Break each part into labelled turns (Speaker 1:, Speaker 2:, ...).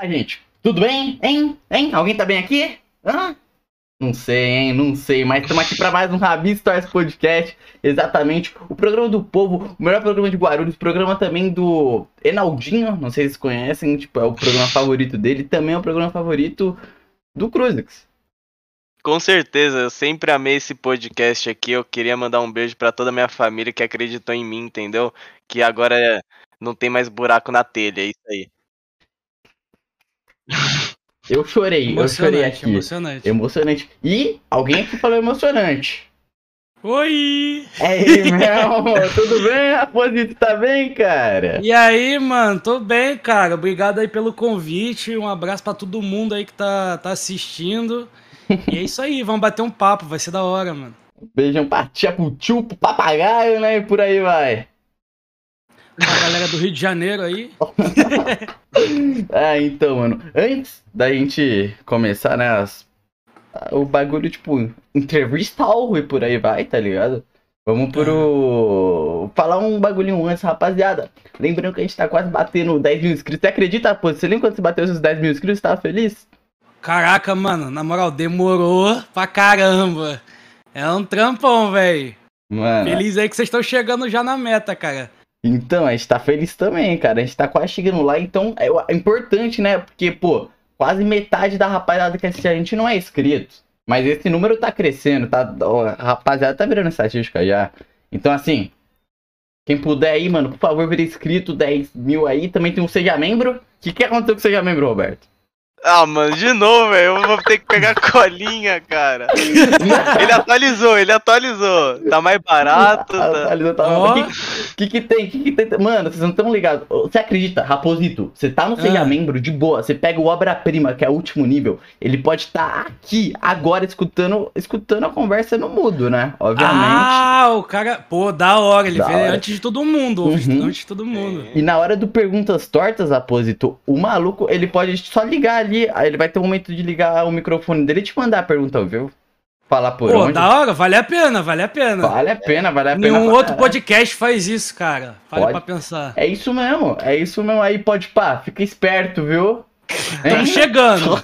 Speaker 1: Opa, gente, tudo bem? Hein? Alguém tá bem aqui? Hã? Não sei, hein? Não sei, mas estamos aqui para mais um Rabi Stories Podcast. Exatamente, o programa do povo, o melhor programa de Guarulhos, o programa também do Enaldinho, não sei se vocês conhecem, tipo, é o programa favorito dele, também é o programa favorito do Cruzix.
Speaker 2: Com certeza, eu sempre amei esse podcast aqui. Eu queria mandar um beijo pra toda a minha família que acreditou em mim, entendeu? Que agora não tem mais buraco na telha, é isso aí.
Speaker 1: Eu chorei aqui. Emocionante. E alguém aqui falou emocionante.
Speaker 3: Oi!
Speaker 1: É aí, meu, tudo bem, Raposito? Tá bem, cara?
Speaker 3: E aí, mano? Tô bem, cara. Obrigado aí pelo convite. Um abraço pra todo mundo aí que tá assistindo. E é isso aí, vamos bater um papo, vai ser da hora, mano.
Speaker 1: Beijão pra tia, pro tio, pro papagaio, né? E por aí vai.
Speaker 3: A galera do Rio de Janeiro aí.
Speaker 1: Então, mano, antes da gente começar, né, o bagulho, tipo, entrevistal e por aí vai, tá ligado? Vamos falar um bagulhinho antes, rapaziada. Lembrando que a gente tá quase batendo 10 mil inscritos. Você acredita, pô? Você lembra quando você bateu esses 10 mil inscritos? Você tava feliz?
Speaker 3: Caraca, mano, na moral, demorou pra caramba. É um trampão, velho.
Speaker 1: Mano.
Speaker 3: Feliz aí que vocês estão chegando já na meta, cara.
Speaker 1: Então, a gente tá feliz também, cara. A gente tá quase chegando lá, então é importante, né? Porque, pô, quase metade da rapaziada que assiste a gente não é inscrito. Mas esse número tá crescendo, tá? A rapaziada tá virando estatística já. Então, assim, quem puder aí, mano, por favor, vire inscrito, 10 mil aí. Também tem um Seja Membro. O que aconteceu com o Seja Membro, Roberto?
Speaker 2: Ah, mano, de novo, velho. Eu vou ter que pegar colinha, cara. Ele atualizou. Tá mais barato.
Speaker 1: Atualizou, tá mais... que tem? Mano, vocês não estão ligados. Você acredita, Raposito? Você tá no Seja Membro, de boa. Você pega o Obra-Prima, que é o último nível. Ele pode estar aqui, agora, escutando a conversa no mudo, né? Obviamente.
Speaker 3: Ah, o cara... Pô, da hora. Ele veio antes de todo mundo. Antes de todo mundo.
Speaker 1: E na hora do Perguntas Tortas, Raposito, o maluco, ele pode só ligar ali. Aí ele vai ter um momento de ligar o microfone dele e te mandar a pergunta, viu? Falar por onde.
Speaker 3: Pô, da hora, vale a pena.
Speaker 1: Vale a pena.
Speaker 3: Nenhum outro podcast faz isso, cara. Pra pensar.
Speaker 1: É isso mesmo aí, pode pá, fica esperto, viu?
Speaker 3: Estamos chegando.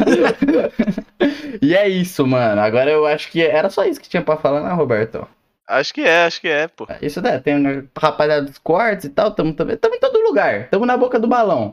Speaker 1: E é isso, mano. Agora eu acho que era só isso que tinha pra falar, né, Roberto?
Speaker 2: Acho que é, pô.
Speaker 1: Isso daí, tem rapaziada dos cortes e tal, tamo em todo lugar. Tamo na boca do balão.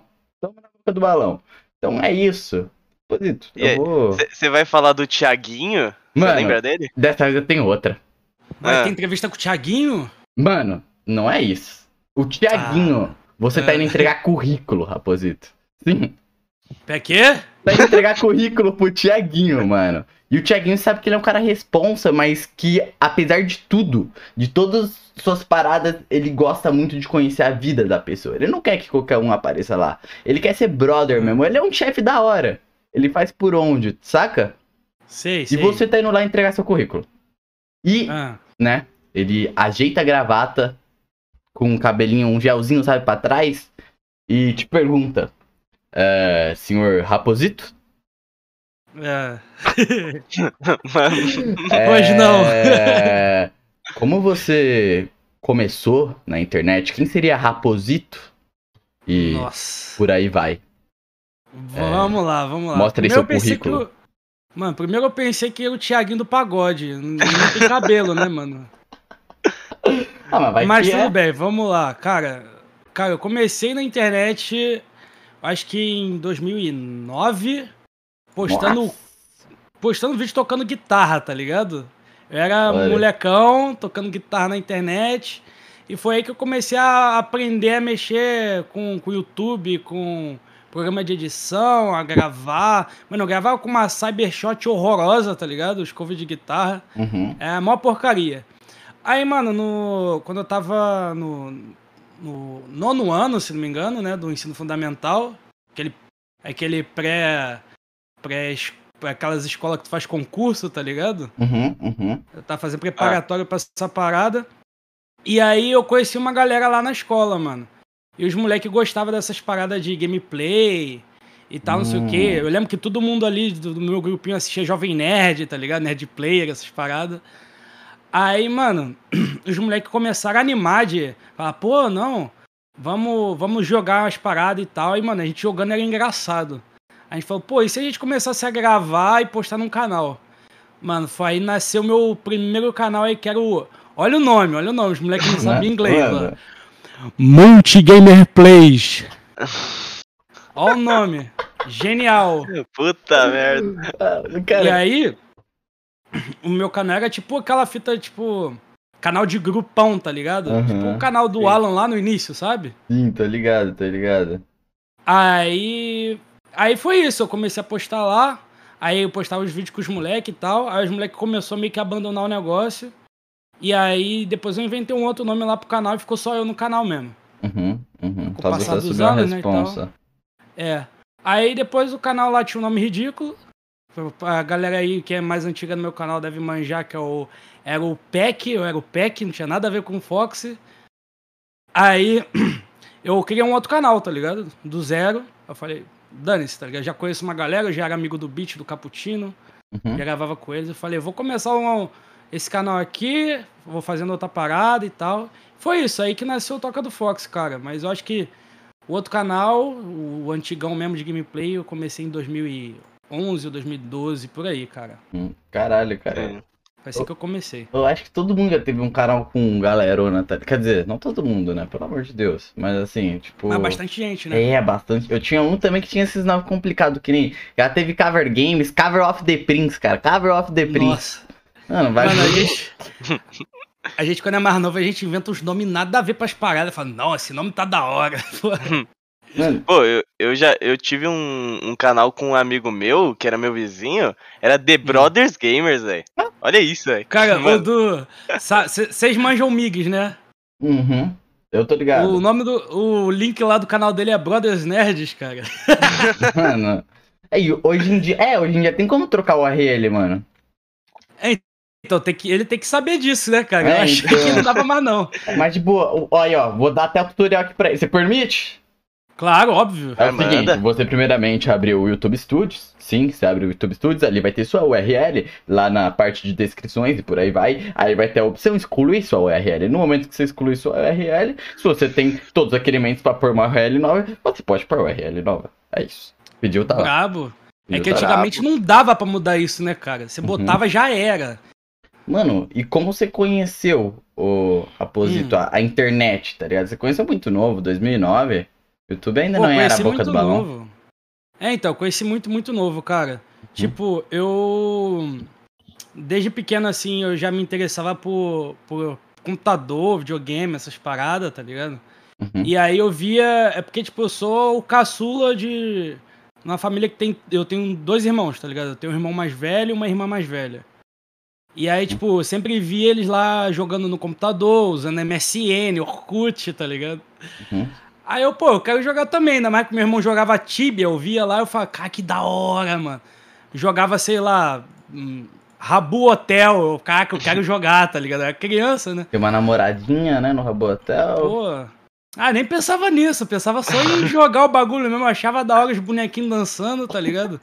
Speaker 1: Então é isso. Posito,
Speaker 2: Você vai falar do Thiaguinho? Você lembra dele?
Speaker 1: Dessa vez eu tenho outra.
Speaker 3: Vai ter entrevista com o Thiaguinho?
Speaker 1: Mano, não é isso. O Thiaguinho, você tá indo entregar currículo, Raposito. Sim.
Speaker 3: É quê?
Speaker 1: Tá indo entregar currículo pro Thiaguinho, mano. E o Thiaguinho sabe que ele é um cara responsa, mas que, apesar de tudo, de todas suas paradas, ele gosta muito de conhecer a vida da pessoa. Ele não quer que qualquer um apareça lá. Ele quer ser brother mesmo. Ele é um chefe da hora. Ele faz por onde, saca?
Speaker 3: Sei.
Speaker 1: E você tá indo lá entregar seu currículo. E, né, ele ajeita a gravata com um cabelinho, um gelzinho, sabe, pra trás. E te pergunta, senhor Raposito?
Speaker 3: Hoje não.
Speaker 1: Como você começou na internet, quem seria Raposito? E por aí vai.
Speaker 3: Vamos lá.
Speaker 1: Mostra aí seu currículo.
Speaker 3: Mano, primeiro eu pensei que era o Thiaguinho do pagode. Não tem cabelo, né, mano? Mas tudo bem, vamos lá. Cara, eu comecei na internet, acho que em 2009, postando vídeo tocando guitarra, tá ligado? Eu era molecão, tocando guitarra na internet. E foi aí que eu comecei a aprender a mexer com o YouTube, com programa de edição, a gravar. Mano, eu gravava com uma Cybershot horrorosa, tá ligado? Os covers de guitarra. É a maior porcaria. Aí, mano, quando eu tava no 9º ano, se não me engano, né? Do ensino fundamental. Aquele aquelas escolas que tu faz concurso, tá ligado? Eu tava fazendo preparatório pra essa parada. E aí eu conheci uma galera lá na escola, mano. E os moleques gostavam dessas paradas de gameplay e tal, não sei o quê. Eu lembro que todo mundo ali do meu grupinho assistia Jovem Nerd, tá ligado? Nerd Player, essas paradas. Aí, mano, os moleques começaram a animar de falar, pô, não, vamos jogar umas paradas e tal. E, mano, a gente jogando era engraçado. A gente falou, pô, e se a gente começasse a gravar e postar num canal? Mano, foi aí nasceu o meu primeiro canal aí, que era o... Olha o nome, os moleques não sabem inglês,
Speaker 1: Mano.
Speaker 3: ó. Multigamer Plays. Olha o nome. Genial.
Speaker 2: Puta merda.
Speaker 3: E aí, o meu canal era tipo aquela fita, tipo... Canal de grupão, tá ligado? Tipo o canal do Alan lá no início, sabe?
Speaker 1: Sim, tô ligado.
Speaker 3: Aí foi isso, eu comecei a postar lá. Aí eu postava os vídeos com os moleques e tal. Aí os moleques começaram meio que a abandonar o negócio. E aí depois eu inventei um outro nome lá pro canal e ficou só eu no canal mesmo.
Speaker 1: Com
Speaker 3: o passar dos anos, né, e tal. Aí depois o canal lá tinha um nome ridículo. A galera aí que é mais antiga no meu canal deve manjar, que era o Peck, não tinha nada a ver com o Fox. Aí eu criei um outro canal, tá ligado? Do zero. Eu falei, dane-se, tá ligado? Já conheço uma galera, eu já era amigo do Beat, do Cappuccino. Já gravava com eles. Eu falei, vou começar esse canal aqui, vou fazendo outra parada e tal. Foi isso aí que nasceu o Toca do Fox, cara. Mas eu acho que o outro canal, o antigão mesmo de gameplay, eu comecei em 2011 ou 2012, por aí, cara.
Speaker 1: Caralho, cara.
Speaker 3: Foi assim que eu comecei.
Speaker 1: Eu acho que todo mundo já teve um canal com galerona, tá? Quer dizer, não todo mundo, né? Pelo amor de Deus. Mas assim, tipo...
Speaker 3: Mas bastante gente, né?
Speaker 1: Bastante. Eu tinha um também que tinha esses nomes complicados, que nem... Já teve Cover Games, Cover of the Prince, cara. Cover of the Prince.
Speaker 3: Nossa.
Speaker 1: Mano, vai...
Speaker 3: A gente, quando é mais novo, a gente inventa uns nomes nada a ver pras paradas. Fala, não, esse nome tá da hora.
Speaker 2: Pô, eu tive um canal com um amigo meu, que era meu vizinho, era The Brothers Gamers, velho. Olha isso, velho.
Speaker 3: Cara, vocês manjam Migs, né?
Speaker 1: Eu tô ligado.
Speaker 3: O link lá do canal dele é Brothers Nerds, cara.
Speaker 1: Mano. Hoje em dia tem como trocar o URL, mano.
Speaker 3: Então, ele tem que saber disso, né, cara? Eu achei que não dava mais, não.
Speaker 1: Mas de boa, olha, ó, vou dar até o tutorial aqui pra ele. Você permite?
Speaker 3: Claro, óbvio.
Speaker 1: É o seguinte, você primeiramente abre o YouTube Studios. Sim, você abre o YouTube Studios, ali vai ter sua URL, lá na parte de descrições e por aí vai. Aí vai ter a opção excluir sua URL. No momento que você excluir sua URL, se você tem todos os requerimentos pra pôr uma URL nova, você pode pôr URL nova. É isso. Pediu, tá lá.
Speaker 3: Brabo. É que antigamente não dava pra mudar isso, né, cara? Você botava, já era.
Speaker 1: Mano, e como você conheceu a internet, tá ligado? Você conheceu muito novo, 2009... YouTube ainda não era a boca do balão.
Speaker 3: Novo. Então, eu conheci muito novo, cara. Tipo, eu... Desde pequeno, assim, eu já me interessava por computador, videogame, essas paradas, tá ligado? E aí eu via... É porque, tipo, eu sou o caçula de... Uma família que tem... Eu tenho 2 irmãos, tá ligado? Eu tenho um irmão mais velho e uma irmã mais velha. E aí, tipo, eu sempre via eles lá jogando no computador, usando MSN, Orkut, tá ligado? Aí eu quero jogar também, ainda mais que meu irmão jogava Tibia, eu via lá, eu falava, cara, que da hora, mano. Jogava, sei lá, Rabu Hotel, caraca, eu quero jogar, tá ligado? Eu era criança, né?
Speaker 1: Tem uma namoradinha, né, no Rabu Hotel.
Speaker 3: Pô, nem pensava nisso, eu pensava só em jogar o bagulho mesmo, eu achava da hora os bonequinhos dançando, tá ligado?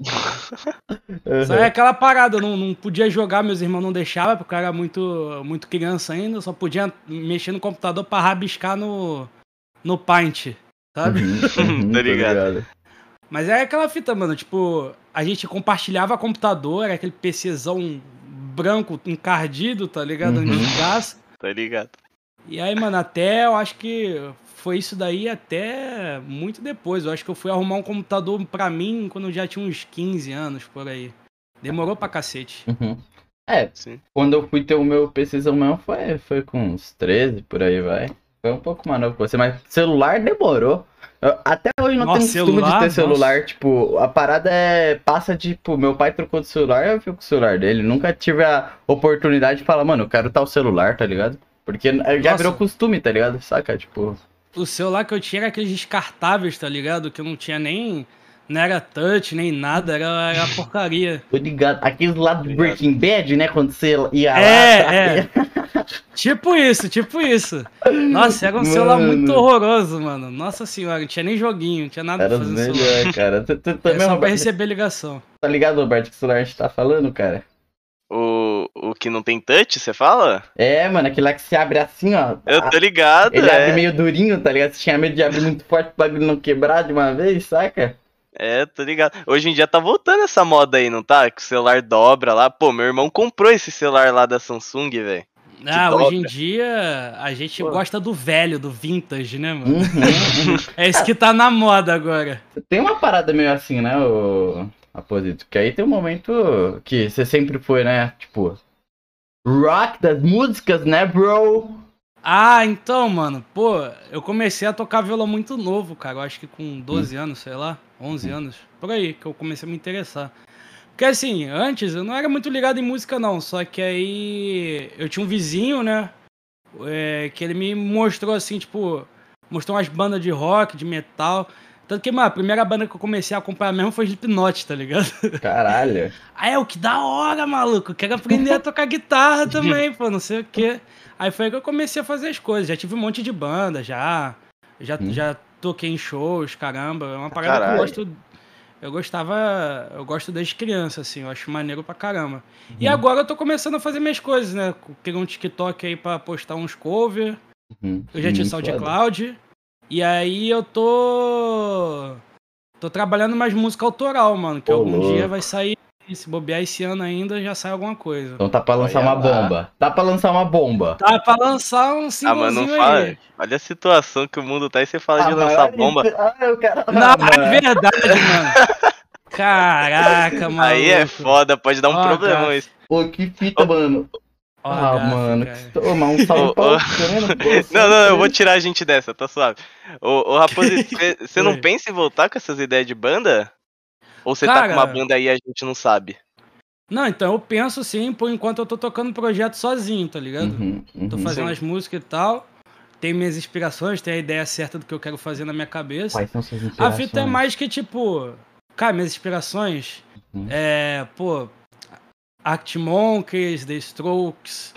Speaker 3: Só é aquela parada, eu não podia jogar, meus irmãos não deixavam, porque eu era muito criança ainda, eu só podia mexer no computador pra rabiscar no Paint, sabe?
Speaker 2: Tá ligado.
Speaker 3: Mas é aquela fita, mano, tipo, a gente compartilhava computador, era aquele PCzão branco encardido, tá ligado? Antigaço.
Speaker 2: Tá ligado.
Speaker 3: E aí, mano, eu acho que foi isso daí até muito depois. Eu acho que eu fui arrumar um computador pra mim quando eu já tinha uns 15 anos, por aí. Demorou pra cacete.
Speaker 1: Sim. Quando eu fui ter o meu PCzão mesmo, foi com uns 13, por aí, vai. Foi um pouco mais novo que você, mas celular demorou. Até hoje não tenho costume de ter celular. Tipo, a parada passa de, tipo, meu pai trocou de celular, eu fico com o celular dele. Nunca tive a oportunidade de falar, mano, eu quero tal celular, tá ligado? Porque já virou costume, tá ligado? Saca? Tipo...
Speaker 3: O celular que eu tinha era aqueles descartáveis, tá ligado? Que eu não tinha nem... Não era touch, nem nada, era porcaria.
Speaker 1: Tô ligado. Aqueles lá do Breaking Bad, né? Quando você ia lá...
Speaker 3: Tipo isso. Nossa, era um celular muito horroroso, mano. Nossa senhora, não tinha nem joguinho, não tinha nada pra fazer no celular.
Speaker 1: Cara.
Speaker 3: Também, só pra receber ligação.
Speaker 1: Tá ligado, Roberto, que celular a gente tá falando, cara?
Speaker 2: O que não tem touch, você fala?
Speaker 1: Mano, aquele lá que se abre assim, ó.
Speaker 2: Eu tô ligado,
Speaker 1: Ele abre meio durinho, tá ligado? Você tinha medo de abrir muito forte pro bagulho não quebrar de uma vez, saca?
Speaker 2: Tô ligado. Hoje em dia tá voltando essa moda aí, não tá? Que o celular dobra lá. Pô, meu irmão comprou esse celular lá da Samsung, velho.
Speaker 3: Hoje em dia a gente gosta do velho, do vintage, né, mano? É isso que tá na moda agora.
Speaker 1: Tem uma parada meio assim, né, o Aposito? Que aí tem um momento que você sempre foi, né, tipo, rock das músicas, né, bro?
Speaker 3: Então, mano, pô, eu comecei a tocar violão muito novo, cara. Eu acho que com 12 anos, sei lá, 11 anos, por aí, que eu comecei a me interessar. Porque assim, antes eu não era muito ligado em música não, só que aí eu tinha um vizinho, né, que ele me mostrou assim, tipo, mostrou umas bandas de rock, de metal. Tanto que, mano, a primeira banda que eu comecei a acompanhar mesmo foi Slipknot, tá ligado?
Speaker 1: Caralho.
Speaker 3: Aí que da hora, maluco, quero aprender a tocar guitarra também, pô, não sei o quê. Aí foi aí que eu comecei a fazer as coisas, já tive um monte de banda, já toquei em shows, caramba, é uma parada que eu gosto... Eu gosto desde criança, assim, eu acho maneiro pra caramba. E agora eu tô começando a fazer minhas coisas, né? Criei um TikTok aí pra postar uns covers. Eu já tinha SoundCloud. E aí eu tô trabalhando mais música autoral, mano. Que algum dia vai sair, se bobear esse ano ainda, já sai alguma coisa.
Speaker 1: Então tá pra lançar uma bomba. Tá pra lançar uma bomba.
Speaker 3: Tá pra lançar um singlezinho aí.
Speaker 2: Olha a situação que o mundo tá e você fala de lançar bomba.
Speaker 3: É verdade, mano. Caraca, mano.
Speaker 2: Aí é foda, pode dar um problema isso.
Speaker 1: Pô, que fita, mano. Mano, que tomar um salve
Speaker 2: Não, eu vou tirar a gente dessa, tá suave. Ô Raposito, você não pensa em voltar com essas ideias de banda? Ou você tá com uma banda aí e a gente não sabe?
Speaker 3: Não, então eu penso sim, por enquanto eu tô tocando projeto sozinho, tá ligado? Tô fazendo as músicas e tal. Tenho minhas inspirações, tenho a ideia certa do que eu quero fazer na minha cabeça.
Speaker 1: Quais são suas inspirações?
Speaker 3: A fita é mais que, tipo... Cara, minhas inspirações Arctic Monkeys, The Strokes...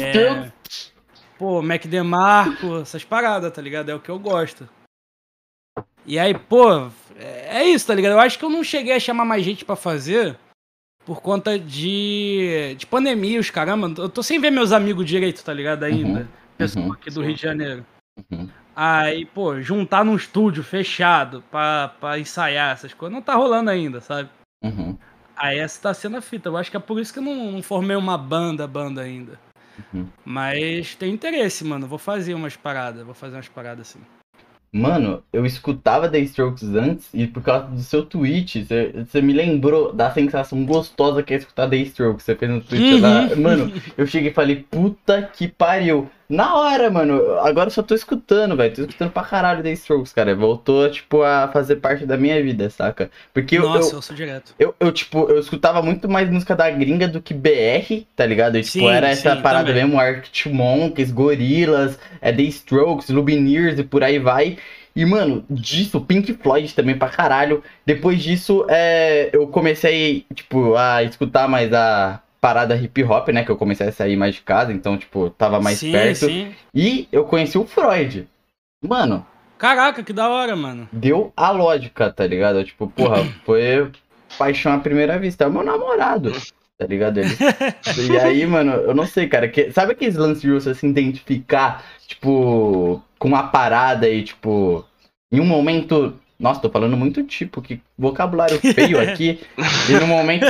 Speaker 3: Mac DeMarco, essas paradas, tá ligado? É o que eu gosto. E aí, é isso, tá ligado? Eu acho que eu não cheguei a chamar mais gente pra fazer por conta de pandemia, os caramba. Eu tô sem ver meus amigos direito, tá ligado? Ainda. Pessoal aqui do Rio de Janeiro. Aí, juntar num estúdio fechado pra ensaiar essas coisas, não tá rolando ainda, sabe? Aí essa tá sendo a fita. Eu acho que é por isso que eu não formei uma banda ainda. Mas tem interesse, mano. Vou fazer umas paradas assim.
Speaker 1: Mano, eu escutava The Strokes antes e por causa do seu tweet, você me lembrou da sensação gostosa que é escutar The Strokes. Você fez no tweet lá. Mano, eu cheguei e falei, puta que pariu. Na hora, mano, agora eu só tô escutando, velho. Tô escutando pra caralho The Strokes, cara. Voltou, tipo, a fazer parte da minha vida, saca? Porque
Speaker 3: eu sou direto.
Speaker 1: Eu escutava muito mais música da gringa do que BR, tá ligado? E, tipo, era essa parada também. Mesmo, Arctic Monkeys, Gorillaz, The Strokes, Lumineers e por aí vai. E, mano, disso, Pink Floyd também pra caralho. Depois disso, eu comecei, tipo, a escutar mais a parada hip hop, né? Que eu comecei a sair mais de casa, então, tipo, tava mais perto. E eu conheci o Freud. Mano...
Speaker 3: Caraca, que da hora, mano.
Speaker 1: Deu a lógica, tá ligado? Tipo, porra, foi paixão à primeira vista. É o meu namorado, tá ligado? E aí, mano, eu não sei, cara. Sabe aqueles lances de você se identificar, tipo, com uma parada e, tipo, em um momento... Nossa, tô falando muito tipo, que vocabulário feio aqui. E no momento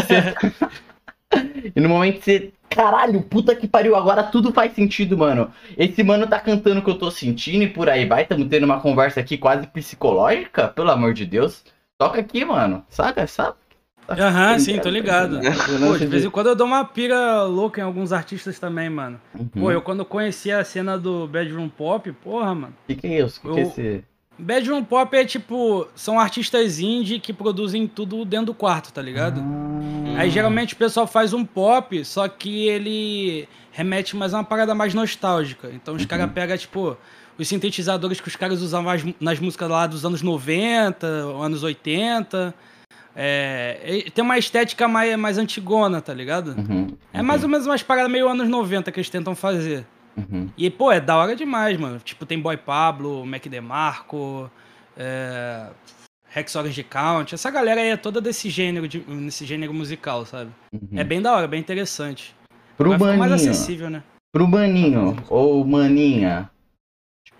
Speaker 1: você... Caralho, puta que pariu, agora tudo faz sentido, mano. Esse mano tá cantando o que eu tô sentindo e por aí vai. Tamo tendo uma conversa aqui quase psicológica, pelo amor de Deus. Toca aqui, mano. Saca? Sabe?
Speaker 3: Sim, tô ligado. Pô, de vez em quando eu dou uma pira louca em alguns artistas também, mano. Pô, eu quando conheci a cena do Bedroom Pop, porra, mano.
Speaker 1: O que é isso? O que é esse...
Speaker 3: Bedroom Pop é tipo, são artistas indie que produzem tudo dentro do quarto, tá ligado? Aí geralmente o pessoal faz um pop, só que ele remete mais a uma parada mais nostálgica. Então os caras pegam, tipo, os sintetizadores que os caras usavam nas músicas lá dos anos 90, anos 80. Tem uma estética mais antigona, tá ligado? É mais ou menos umas paradas meio anos 90 que eles tentam fazer. E, pô, é da hora demais, mano. Tipo, tem Boy Pablo, Mac DeMarco, Rex Orange Count. Essa galera aí é toda nesse gênero musical, sabe? É bem da hora, bem interessante.
Speaker 1: Pro
Speaker 3: Vai ficar mais
Speaker 1: maninho,
Speaker 3: acessível, né?
Speaker 1: ou maninha,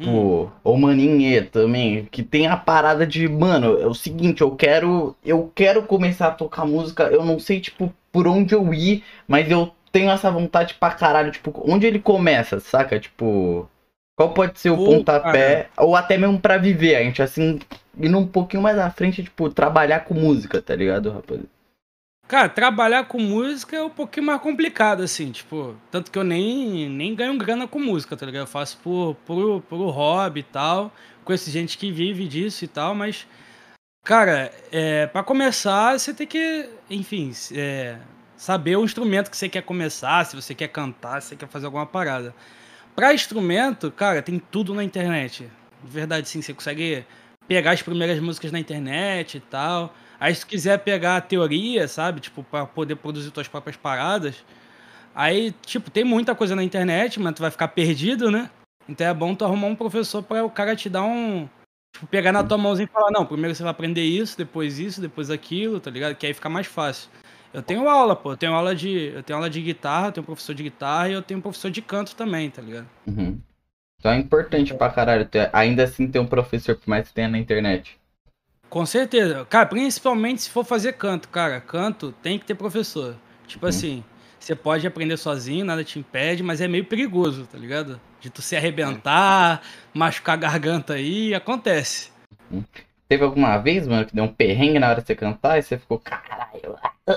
Speaker 1: Tipo, o Maninê também, que tem a parada de, mano, é o seguinte, eu quero começar a tocar música, eu não sei, tipo, por onde eu ir, mas eu tenho essa vontade pra caralho, tipo, onde ele começa, saca? Tipo, qual pode ser o
Speaker 3: Pô, cara.
Speaker 1: pontapé, ou até mesmo pra viver, a gente, assim, indo um pouquinho mais à frente, tipo, trabalhar com música, tá ligado, rapaz?
Speaker 3: Cara, trabalhar com música é um pouquinho mais complicado, assim, tipo, tanto que eu nem ganho grana com música, tá ligado? Eu faço por hobby e tal, conheço gente que vive disso e tal, mas, cara, pra começar, você tem que, enfim, saber o instrumento que você quer começar, se você quer cantar, se você quer fazer alguma parada. Pra instrumento, cara, tem tudo na internet. De verdade, sim, você consegue pegar as primeiras músicas na internet e tal. Aí se tu quiser pegar a teoria, sabe, tipo, pra poder produzir tuas próprias paradas, aí, tipo, tem muita coisa na internet, mas tu vai ficar perdido, né? Então é bom tu arrumar um professor pra o cara te dar um, tipo, pegar na tua mãozinha e falar, não, primeiro você vai aprender isso, depois aquilo, tá ligado? Que aí fica mais fácil. Eu tenho aula, pô, eu tenho aula de guitarra, eu tenho um professor de guitarra e eu tenho um professor de canto também, tá ligado?
Speaker 1: Uhum. Então é importante pra caralho, ainda assim ter um professor, por mais que tenha na internet.
Speaker 3: Com certeza. Cara, principalmente se for fazer canto, cara. Canto tem que ter professor. Tipo
Speaker 1: Uhum.
Speaker 3: assim, você pode aprender sozinho, nada te impede, mas é meio perigoso, tá ligado? De tu se arrebentar, machucar a garganta aí, acontece.
Speaker 1: Uhum. Teve alguma vez, mano, que deu um perrengue na hora de você cantar e você ficou, caralho.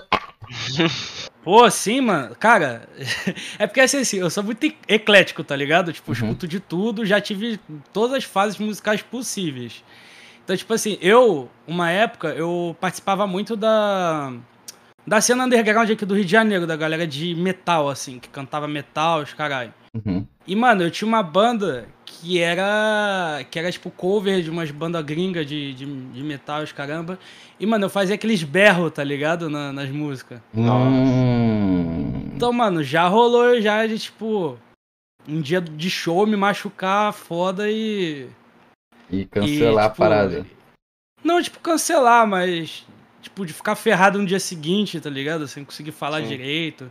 Speaker 3: Pô, sim, mano. Cara, é porque assim, eu sou muito eclético, tá ligado? Tipo, eu
Speaker 1: Uhum.
Speaker 3: escuto de tudo, já tive todas as fases musicais possíveis. Então, tipo assim, uma época, eu participava muito da cena underground aqui do Rio de Janeiro, da galera de metal, assim, que cantava metal, os caralho.
Speaker 1: Uhum.
Speaker 3: E, mano, eu tinha uma banda que era tipo cover de umas bandas gringas de metal, os caramba. E, mano, eu fazia aqueles berros, tá ligado? Nas músicas.
Speaker 2: Nossa.
Speaker 3: Então, mano, já rolou já de, tipo, um dia de show me machucar foda
Speaker 1: E
Speaker 3: e
Speaker 1: cancelar a
Speaker 3: tipo,
Speaker 1: parada.
Speaker 3: não, tipo, cancelar, mas, tipo, de ficar ferrado no dia seguinte, tá ligado? Sem conseguir falar
Speaker 2: Sim.
Speaker 3: direito.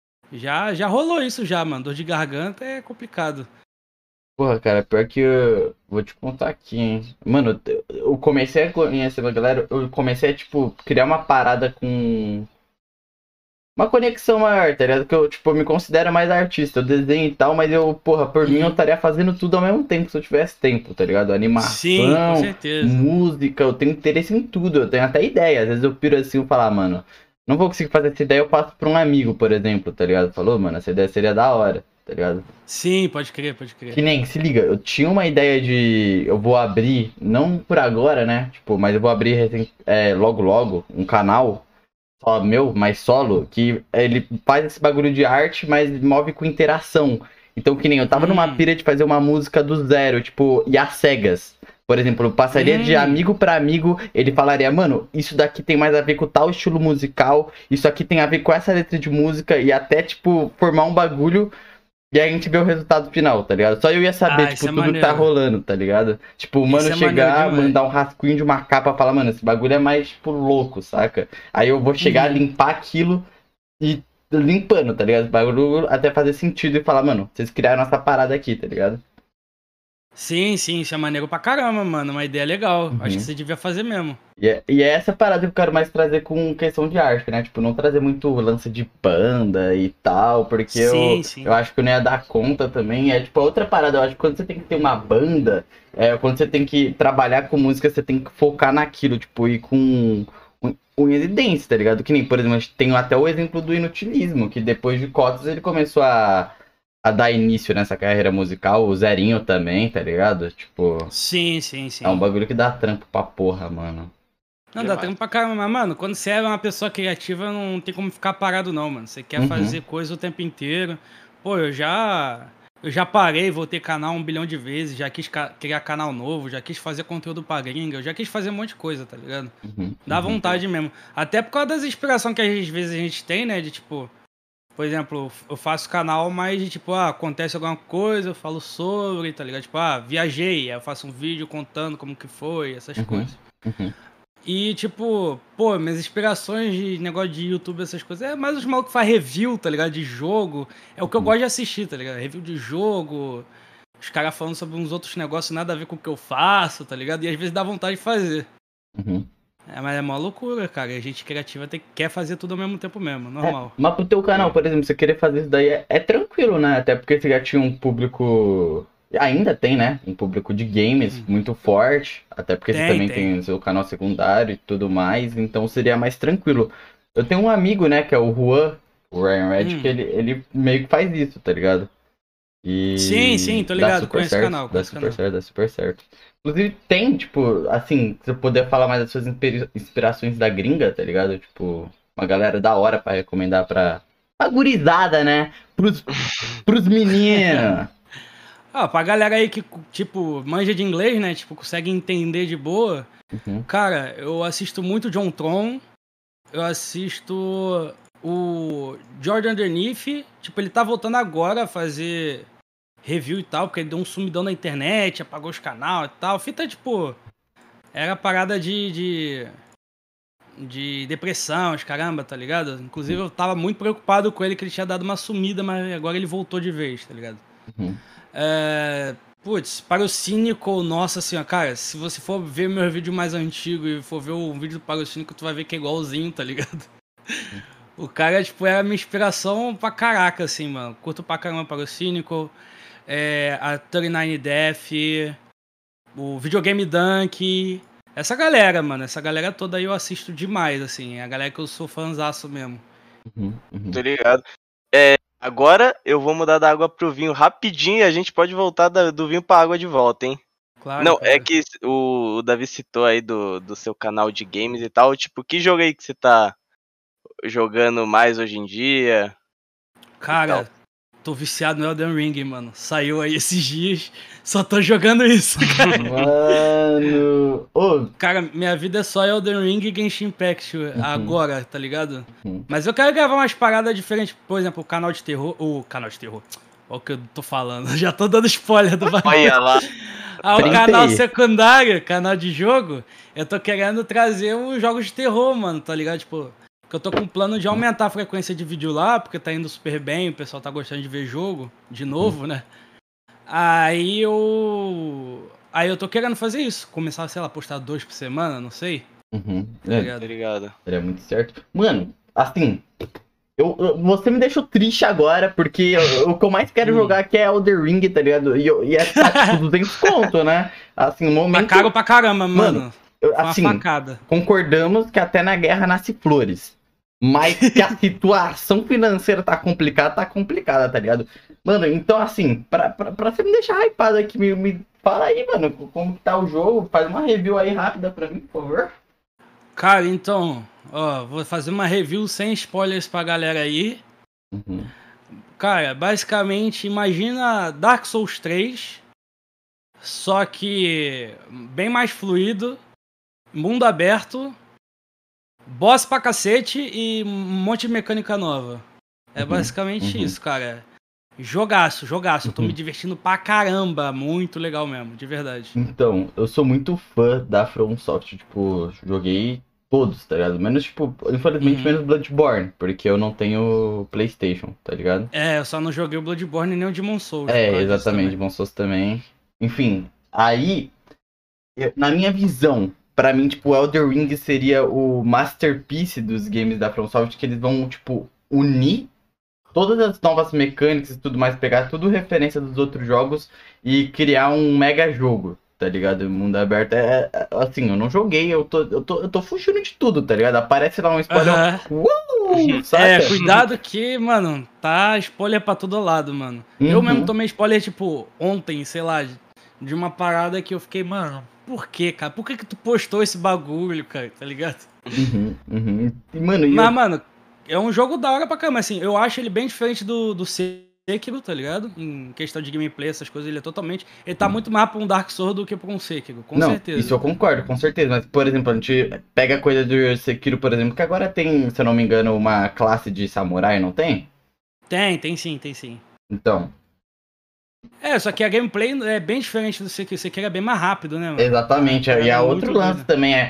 Speaker 3: Já rolou isso já, mano. Dor de garganta é complicado.
Speaker 1: Porra, cara, pior que eu vou te contar aqui, hein. Mano, eu comecei a conhecer a galera, eu comecei a, tipo, criar uma parada com uma conexão maior, tá ligado? Que eu, tipo, me considero mais artista, eu desenho e tal, mas eu, porra, por mim eu
Speaker 3: Uhum.
Speaker 1: estaria fazendo tudo ao mesmo tempo se eu tivesse tempo, tá ligado?
Speaker 3: Sim, com
Speaker 1: Animação,
Speaker 3: certeza.
Speaker 1: música, eu tenho interesse em tudo, eu tenho até ideia. Às vezes eu piro assim e falar, mano, não vou conseguir fazer essa ideia, eu passo pra um amigo, por exemplo, tá ligado? Falou, mano, essa ideia seria da hora, tá ligado?
Speaker 3: Sim, pode crer, pode crer.
Speaker 1: Que nem, se liga, eu tinha uma ideia de. Eu vou abrir, não por agora, né? Tipo, mas eu vou abrir logo logo um canal só meu, mais solo, que ele faz esse bagulho de arte, mas move com interação. Então, que nem eu tava numa
Speaker 3: Hum,
Speaker 1: pira de fazer uma música do zero, tipo, e às cegas. Por exemplo, eu passaria de
Speaker 3: hum.
Speaker 1: amigo pra amigo, ele falaria, mano, isso daqui tem mais a ver com tal estilo musical, isso aqui tem a ver com essa letra de música, e até, tipo, formar um bagulho e aí a gente vê o resultado final, tá ligado? Só eu ia saber,
Speaker 3: Ah,
Speaker 1: tipo,
Speaker 3: isso é
Speaker 1: tudo que tá
Speaker 3: maneiro.
Speaker 1: rolando, tá ligado? Tipo, o mano
Speaker 3: Isso é maneiro
Speaker 1: chegar,
Speaker 3: demais.
Speaker 1: mandar um rascunho de uma capa e falar, mano, esse bagulho é mais, tipo, louco, saca? Aí eu vou chegar,
Speaker 3: Uhum.
Speaker 1: limpar aquilo e limpando, tá ligado? O bagulho até fazer sentido e falar, mano, vocês criaram essa parada aqui, tá ligado?
Speaker 3: Sim, sim, isso é maneiro pra caramba, mano. Uma ideia legal. Acho que
Speaker 1: Uhum.
Speaker 3: você devia fazer mesmo.
Speaker 1: E é essa parada que eu quero mais trazer com questão de arte, né? Tipo, não trazer muito lance de banda e tal, porque eu,
Speaker 3: Sim,
Speaker 1: eu
Speaker 3: sim.
Speaker 1: acho que eu não ia dar conta também. É tipo, outra parada, eu acho que quando você tem que ter uma banda, quando você tem que trabalhar com música, você tem que focar naquilo, tipo, ir com unhas e dentes, tá ligado? Que nem, por exemplo, a gente tem até o exemplo do Inutilismo, que depois de Cotas ele começou a dar início nessa carreira musical, o Zerinho também, tá ligado? Tipo,
Speaker 3: Sim, sim,
Speaker 1: é um
Speaker 3: sim.
Speaker 1: bagulho que dá trampo pra porra, mano.
Speaker 3: Não, dá
Speaker 2: Demais.
Speaker 3: tempo pra caramba, mas, mano, quando você é uma pessoa criativa, não tem como ficar parado, não, mano. Você quer
Speaker 1: Uhum.
Speaker 3: fazer coisa o tempo inteiro. Pô, eu já parei, voltei canal 1 bilhão de vezes, já quis criar canal novo, já quis fazer conteúdo pra gringa, eu já quis fazer um monte de coisa, tá ligado?
Speaker 1: Uhum,
Speaker 3: Dá
Speaker 1: uhum,
Speaker 3: vontade mesmo. Até por causa das inspirações que às vezes a gente tem, né? De tipo, por exemplo, eu faço canal mais de tipo, acontece alguma coisa, eu falo sobre, tá ligado? Tipo, viajei, aí eu faço um vídeo contando como que foi, essas
Speaker 1: uhum,
Speaker 3: coisas.
Speaker 1: uhum,
Speaker 3: E, tipo, pô, minhas inspirações de negócio de YouTube, essas coisas, é mais os malucos que faz review, tá ligado? De jogo. É o que eu
Speaker 1: uhum.
Speaker 3: gosto de assistir, tá ligado? Review de jogo. os caras falando sobre uns outros negócios nada a ver com o que eu faço, tá ligado? E às vezes dá vontade de fazer. Mas é uma loucura, cara. A gente criativa quer fazer tudo ao mesmo tempo mesmo, normal.
Speaker 1: Mas pro teu canal, por exemplo, você querer fazer isso daí é tranquilo, né? Até porque você já tinha um público... Ainda tem, né? Um público de games muito forte. Até porque você também tem o seu canal secundário e tudo mais. Então seria mais tranquilo. Eu tenho um amigo, né? Que é o Juan, o Ryan Red, que ele meio que faz isso, tá ligado? E
Speaker 3: sim, tô ligado. Conheço o canal.
Speaker 1: Dá super certo. Inclusive tem, tipo, assim, se eu puder falar mais das suas inspirações da gringa, tá ligado? Tipo, uma galera da hora pra recomendar pra gurizada, né? Pros meninos.
Speaker 3: Pra galera aí que, tipo, manja de inglês, né? Tipo, consegue entender de boa. Cara, eu assisto muito John Tron. Eu assisto o Jordan Underneath. Tipo, ele tá voltando agora a fazer review e tal, porque ele deu um sumidão na internet, apagou os canais e tal. Fita, tipo, era parada de depressão, os caramba, tá ligado? Inclusive, eu tava muito preocupado com ele, que ele tinha dado uma sumida, mas agora ele voltou de vez, tá ligado? Parocínico, nossa senhora, cara, se você for ver meu vídeo mais antigo e for ver o vídeo do Parocínico, tu vai ver que é igualzinho, tá ligado? O cara, tipo, era a minha inspiração pra caraca, assim, mano. Curto pra caramba o Parocínico, a 39 Death, o Videogame Dunk. Essa galera, mano, essa galera toda aí eu assisto demais, assim. É a galera que eu sou fãzaço mesmo.
Speaker 2: Tô ligado. Agora eu vou mudar da água pro vinho rapidinho e a gente pode voltar do vinho pra água de volta, hein?
Speaker 3: Claro.
Speaker 2: Não,
Speaker 3: cara.
Speaker 2: é que o Davi citou aí do seu canal de games e tal. Tipo, que jogo aí que você tá jogando mais hoje em dia?
Speaker 3: Cara, tô viciado no Elden Ring, mano. Saiu aí esses dias, só tô jogando isso, cara.
Speaker 1: Mano...
Speaker 3: Cara, minha vida é só Elden Ring e Genshin Impact agora, tá ligado? Mas eu quero gravar umas paradas diferentes. Por exemplo, o canal de terror... Olha o que eu tô falando. Já tô dando spoiler do bagulho.
Speaker 2: Olha lá.
Speaker 3: O canal secundário, canal de jogo, eu tô querendo trazer os jogos de terror, mano, tá ligado? Tipo... Porque eu tô com um plano de aumentar a frequência de vídeo lá, porque tá indo super bem, o pessoal tá gostando de ver jogo, de novo, né? Aí eu tô querendo fazer isso. Começar, sei lá, postar 2 por semana, não sei.
Speaker 2: Tá ligado.
Speaker 1: É muito certo. Mano, assim, você me deixou triste agora, porque o que eu mais quero jogar aqui é Elden Ring, tá ligado? E é tipo 200 conto, né? Assim, no momento...
Speaker 3: Tá caro pra caramba, mano.
Speaker 1: Assim,
Speaker 3: uma facada.
Speaker 1: Concordamos que até na guerra nasce flores. Mas que a situação financeira tá complicada, tá ligado? Mano, então assim, pra você me deixar hypado aqui, me fala aí, mano, como que tá o jogo, faz uma review aí rápida pra mim, por favor.
Speaker 3: Cara, então, vou fazer uma review sem spoilers pra galera aí. Cara, basicamente, imagina Dark Souls 3, só que bem mais fluido, mundo aberto, boss pra cacete e um monte de mecânica nova. É basicamente isso, cara. Jogaço. Eu tô me divertindo pra caramba. Muito legal mesmo, de verdade.
Speaker 1: Então, eu sou muito fã da From Software. Tipo, joguei todos, tá ligado? Menos, tipo, infelizmente, menos Bloodborne, porque eu não tenho PlayStation, tá ligado?
Speaker 3: Eu só não joguei o Bloodborne nem o Demon Souls.
Speaker 1: Exatamente, Demon Souls também. Enfim, aí, na minha visão, pra mim, tipo, o Elden Ring seria o masterpiece dos games da From Software, que eles vão, tipo, unir todas as novas mecânicas e tudo mais, pegar tudo referência dos outros jogos e criar um mega jogo, tá ligado? Mundo aberto assim, eu não joguei, eu tô fugindo de tudo, tá ligado? Aparece lá um spoiler,
Speaker 3: saca? Cuidado que, mano, tá spoiler pra todo lado, mano. Eu mesmo tomei spoiler, tipo, ontem, sei lá, de uma parada que eu fiquei, mano, por que, cara? Por que tu postou esse bagulho, cara, tá ligado?
Speaker 1: E, mano,
Speaker 3: mano, é um jogo da hora pra caramba, assim, eu acho ele bem diferente do Sekiro, tá ligado? Em questão de gameplay, essas coisas, ele é totalmente... Ele tá muito mais pra um Dark Souls do que pra um Sekiro, com certeza.
Speaker 1: Isso eu concordo, com certeza, mas, por exemplo, a gente pega a coisa do Sekiro, por exemplo, que agora tem, se eu não me engano, uma classe de samurai, não tem?
Speaker 3: Tem sim.
Speaker 1: Então...
Speaker 3: só que a gameplay é bem diferente do Sekiro. O Sekiro é bem mais rápido, né, mano?
Speaker 1: Exatamente, e a outro lance também é...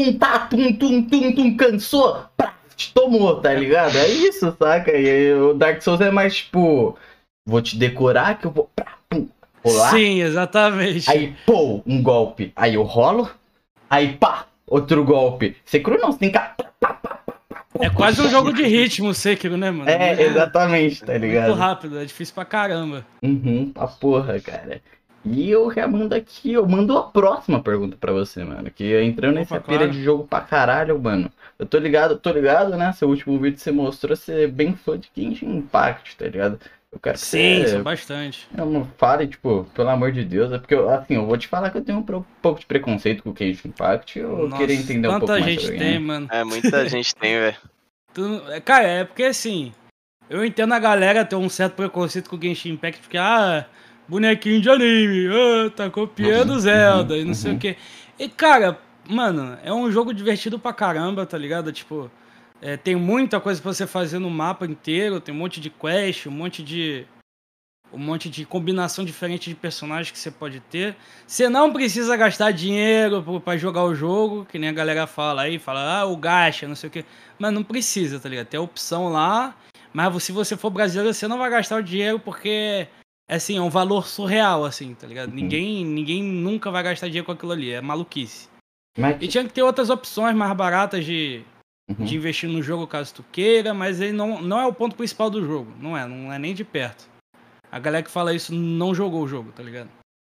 Speaker 1: cansou, te tomou, tá ligado? É isso, saca? E o Dark Souls é mais tipo... Vou te decorar que eu vou... rolar.
Speaker 3: Sim, exatamente.
Speaker 1: Aí, pô, um golpe. Aí eu rolo. Aí, pá, outro golpe. Sekiro não, você tem que...
Speaker 3: É quase um jogo de ritmo, Sekiro, né, mano?
Speaker 1: É, exatamente, tá ligado?
Speaker 3: Muito rápido, é difícil pra caramba.
Speaker 1: A porra, cara. E eu já mando aqui, eu mando a próxima pergunta pra você, mano. Que entrando nessa pira
Speaker 3: claro.
Speaker 1: de jogo pra caralho, mano. Eu tô ligado, né? Seu último vídeo você mostrou ser bem fã de Genshin Impact, tá ligado? Eu quero que
Speaker 3: Sim,
Speaker 1: você...
Speaker 3: sou bastante.
Speaker 1: Eu não fale, tipo, pelo amor de Deus, é porque, assim, eu vou te falar que eu tenho um pouco de preconceito com o Genshin Impact, eu
Speaker 3: Nossa,
Speaker 1: queria entender um pouco mais
Speaker 3: tanta gente
Speaker 1: sobre
Speaker 3: tem,
Speaker 1: ele.
Speaker 3: mano.
Speaker 2: É, muita gente tem, velho.
Speaker 3: Cara, é porque assim, eu entendo a galera ter um certo preconceito com o Genshin Impact, porque, bonequinho de anime, tá copiando Zelda e não sei o que. E, cara, mano, é um jogo divertido pra caramba, tá ligado? Tipo, tem muita coisa pra você fazer no mapa inteiro, tem um monte de quest, um monte de combinação diferente de personagens que você pode ter. Você não precisa gastar dinheiro pra jogar o jogo, que nem a galera fala aí, fala, o gacha, não sei o que. Mas não precisa, tá ligado? Tem a opção lá, mas se você for brasileiro, você não vai gastar o dinheiro porque, assim, é um valor surreal, assim, tá ligado? Ninguém nunca vai gastar dinheiro com aquilo ali, é maluquice. E tinha que ter outras opções mais baratas de investir no jogo caso tu queira, mas ele não é o ponto principal do jogo, não é nem de perto. A galera que fala isso não jogou o jogo, tá ligado?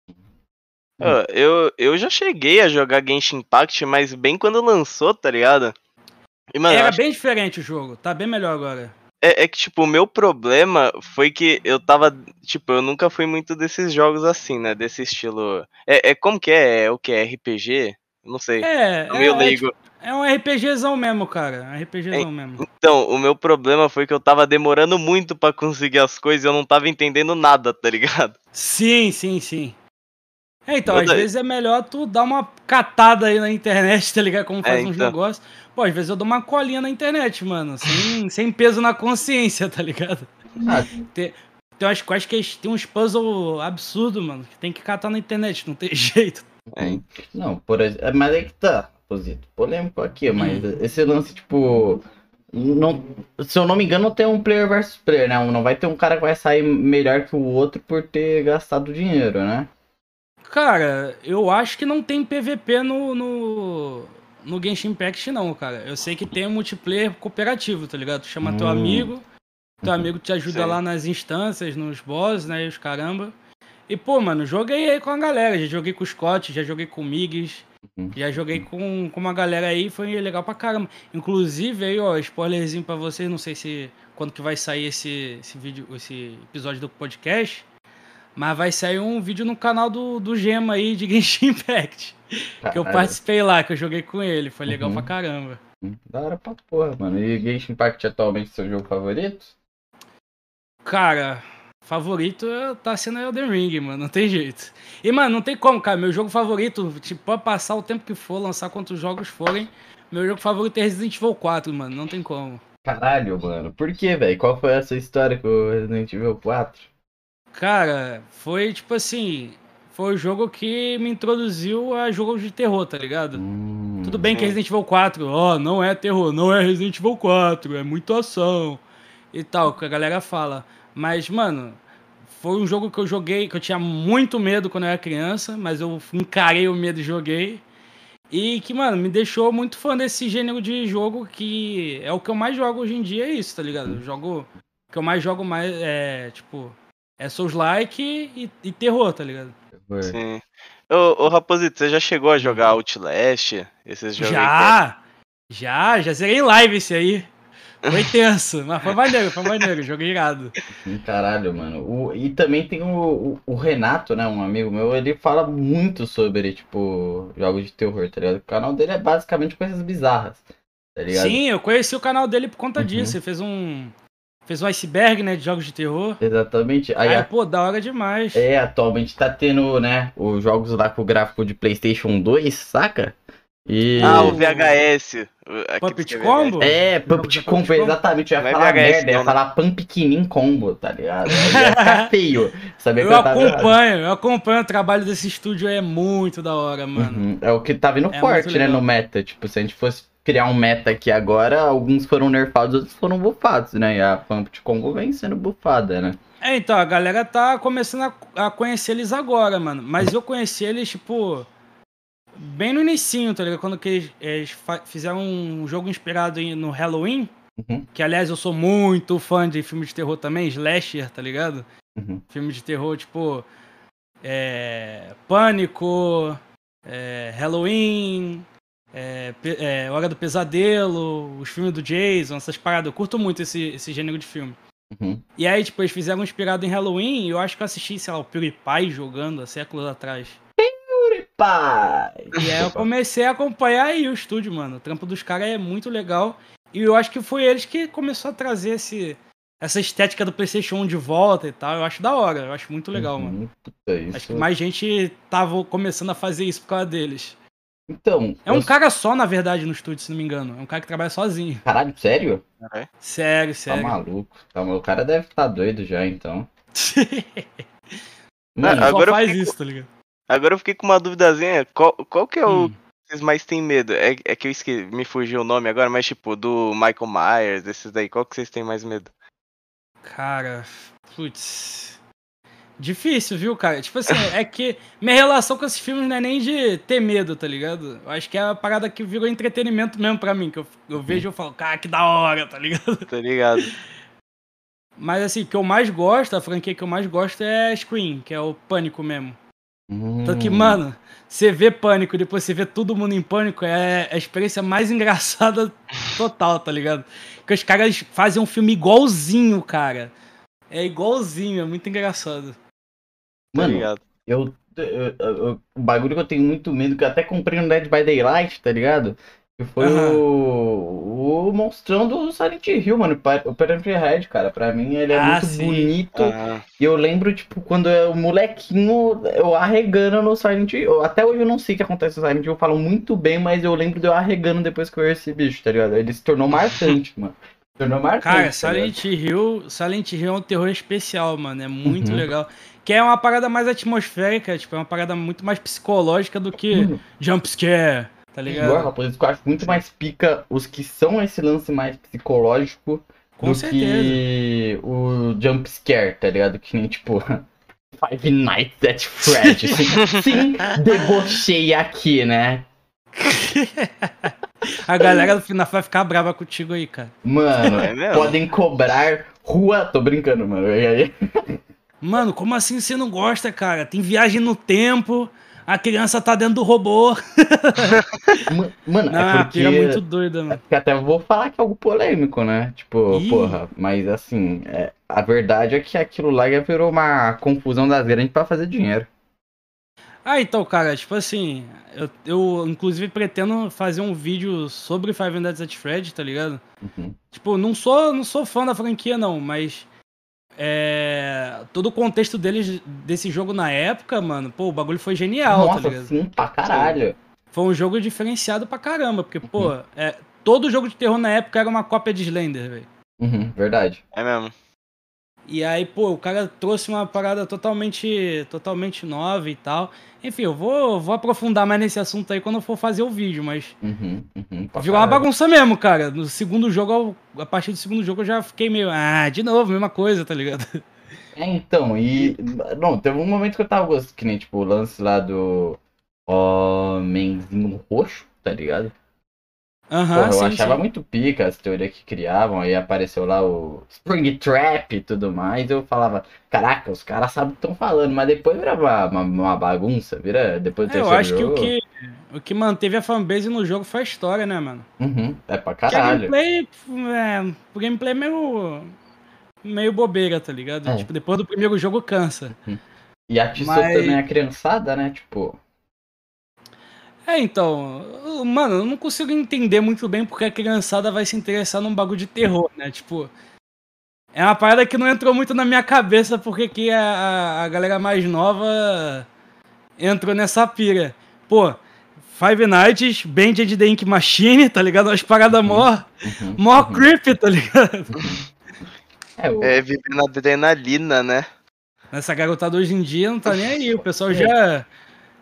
Speaker 2: Eu já cheguei a jogar Genshin Impact, mas bem quando lançou, tá ligado? E, mano,
Speaker 3: Era bem diferente o jogo, tá bem melhor agora.
Speaker 2: É que, tipo, o meu problema foi que eu tava... Tipo, eu nunca fui muito desses jogos assim, né? Desse estilo... Como que é? É o que? É RPG? Não sei. Tô meio leigo.
Speaker 3: É um RPGzão mesmo, cara. Um RPGzão mesmo.
Speaker 2: Então, o meu problema foi que eu tava demorando muito pra conseguir as coisas e eu não tava entendendo nada, tá ligado?
Speaker 3: Sim. Então, às vezes é melhor tu dar uma catada aí na internet, tá ligado? Como faz uns negócios. Pô, às vezes eu dou uma colinha na internet, mano. Sem peso na consciência, tá ligado? Tem umas coisas que tem uns puzzles absurdos, mano, que tem que catar na internet, não tem jeito.
Speaker 1: Não, por exemplo, mas aí que tá, Posito, polêmico aqui, mas esse lance, tipo, não, se eu não me engano, não tem um player versus player, né? Não vai ter um cara que vai sair melhor que o outro por ter gastado dinheiro, né?
Speaker 3: Cara, eu acho que não tem PVP no Genshin Impact, não, cara. Eu sei que tem um multiplayer cooperativo, tá ligado? Tu chama teu amigo te ajuda lá nas instâncias, nos boss, né, e os caramba. E, pô, mano, joguei aí com a galera. Já joguei com o Scott, já joguei com o Migs, já joguei com uma galera aí, foi legal pra caramba. Inclusive, aí, ó, spoilerzinho pra vocês, não sei se quando que vai sair esse vídeo, esse episódio do podcast, mas vai sair um vídeo no canal do Gema aí de Genshin Impact. Que eu participei lá, que eu joguei com ele. Foi legal pra caramba.
Speaker 1: Da hora pra porra, mano. E Genshin Impact atualmente é seu jogo favorito?
Speaker 3: Cara, favorito tá sendo Elden Ring, mano. Não tem jeito. E, mano, não tem como, cara. Meu jogo favorito, tipo, pode passar o tempo que for, lançar quantos jogos forem. Meu jogo favorito é Resident Evil 4, mano. Não tem como.
Speaker 1: Caralho, mano. Por que, velho? Qual foi essa história com o Resident Evil 4?
Speaker 3: Cara, foi tipo assim... Foi o jogo que me introduziu a jogos de terror, tá ligado? Tudo bem que Resident Evil 4, não é terror, não é Resident Evil 4, é muita ação e tal, que a galera fala. Mas, mano, foi um jogo que eu joguei, que eu tinha muito medo quando eu era criança, mas eu encarei o medo e joguei. E que, mano, me deixou muito fã desse gênero de jogo, que é o que eu mais jogo hoje em dia, é isso, tá ligado? O que eu mais jogo é Souls-like e terror, tá ligado?
Speaker 2: Sim. Ô Raposito, você já chegou a jogar Outlast? Esses jogos
Speaker 3: Já zerei em live esse aí. Foi tenso, mas foi maneiro, joguei irado.
Speaker 1: Caralho, mano. E também tem o Renato, né, um amigo meu, ele fala muito sobre, tipo, jogos de terror, tá ligado? O canal dele é basicamente coisas bizarras, tá ligado?
Speaker 3: Sim, eu conheci o canal dele por conta disso, ele fez um iceberg, né, de jogos de terror.
Speaker 1: Exatamente.
Speaker 3: Aí, pô, da hora demais.
Speaker 1: Atualmente tá tendo, né, os jogos lá com o gráfico de PlayStation 2, saca?
Speaker 2: O VHS.
Speaker 3: Puppet Combo?
Speaker 1: Puppet Combo, exatamente. Eu ia falar VHS, merda, ia falar Pumpkin Combo, tá ligado? Ia ficar feio.
Speaker 3: Eu acompanho o trabalho desse estúdio, é muito da hora, mano.
Speaker 1: É o que tá vindo forte, né, no meta. Tipo, se a gente fosse criar um meta aqui agora, alguns foram nerfados, outros foram bufados, né? E a Pumped Combo vem sendo bufada, né?
Speaker 3: Então, a galera tá começando a conhecer eles agora, mano. Mas eu conheci eles, tipo, bem no inicinho, tá ligado? Quando que eles fizeram um jogo inspirado no Halloween. Que, aliás, eu sou muito fã de filme de terror também, slasher, tá ligado? Filme de terror, tipo, Pânico, Halloween, Hora do Pesadelo, os filmes do Jason, essas paradas. Eu curto muito esse gênero de filme. E aí, tipo, eles fizeram inspirado em Halloween e eu acho que eu assisti, sei lá, o PewDiePie jogando há séculos atrás.
Speaker 1: PewDiePie!
Speaker 3: E aí eu comecei a acompanhar aí o estúdio, mano. O trampo dos caras é muito legal. E eu acho que foi eles que começaram a trazer essa estética do PlayStation 1 de volta e tal. Eu acho da hora, eu acho muito legal, mano.
Speaker 1: Puta, isso.
Speaker 3: Acho que mais gente tava começando a fazer isso por causa deles.
Speaker 1: Então.
Speaker 3: É um cara só, na verdade, no estúdio, se não me engano. É um cara que trabalha sozinho.
Speaker 1: Caralho, sério?
Speaker 3: Sério.
Speaker 1: Tá maluco. O cara deve estar doido já, então.
Speaker 3: Mano, agora faz isso, tá ligado?
Speaker 2: Agora eu fiquei com uma duvidazinha. Qual que é o que vocês mais têm medo? É que eu esqueci, me fugiu o nome agora, mas tipo, do Michael Myers, desses daí, qual que vocês têm mais medo?
Speaker 3: Cara, putz. Difícil, viu, cara? Tipo assim, é que minha relação com esses filmes não é nem de ter medo, tá ligado? Eu acho que é a parada que virou entretenimento mesmo pra mim, que eu vejo e eu falo, cara, que da hora, tá ligado?
Speaker 2: Tá ligado.
Speaker 3: Mas assim, o que eu mais gosto, a franquia que eu mais gosto é Scream, que é o Pânico mesmo. Então que, mano, você vê Pânico e depois você vê todo mundo em Pânico, é a experiência mais engraçada total, tá ligado? Porque os caras fazem um filme igualzinho, cara. É igualzinho, é muito engraçado.
Speaker 1: Mano,
Speaker 2: tá
Speaker 1: o bagulho que eu tenho muito medo, que eu até comprei no Dead by Daylight, tá ligado? Que foi o monstrão do Silent Hill, mano. O Parent Red, cara. Pra mim ele é muito bonito. E eu lembro, tipo, quando eu molequinho, eu arregando no Silent Hill. Até hoje eu não sei o que acontece no Silent Hill. Falam muito bem, mas eu lembro de eu arregando depois que eu vi esse bicho, tá ligado? Ele se tornou marcante, mano.
Speaker 3: Cara, Silent Hill é um terror especial, mano. É muito legal. Que é uma parada mais atmosférica, tipo, é uma parada muito mais psicológica do que jumpscare, tá ligado?
Speaker 1: Rapaz, eu acho muito mais pica os que são esse lance mais psicológico do que o jumpscare, tá ligado? Que nem, tipo, Five Nights at Freddy's. Sim, debochei aqui, né?
Speaker 3: A galera do final vai ficar brava contigo aí, cara.
Speaker 1: Mano, podem cobrar rua... Tô brincando, mano. E aí?
Speaker 3: Mano, como assim você não gosta, cara? Tem viagem no tempo, a criança tá dentro do robô.
Speaker 1: Mano,
Speaker 3: não, é porque... é muito doida, mano.
Speaker 1: É porque até vou falar que é algo polêmico, né? Tipo, porra, mas assim, a verdade é que aquilo lá já virou uma confusão das grandes pra fazer dinheiro.
Speaker 3: Então, cara, tipo assim, eu inclusive pretendo fazer um vídeo sobre Five Nights at Freddy's, tá ligado? Tipo, não sou fã da franquia, não, mas todo o contexto desse jogo na época, mano, pô, o bagulho foi genial,
Speaker 1: Nossa,
Speaker 3: tá ligado?
Speaker 1: Sim, pra caralho.
Speaker 3: Foi um jogo diferenciado pra caramba, porque, pô, todo jogo de terror na época era uma cópia de Slender, velho.
Speaker 1: Verdade.
Speaker 2: É mesmo.
Speaker 3: E aí, pô, o cara trouxe uma parada totalmente nova e tal. Enfim, eu vou aprofundar mais nesse assunto aí quando eu for fazer o vídeo, mas... Virou uma bagunça mesmo, cara. No segundo jogo, a partir do segundo jogo eu já fiquei meio... de novo, mesma coisa, tá ligado?
Speaker 1: Então, não, teve um momento que eu tava gostando, que nem, tipo, o lance lá do Homenzinho Roxo, tá ligado? Porra, eu achava muito pica as teorias que criavam, aí apareceu lá o Springtrap e tudo mais, eu falava, caraca, os caras sabem o que estão falando, mas depois vira uma bagunça, depois do terceiro jogo.
Speaker 3: Eu acho que o que manteve a fanbase no jogo foi a história, né, mano?
Speaker 1: É pra caralho.
Speaker 3: O gameplay é meio bobeira, tá ligado? Tipo, depois do primeiro jogo cansa.
Speaker 1: E atiçou também a criançada, né, tipo...
Speaker 3: Então, mano, eu não consigo entender muito bem porque a criançada vai se interessar num bagulho de terror, né? Tipo, é uma parada que não entrou muito na minha cabeça porque que a galera mais nova entrou nessa pira. Pô, Five Nights, Band of the Ink Machine, tá ligado? As paradas mó creepy, tá ligado?
Speaker 2: Viver na adrenalina, né?
Speaker 3: Essa garotada hoje em dia não tá nem aí, o pessoal já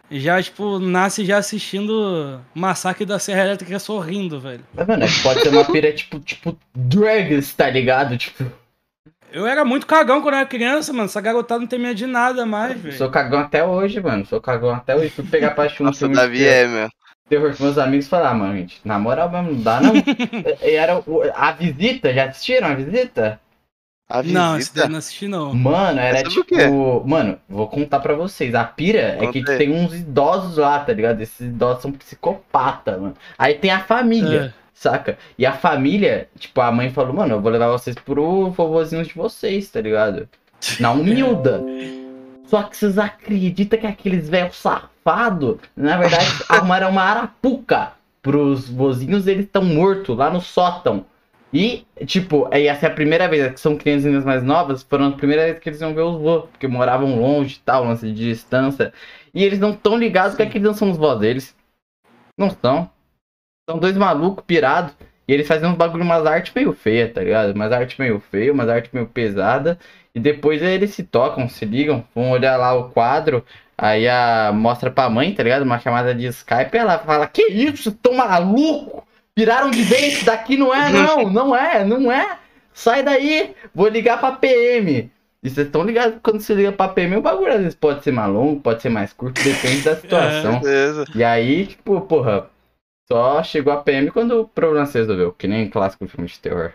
Speaker 3: já, tipo, nasce já assistindo Massacre da Serra Elétrica sorrindo, velho.
Speaker 1: Mas, mano, pode ser uma pira tipo drugs, tá ligado? Tipo.
Speaker 3: Eu era muito cagão quando eu era criança, mano. Essa garotada não tem medo de nada mais, velho.
Speaker 1: Sou cagão até hoje, mano. Sou cagão até hoje. Fui pegar pra assistir um
Speaker 2: Nossa, o
Speaker 1: filme
Speaker 2: Davi meu.
Speaker 1: terror com meus amigos e falar, mano, gente, na moral mesmo, não dá não. E era A Visita, já assistiram A Visita?
Speaker 2: A
Speaker 3: Não, esse daí
Speaker 2: visita?
Speaker 3: não assisti, não.
Speaker 1: Mano, era
Speaker 2: Mas sobre o
Speaker 1: tipo.
Speaker 2: quê?
Speaker 1: Mano, vou contar pra vocês. A pira é que
Speaker 2: Conta aí.
Speaker 1: tem uns idosos lá, tá ligado? Esses idosos são psicopata, mano. Aí tem a família, saca? E a família, tipo, a mãe falou, mano, eu vou levar vocês pro vovozinho de vocês, tá ligado? Na humilda. Só que vocês acreditam que aqueles velhos safados, na verdade, arrumaram uma arapuca pros vozinhos, eles estão mortos lá no sótão. E, tipo, essa é a primeira vez, que são criancinhas mais novas, foram a primeira vez que eles iam ver os vô, porque moravam longe e tal, lance de distância. E eles não estão ligados que aqueles não são os vós deles. Não estão. São dois malucos pirados. E eles fazem uns bagulho, umas artes meio feias, tá ligado? Umas artes meio feias, umas artes meio pesadas. E depois eles se tocam, se ligam, vão olhar lá o quadro. Aí mostra pra mãe, tá ligado? Uma chamada de Skype. Ela fala, que isso, vocês tão maluco? Viraram de vez, isso daqui não é não, não é. Sai daí, vou ligar pra PM. E vocês estão ligados que quando você liga pra PM, o bagulho às vezes pode ser mais longo, pode ser mais curto, depende da situação.
Speaker 2: Beleza.
Speaker 1: E aí, tipo, porra, só chegou a PM quando o problema se resolveu, que nem clássico filme de terror.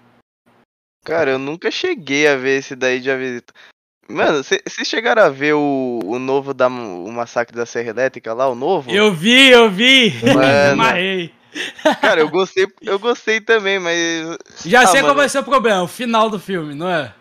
Speaker 2: Cara, eu nunca cheguei a ver esse daí de A Visita. Mano, vocês chegaram a ver o novo o Massacre da Serra Elétrica lá, o novo?
Speaker 3: Eu vi!
Speaker 2: Mano.
Speaker 3: Amarrei.
Speaker 2: Cara, eu gostei também, mas...
Speaker 3: Já sei qual
Speaker 2: mano.
Speaker 3: vai ser o problema, o final do filme, não é?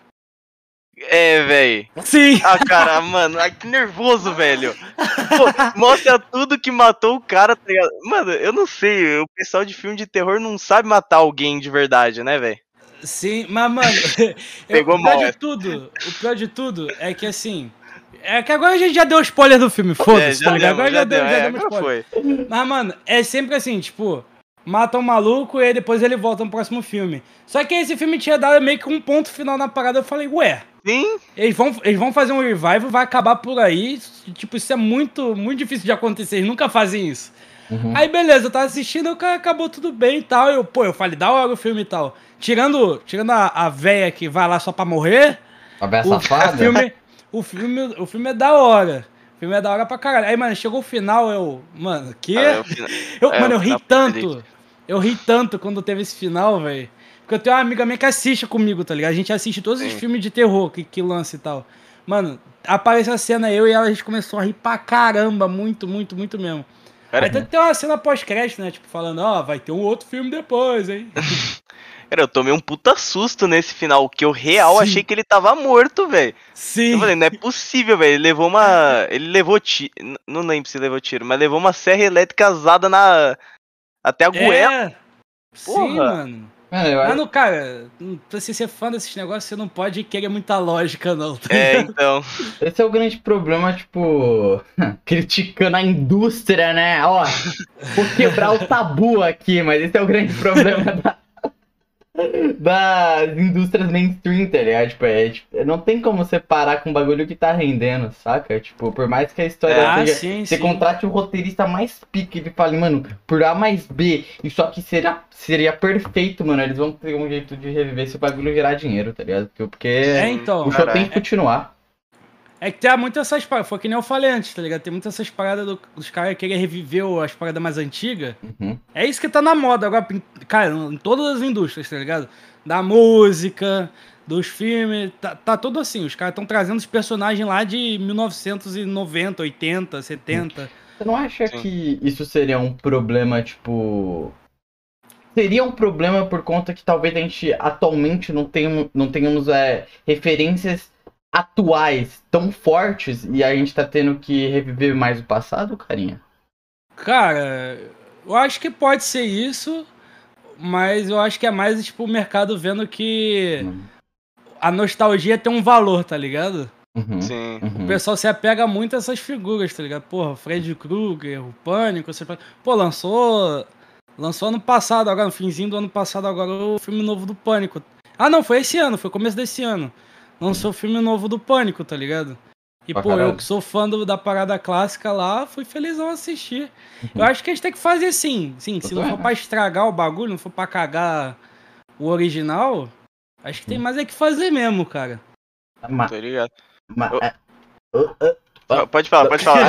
Speaker 2: É, véi.
Speaker 3: Sim!
Speaker 2: Ah, cara, mano, ai, que nervoso, velho. Pô, mostra tudo que matou o cara, tá ligado? Mano, eu não sei, o pessoal de filme de terror não sabe matar alguém de verdade, né, velho?
Speaker 3: Sim, mas, mano,
Speaker 2: Pegou
Speaker 3: o pior
Speaker 2: mal
Speaker 3: de
Speaker 2: essa.
Speaker 3: pior de tudo é que, assim, é que agora a gente já deu spoiler do filme, foda-se, tá ligado? Agora já deu spoiler.
Speaker 2: foi.
Speaker 3: Mas, mano, é sempre assim, tipo, mata um maluco e aí depois ele volta no próximo filme. Só que esse filme tinha dado meio que um ponto final na parada, eu falei, ué,
Speaker 2: Sim,
Speaker 3: eles vão fazer um revival, vai acabar por aí, tipo, isso é muito, muito difícil de acontecer, eles nunca fazem isso.
Speaker 1: Uhum.
Speaker 3: Aí, beleza, eu tava assistindo, acabou tudo bem e tal. Eu falei, da hora o filme e tal. Tirando a véia que vai lá só pra morrer.
Speaker 1: A véia safada?
Speaker 3: O filme é da hora. O filme é da hora pra caralho. Aí, mano, chegou o final, mano, que? Eu ri tanto. Eu ri tanto quando teve esse final, velho. Porque eu tenho uma amiga minha que assiste comigo, tá ligado? A gente assiste todos os filmes de terror que lança e tal. Mano, aparece a cena, eu e ela, a gente começou a rir pra caramba. Muito, muito, muito mesmo.
Speaker 2: Cara,
Speaker 3: Aí tem uma cena pós-crédito, né? Tipo, falando, vai ter um outro filme depois, hein?
Speaker 2: cara, eu tomei um puta susto nesse final, que eu real
Speaker 3: Sim.
Speaker 2: achei que ele tava morto, velho.
Speaker 3: Sim.
Speaker 2: Eu falei, não é possível, velho. Ele levou tiro. Não lembro se levou tiro, mas levou uma serra elétrica azada até a goela.
Speaker 3: Sim,
Speaker 2: Porra.
Speaker 3: mano. Mano, cara, pra você ser fã desses negócios, você não pode querer muita lógica, não. Tá ligado?
Speaker 2: Então.
Speaker 1: Esse é o grande problema, tipo, criticando a indústria, né? Ó, vou quebrar o tabu aqui, mas esse é o grande problema das indústrias mainstream, tá ligado? Tipo, não tem como você parar com um bagulho que tá rendendo, saca? Tipo, por mais que a história seja...
Speaker 3: sim,
Speaker 1: você
Speaker 3: sim.
Speaker 1: contrate o roteirista mais pique, ele fala, mano, por A mais B, isso aqui seria perfeito, mano. Eles vão ter um jeito de reviver se o bagulho gerar dinheiro, tá ligado? Porque
Speaker 3: Então.
Speaker 1: o show tem que continuar.
Speaker 3: É que tem muito essas paradas, foi que nem eu falei antes, tá ligado? Tem muitas essas paradas dos caras querem reviver as paradas mais antigas.
Speaker 1: Uhum.
Speaker 3: É isso que tá na moda agora, cara, em todas as indústrias, tá ligado? Da música, dos filmes, tá tudo assim. Os caras estão trazendo os personagens lá de 1990, 80, 70.
Speaker 1: Você não acha que isso seria um problema, tipo... Seria um problema por conta que talvez a gente atualmente não tenhamos referências atuais tão fortes e a gente tá tendo que reviver mais o passado, carinha?
Speaker 3: Cara, eu acho que pode ser isso, mas eu acho que é mais, tipo, o mercado vendo que a nostalgia tem um valor, tá ligado?
Speaker 1: Uhum.
Speaker 2: Sim.
Speaker 3: O pessoal se apega muito a essas figuras, tá ligado? Porra, Freddy Krueger, o Pânico, você fala... Pô, lançou ano passado, agora, no finzinho do ano passado, agora, o filme novo do Pânico. Ah, não, foi esse ano, foi começo desse ano. Lançou o filme novo do Pânico, tá ligado? E,
Speaker 1: Pra
Speaker 3: pô,
Speaker 1: caralho.
Speaker 3: eu que sou fã da parada clássica lá, fui felizão assistir. Eu acho que a gente tem que fazer assim, sim, se não for pra estragar o bagulho, não for pra cagar o original, acho que tem mais é que fazer mesmo, cara.
Speaker 2: Tô ligado.
Speaker 1: Ó,
Speaker 2: Pode falar.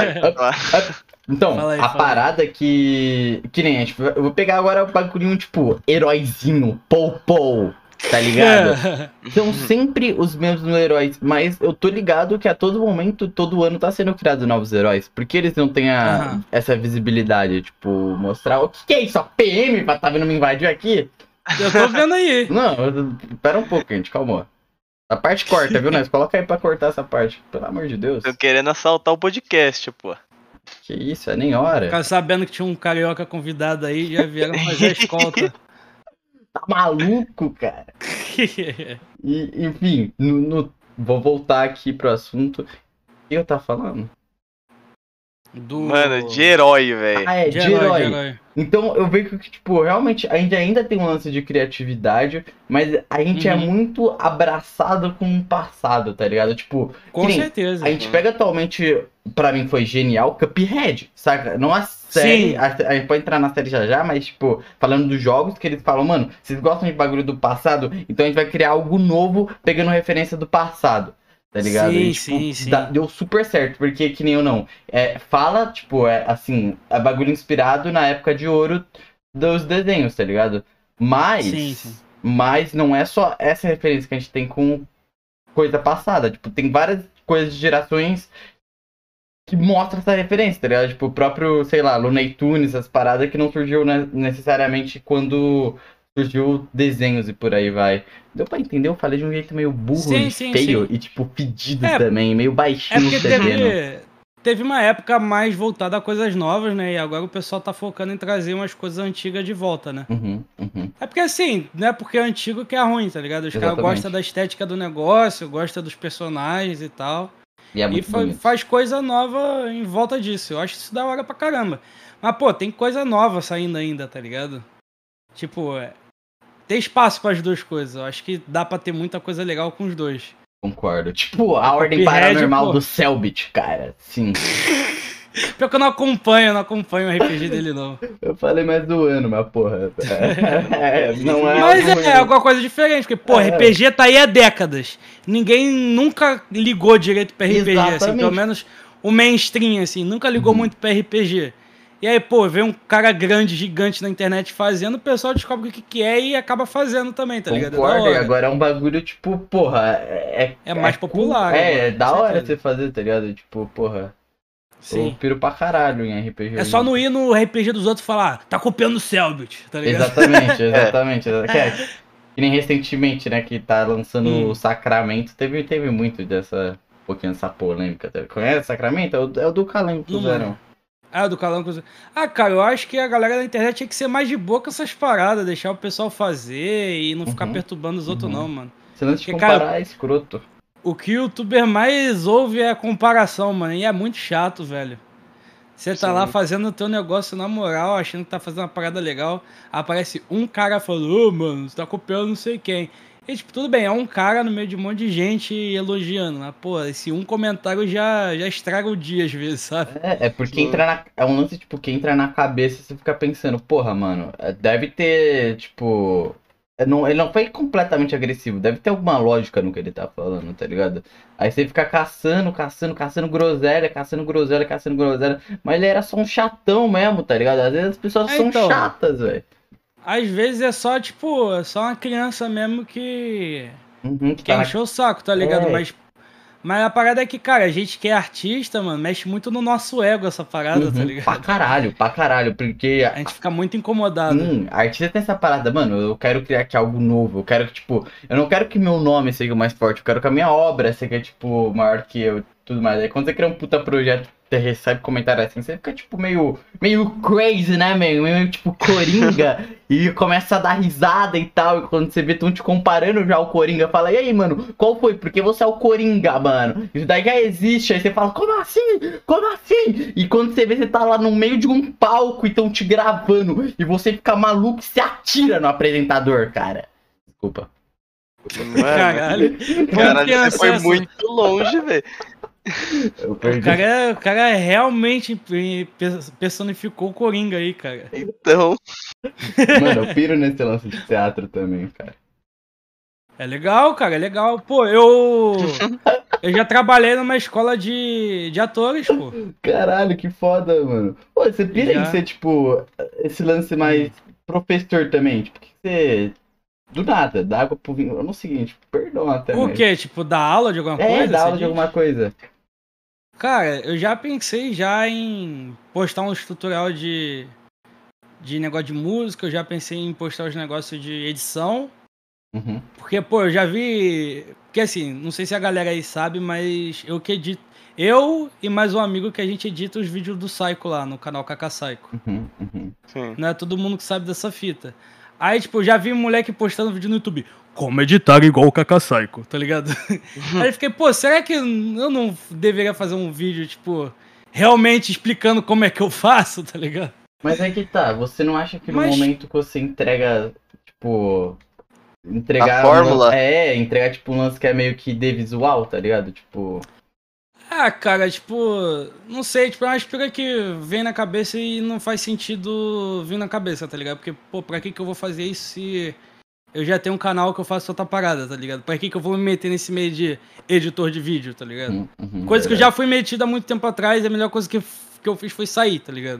Speaker 1: Então,
Speaker 3: Fala aí,
Speaker 1: a
Speaker 3: fala aí.
Speaker 1: parada que nem a gente. Eu vou pegar agora o bagulhinho, tipo, heróizinho, pou, tá ligado? São sempre os mesmos heróis, mas eu tô ligado que a todo momento, todo ano tá sendo criado novos heróis. Porque eles não têm
Speaker 3: Aham.
Speaker 1: essa visibilidade, tipo, mostrar o que é isso? A PM pra tá vindo me invadir aqui?
Speaker 3: Eu tô vendo aí.
Speaker 1: Não, pera um pouco, gente, calma. A parte corta, viu, Nós? Coloca aí pra cortar essa parte. Pelo amor de Deus.
Speaker 2: Tô querendo assaltar o podcast, pô.
Speaker 1: Que isso, é nem hora.
Speaker 3: Ficar sabendo que tinha um carioca convidado aí, já vieram fazer a escolta.
Speaker 1: Tá maluco, cara? E, enfim, vou voltar aqui pro assunto. O que eu tava falando?
Speaker 2: Mano, de herói, velho.
Speaker 1: Ah, é,
Speaker 3: De
Speaker 1: de
Speaker 3: herói,
Speaker 1: herói. Então eu vejo que, tipo, realmente a gente ainda tem um lance de criatividade, mas a gente é muito abraçado com o passado, tá ligado? Tipo,
Speaker 3: Com
Speaker 1: que nem
Speaker 3: certeza.
Speaker 1: a gente pega atualmente, pra mim foi genial, Cuphead, saca? Não a série,
Speaker 3: Sim.
Speaker 1: a gente pode entrar na série já, mas, tipo, falando dos jogos, que eles falam, mano, vocês gostam de bagulho do passado? Então a gente vai criar algo novo pegando referência do passado. Tá ligado?
Speaker 3: Sim,
Speaker 1: E, tipo,
Speaker 3: sim.
Speaker 1: deu super certo, porque que nem eu não. Fala, tipo, assim, é bagulho inspirado na época de ouro dos desenhos, tá ligado? Mas não é só essa referência que a gente tem com coisa passada. Tipo, tem várias coisas de gerações que mostram essa referência, tá ligado? Tipo, o próprio, sei lá, Looney Tunes, essas paradas que não surgiu necessariamente quando surgiu desenhos e por aí vai. Deu pra entender? Eu falei de um jeito meio burro e feio e, tipo, pedido também, meio baixinho.
Speaker 3: É porque teve uma época mais voltada a coisas novas, né? E agora o pessoal tá focando em trazer umas coisas antigas de volta, né? É porque assim, não é porque é antigo que é ruim, tá ligado? Os caras gostam da estética do negócio, gostam dos personagens e tal. E faz coisa nova em volta disso. Eu acho isso da hora pra caramba. Mas, pô, tem coisa nova saindo ainda, tá ligado? Tipo, tem espaço para as duas coisas. Eu acho que dá pra ter muita coisa legal com os dois.
Speaker 1: Concordo. Tipo, a Ordem Paranormal do Cellbit, cara. Sim.
Speaker 3: Pior que eu não acompanho o RPG dele, não.
Speaker 1: Eu falei mais do ano, mas porra. Não é.
Speaker 3: Mas é alguma coisa diferente, porque, pô, RPG tá aí há décadas. Ninguém nunca ligou direito pra RPG, assim, pelo menos o mainstream, assim, nunca ligou muito pra RPG. E aí, pô, vê um cara grande, gigante na internet fazendo, o pessoal descobre o que é e acaba fazendo também, tá ligado?
Speaker 1: Concordo, e agora é um bagulho, tipo, porra,
Speaker 3: é mais popular.
Speaker 1: É da hora você fazer, tá ligado? Tipo, porra.
Speaker 3: Sim.
Speaker 1: Eu piro pra caralho em RPG.
Speaker 3: É só não ir no RPG dos outros e falar, tá copiando o Cellbit, tá ligado?
Speaker 1: Exatamente. Que nem recentemente, né, que tá lançando o Sacramento, teve muito dessa, um pouquinho dessa polêmica. Conhece o Sacramento? É o do Calango que fizeram.
Speaker 3: Ah, do Calango. Ah, cara, eu acho que a galera da internet tinha que ser mais de boa com essas paradas, deixar o pessoal fazer e não ficar perturbando os outros, não, mano.
Speaker 1: Senão de comparar é escroto.
Speaker 3: O que o youtuber mais ouve é a comparação, mano, e é muito chato, velho. Você tá lá fazendo o teu negócio na moral, achando que tá fazendo uma parada legal, aparece um cara falando, mano, você tá copiando não sei quem. E, tipo, tudo bem, é um cara no meio de um monte de gente elogiando, mas, pô, esse um comentário já estraga o dia às vezes, sabe?
Speaker 1: É porque é um lance, tipo, que entra na cabeça e você fica pensando, porra, mano, deve ter, tipo... Ele não foi completamente agressivo, deve ter alguma lógica no que ele tá falando, tá ligado? Aí você fica caçando groselha, mas ele era só um chatão mesmo, tá ligado? Às vezes as pessoas são chatas, velho.
Speaker 3: Às vezes é só, tipo, uma criança mesmo que encheu o saco, tá ligado? Mas a parada é que, cara, a gente que é artista, mano, mexe muito no nosso ego essa parada, tá ligado?
Speaker 1: Pra caralho, porque...
Speaker 3: A gente fica muito incomodado.
Speaker 1: A artista tem essa parada, mano, eu quero criar aqui algo novo, eu quero que, tipo... Eu não quero que meu nome seja mais forte, eu quero que a minha obra seja, tipo, maior que eu e tudo mais. Aí quando você cria um puta projeto, você recebe comentário assim, você fica, tipo, meio crazy, né, meio tipo, Coringa, e começa a dar risada e tal, e quando você vê, estão te comparando já ao Coringa, fala, e aí, mano, qual foi? Porque você é o Coringa, mano, isso daí já existe, aí você fala, como assim? E quando você vê, você tá lá no meio de um palco e estão te gravando, e você fica maluco e se atira no apresentador, cara. Desculpa.
Speaker 2: Mano, caralho, você foi muito longe, velho.
Speaker 1: Eu perdi.
Speaker 3: O cara realmente personificou o Coringa aí, cara.
Speaker 2: Então,
Speaker 1: Mano, eu piro nesse lance de teatro também, cara.
Speaker 3: É legal, cara, é legal. Pô, eu já trabalhei numa escola de atores, pô.
Speaker 1: Caralho, que foda, mano. Pô, você pira em
Speaker 3: Já.
Speaker 1: ser, tipo, esse lance mais professor também? Tipo, que você. Do nada, dá água pro vinho. No seguinte, perdão até,
Speaker 3: O
Speaker 1: mas.
Speaker 3: quê? Tipo, dar aula de alguma
Speaker 1: É,
Speaker 3: coisa?
Speaker 1: dá
Speaker 3: você
Speaker 1: aula de
Speaker 3: diz?
Speaker 1: alguma coisa.
Speaker 3: Cara, eu já pensei já em postar um tutorial de negócio de música, eu já pensei em postar os negócios de edição.
Speaker 1: Uhum.
Speaker 3: Porque, pô, eu já vi. Porque assim, não sei se a galera aí sabe, mas eu que edito. Eu e mais um amigo que a gente edita os vídeos do Psycho lá no canal Kaká Psycho.
Speaker 1: Uhum.
Speaker 2: sim.
Speaker 3: Não é todo mundo que sabe dessa fita. Aí, tipo, já vi um moleque postando vídeo no YouTube. Como editar igual o Kaká Psycho, tá ligado? Aí eu fiquei, pô, será que eu não deveria fazer um vídeo, tipo, realmente explicando como é que eu faço, tá ligado?
Speaker 1: Mas é que tá, você não acha que no
Speaker 3: Mas-
Speaker 1: momento que você entrega, tipo.
Speaker 2: A
Speaker 1: Entregar
Speaker 2: fórmula.
Speaker 1: entregar tipo um lance que é meio que de visual, tá ligado? Tipo.
Speaker 3: Ah, cara, tipo, não sei, tipo, é uma explica que vem na cabeça e não faz sentido vir na cabeça, tá ligado? Porque, pô, pra que eu vou fazer isso se eu já tenho um canal que eu faço outra parada, tá ligado? Pra que eu vou me meter nesse meio de editor de vídeo, tá ligado? Coisa que eu já fui metido há muito tempo atrás, a melhor coisa que eu fiz foi sair, tá ligado?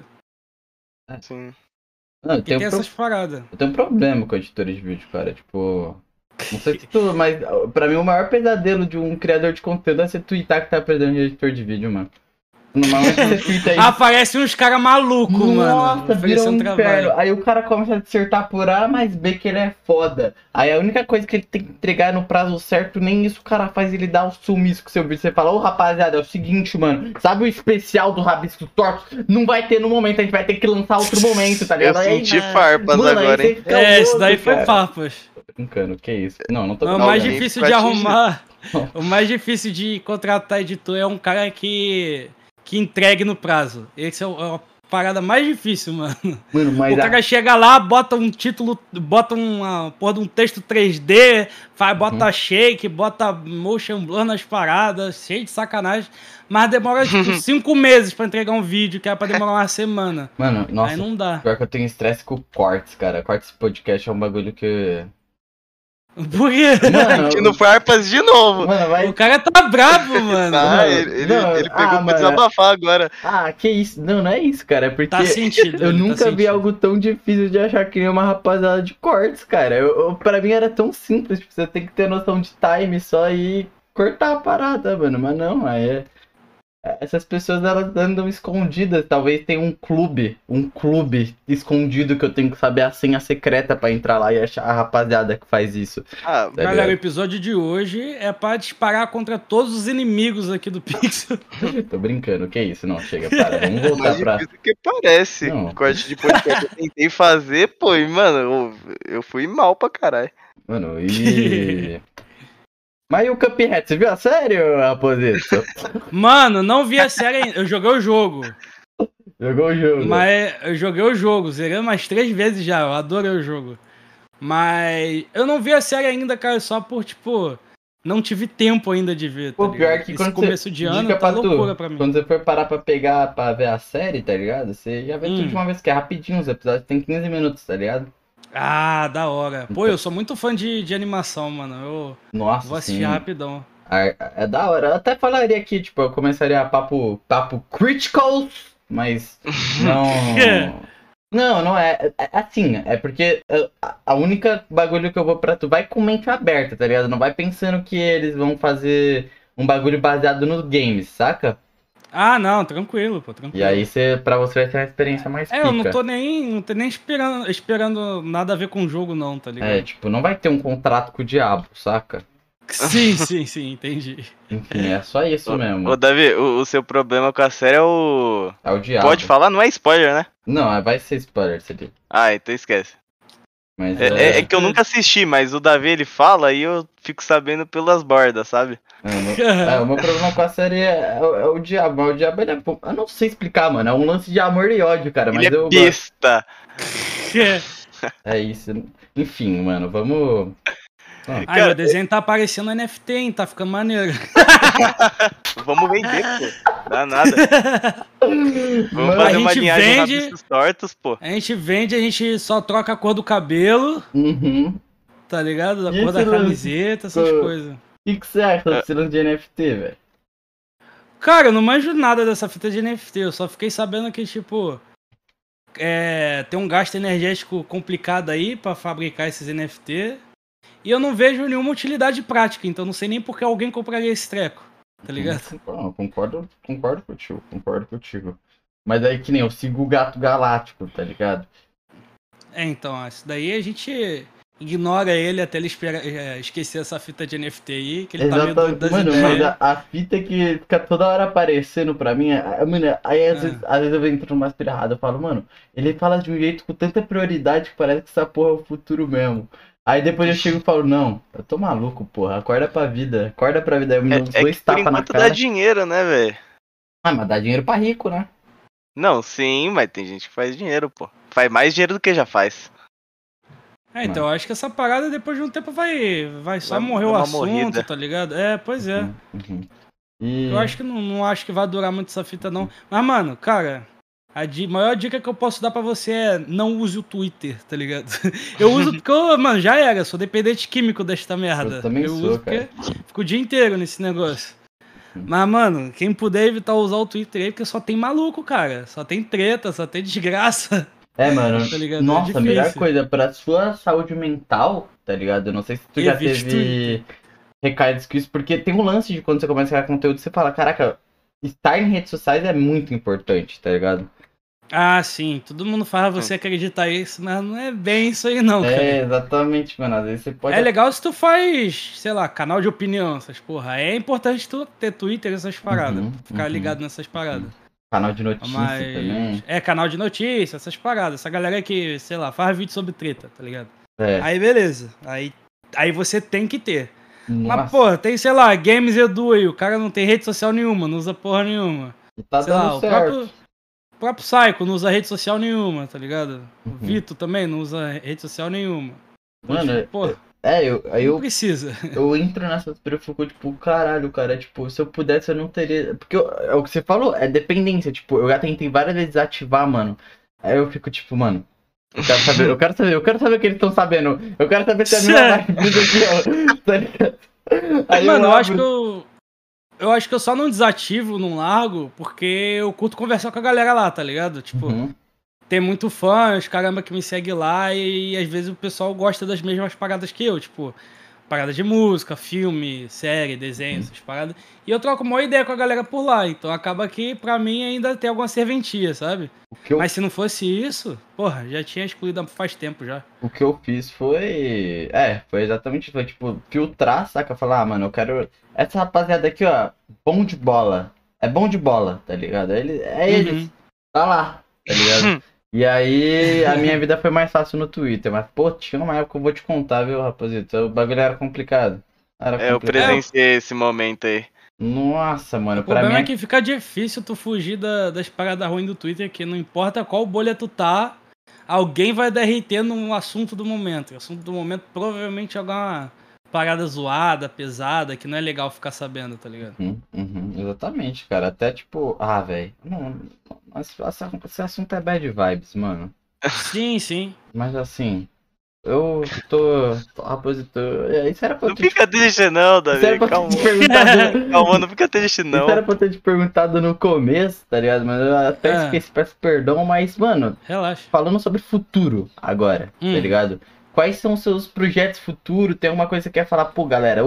Speaker 2: Sim.
Speaker 1: Não,
Speaker 3: Porque tem essas paradas.
Speaker 1: eu tenho um problema com editores de vídeo, cara. Tipo. Não sei se tu, mas pra mim o maior pesadelo de um criador de conteúdo é você twittar que tá perdendo de editor de vídeo, mano. Normalmente você twitta aí.
Speaker 3: Aparece uns caras malucos, mano.
Speaker 1: Nossa, vira um
Speaker 3: Oferecendo
Speaker 1: inferno.
Speaker 3: trabalho.
Speaker 1: Aí o cara começa a dissertar por A mais B que ele é foda. Aí a única coisa que ele tem que entregar no prazo certo, nem isso o cara faz, ele dá o sumiço com seu vídeo. Você fala, ô rapaziada, é o seguinte, mano. Sabe o especial do Rabisco Tortos? Não vai ter no momento, a gente vai ter que lançar outro momento, tá
Speaker 2: Eu
Speaker 1: ligado? Aí,
Speaker 2: senti farpas
Speaker 1: mano,
Speaker 2: agora,
Speaker 1: aí
Speaker 2: hein?
Speaker 1: você fica
Speaker 3: Isso
Speaker 1: louco,
Speaker 3: daí foi
Speaker 1: cara.
Speaker 3: papas.
Speaker 1: Tô brincando, que isso? Não, não tô
Speaker 3: O
Speaker 1: brincando.
Speaker 3: mais
Speaker 2: Não,
Speaker 3: difícil
Speaker 2: pra
Speaker 3: de
Speaker 2: atingir.
Speaker 3: arrumar, o mais difícil de contratar editor é um cara que entregue no prazo. Esse é a parada mais difícil, mano.
Speaker 1: Mano, mas
Speaker 3: O cara chega lá, bota um título, bota uma porra de um texto 3D, bota shake, bota motion blur nas paradas, cheio de sacanagem, mas demora tipo 5 meses pra entregar um vídeo, que é pra demorar uma semana.
Speaker 1: Mano, nossa,
Speaker 3: Aí não dá.
Speaker 1: pior que eu tenho estresse com cortes, cara. Cortes podcast é um bagulho que...
Speaker 3: Por quê?
Speaker 2: Sentindo farpas de novo.
Speaker 1: Mano, vai...
Speaker 3: O cara tá bravo, mano.
Speaker 2: Ah, ele pegou pra
Speaker 1: mano.
Speaker 2: desabafar agora.
Speaker 1: Ah, que isso? Não é isso, cara. É porque
Speaker 3: Tá sentido.
Speaker 1: eu
Speaker 3: ele
Speaker 1: nunca
Speaker 3: tá
Speaker 1: vi
Speaker 3: sentido.
Speaker 1: algo tão difícil de achar que nem uma rapaziada de cortes, cara. Pra mim era tão simples. Tipo, você tem que ter noção de time só e cortar a parada, mano. Mas não, essas pessoas elas andam escondidas. Talvez tenha um clube escondido que eu tenho que saber a senha secreta pra entrar lá e achar a rapaziada que faz isso.
Speaker 2: Ah,
Speaker 1: Tá
Speaker 3: Galera, o
Speaker 1: ligado?
Speaker 3: episódio de hoje é pra disparar contra todos os inimigos aqui do Pixel.
Speaker 1: Tô brincando, que isso? Não, chega, para. Vamos voltar
Speaker 2: mais
Speaker 1: pra.
Speaker 2: difícil que parece.
Speaker 1: Não.
Speaker 2: Corte de podcast eu tentei fazer, pô, e, mano, eu fui mal pra caralho.
Speaker 1: Mano, e. Mas e o Cuphead, você viu a série, Raposito?
Speaker 3: Mano, não vi a série ainda. Eu joguei o jogo.
Speaker 1: Jogou o jogo.
Speaker 3: Mas eu joguei o jogo. Zerei umas 3 vezes já. Eu adorei o jogo. Mas eu não vi a série ainda, cara. Só por, tipo, não tive tempo ainda de ver. Tá
Speaker 1: Pô, pior
Speaker 3: ligado?
Speaker 1: que
Speaker 3: Esse
Speaker 1: quando
Speaker 3: começo de
Speaker 1: dica
Speaker 3: ano tá
Speaker 1: pra tu,
Speaker 3: loucura pra mim.
Speaker 1: Quando você for parar pra pegar, pra ver a série, tá ligado? Você já vê tudo de uma vez, que é rapidinho, os episódios tem 15 minutos, tá ligado?
Speaker 3: Ah, da hora. Pô, eu sou muito fã de animação, mano. Eu
Speaker 1: Nossa,
Speaker 3: vou assistir
Speaker 1: sim.
Speaker 3: rapidão.
Speaker 1: É da hora. Eu até falaria aqui, tipo, eu começaria papo critical, mas não é assim, é porque a única bagulho que eu vou pra tu vai com mente aberta, tá ligado? Não vai pensando que eles vão fazer um bagulho baseado nos games, saca?
Speaker 3: Ah, não, tranquilo, pô, tranquilo.
Speaker 1: E aí pra você vai ser uma experiência mais pica.
Speaker 3: Eu não tô nem esperando nada a ver com o jogo, não, tá ligado?
Speaker 1: É, tipo, não vai ter um contrato com o diabo, saca?
Speaker 3: Sim, entendi.
Speaker 1: Enfim, é só isso mesmo.
Speaker 2: Ô, Davi, o seu problema com a série é o...
Speaker 1: É o diabo.
Speaker 2: Pode falar? Não é spoiler, né?
Speaker 1: Não, vai ser spoiler, seria.
Speaker 2: Ah, então esquece.
Speaker 1: Mas
Speaker 2: É que eu nunca assisti, mas o Davi ele fala e eu fico sabendo pelas bordas, sabe?
Speaker 1: o meu problema com a série é o diabo. Mas o diabo, ele é... Eu não sei explicar, mano. É um lance de amor e ódio, cara. Mas
Speaker 2: Ele é
Speaker 1: eu
Speaker 2: besta.
Speaker 1: É isso. Enfim, mano, vamos
Speaker 3: Aí o desenho tá aparecendo NFT, hein? Tá ficando maneiro.
Speaker 2: Vamos vender, pô. Dá nada. Vamos fazer uma linhagem rabiscos tortos, pô.
Speaker 3: A gente vende, a gente só troca a cor do cabelo. Tá ligado? A cor da camiseta, essas coisas.
Speaker 1: O que você acha desse lance de NFT, velho?
Speaker 3: Cara, eu não manjo nada dessa fita de NFT. Eu só fiquei sabendo que, tipo... tem um gasto energético complicado aí pra fabricar esses NFT. E eu não vejo nenhuma utilidade prática. Então não sei nem por que alguém compraria esse treco. Tá ligado?
Speaker 1: Não, concordo contigo. Mas aí que nem eu sigo o Gato Galáctico, tá ligado?
Speaker 3: Então, isso daí a gente ignora ele até ele esquecer essa fita de NFT aí, que ele tá meio doido das ideias.
Speaker 1: Mas a fita que fica toda hora aparecendo pra mim, mano, aí às vezes eu entro numa aspira errada, eu falo, mano, ele fala de um jeito com tanta prioridade que parece que essa porra é o futuro mesmo. Aí depois eu chego e falo, não, eu tô maluco, porra, acorda pra vida, eu me dou uns dois tapas na cara.
Speaker 2: Dá dinheiro, né, velho?
Speaker 1: Mas dá dinheiro pra rico, né?
Speaker 2: Não, sim, mas tem gente que faz dinheiro, pô. Faz mais dinheiro do que já faz.
Speaker 3: Então, eu acho que essa parada depois de um tempo vai só morrer o assunto, morrida. Tá ligado? Pois é. Eu acho que não acho que vai durar muito essa fita, não. Mas, mano, cara, maior dica que eu posso dar pra você é não use o Twitter, tá ligado? Eu uso porque, mano, já era, sou dependente químico desta merda.
Speaker 1: Eu também sou,
Speaker 3: uso porque fico o dia inteiro nesse negócio. Mas, mano, quem puder evitar usar o Twitter aí, porque só tem maluco, cara. Só tem treta, só tem desgraça.
Speaker 1: Mano,
Speaker 3: tá
Speaker 1: nossa, a melhor coisa pra sua saúde mental, tá ligado? Eu não sei se tu já teve recaídas com isso, porque tem um lance de quando você começa a criar conteúdo, você fala, caraca, estar em redes sociais é muito importante, tá ligado?
Speaker 3: Ah, sim, todo mundo faz você acreditar isso, mas não é bem isso aí não, cara.
Speaker 1: Exatamente, mano, às vezes você pode...
Speaker 3: É legal se tu faz, sei lá, canal de opinião, essas porra. É importante tu ter Twitter e essas paradas, ficar ligado nessas paradas.
Speaker 1: Canal de notícia também.
Speaker 3: Canal de notícia, essas paradas. Essa galera que, sei lá, faz vídeo sobre treta, tá ligado?
Speaker 1: Aí
Speaker 3: beleza. Aí você tem que ter. Nossa. Mas, porra, tem, sei lá, Games Edu aí. O cara não tem rede social nenhuma, não usa porra nenhuma.
Speaker 1: E tá sei dando lá, certo.
Speaker 3: O próprio Psycho não usa rede social nenhuma, tá ligado? O Vitor também não usa rede social nenhuma.
Speaker 1: Mano,
Speaker 3: porra.
Speaker 1: Não
Speaker 3: precisa.
Speaker 1: Eu entro nessa aspira e fico, tipo, caralho, cara, tipo, se eu pudesse eu não teria... Porque é o que você falou, é dependência, tipo, eu já tentei várias vezes ativar, mano. Aí eu fico, tipo, mano, eu quero saber o que eles estão sabendo. Eu quero saber se é a minha live aqui, ó. Tá ligado? Aí
Speaker 3: mano, eu acho que eu só não desativo, não largo, porque eu curto conversar com a galera lá, tá ligado? Tipo... Tem muito fã, os caramba que me segue lá e às vezes o pessoal gosta das mesmas paradas que eu, tipo, paradas de música, filme, série, desenho, essas paradas. E eu troco uma ideia com a galera por lá, então acaba que pra mim ainda tem alguma serventia, sabe? Mas se não fosse isso, porra, já tinha excluído faz tempo já.
Speaker 1: O que eu fiz foi exatamente, foi tipo, filtrar, saca? Falar, mano, eu quero... Essa rapaziada aqui, ó, bom de bola. É bom de bola, tá ligado? Eles, tá lá, tá ligado? E aí, a minha vida foi mais fácil no Twitter. Mas, pô, tinha uma época que eu vou te contar, viu, rapaziada? O bagulho era complicado.
Speaker 2: Eu presenciei esse momento aí.
Speaker 1: Nossa, mano,
Speaker 3: o problema é que fica difícil tu fugir das paradas ruins do Twitter, que não importa qual bolha tu tá, alguém vai derreter no assunto do momento. O assunto do momento provavelmente é alguma parada zoada, pesada, que não é legal ficar sabendo, tá ligado?
Speaker 1: Exatamente, cara. Até tipo, velho, esse assunto é bad vibes, mano.
Speaker 3: Sim, sim.
Speaker 1: Mas assim, eu tô isso era pra
Speaker 2: não fica triste não, Davi, calma. Calma, não fica triste não.
Speaker 1: Isso era pra ter te perguntado no começo, tá ligado? Mas eu até esqueci, peço perdão, mas, mano,
Speaker 3: relaxa.
Speaker 1: Falando sobre futuro agora, tá ligado? Quais são os seus projetos futuros? Tem alguma coisa que você quer falar pro galera?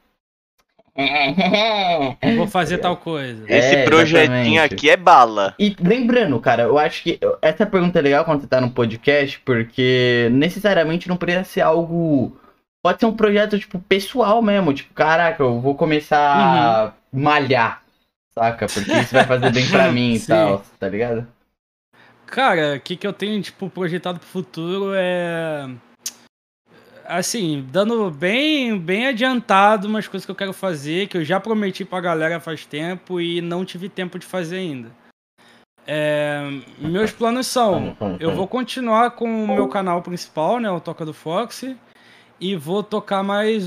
Speaker 3: Vou fazer tal coisa.
Speaker 2: Esse projetinho exatamente. Aqui é bala.
Speaker 1: E lembrando, cara, eu acho que essa pergunta é legal quando você tá no podcast, porque necessariamente não precisa ser algo... Pode ser um projeto, tipo, pessoal mesmo. Tipo, caraca, eu vou começar a malhar, saca? Porque isso vai fazer bem pra mim e tal, tá ligado?
Speaker 3: Cara, o que eu tenho, tipo, projetado pro futuro é... Assim, dando bem adiantado umas coisas que eu quero fazer, que eu já prometi pra galera faz tempo e não tive tempo de fazer ainda. Meus planos são, eu vou continuar com o meu canal principal, né, o Toca do Fox, E vou tocar mais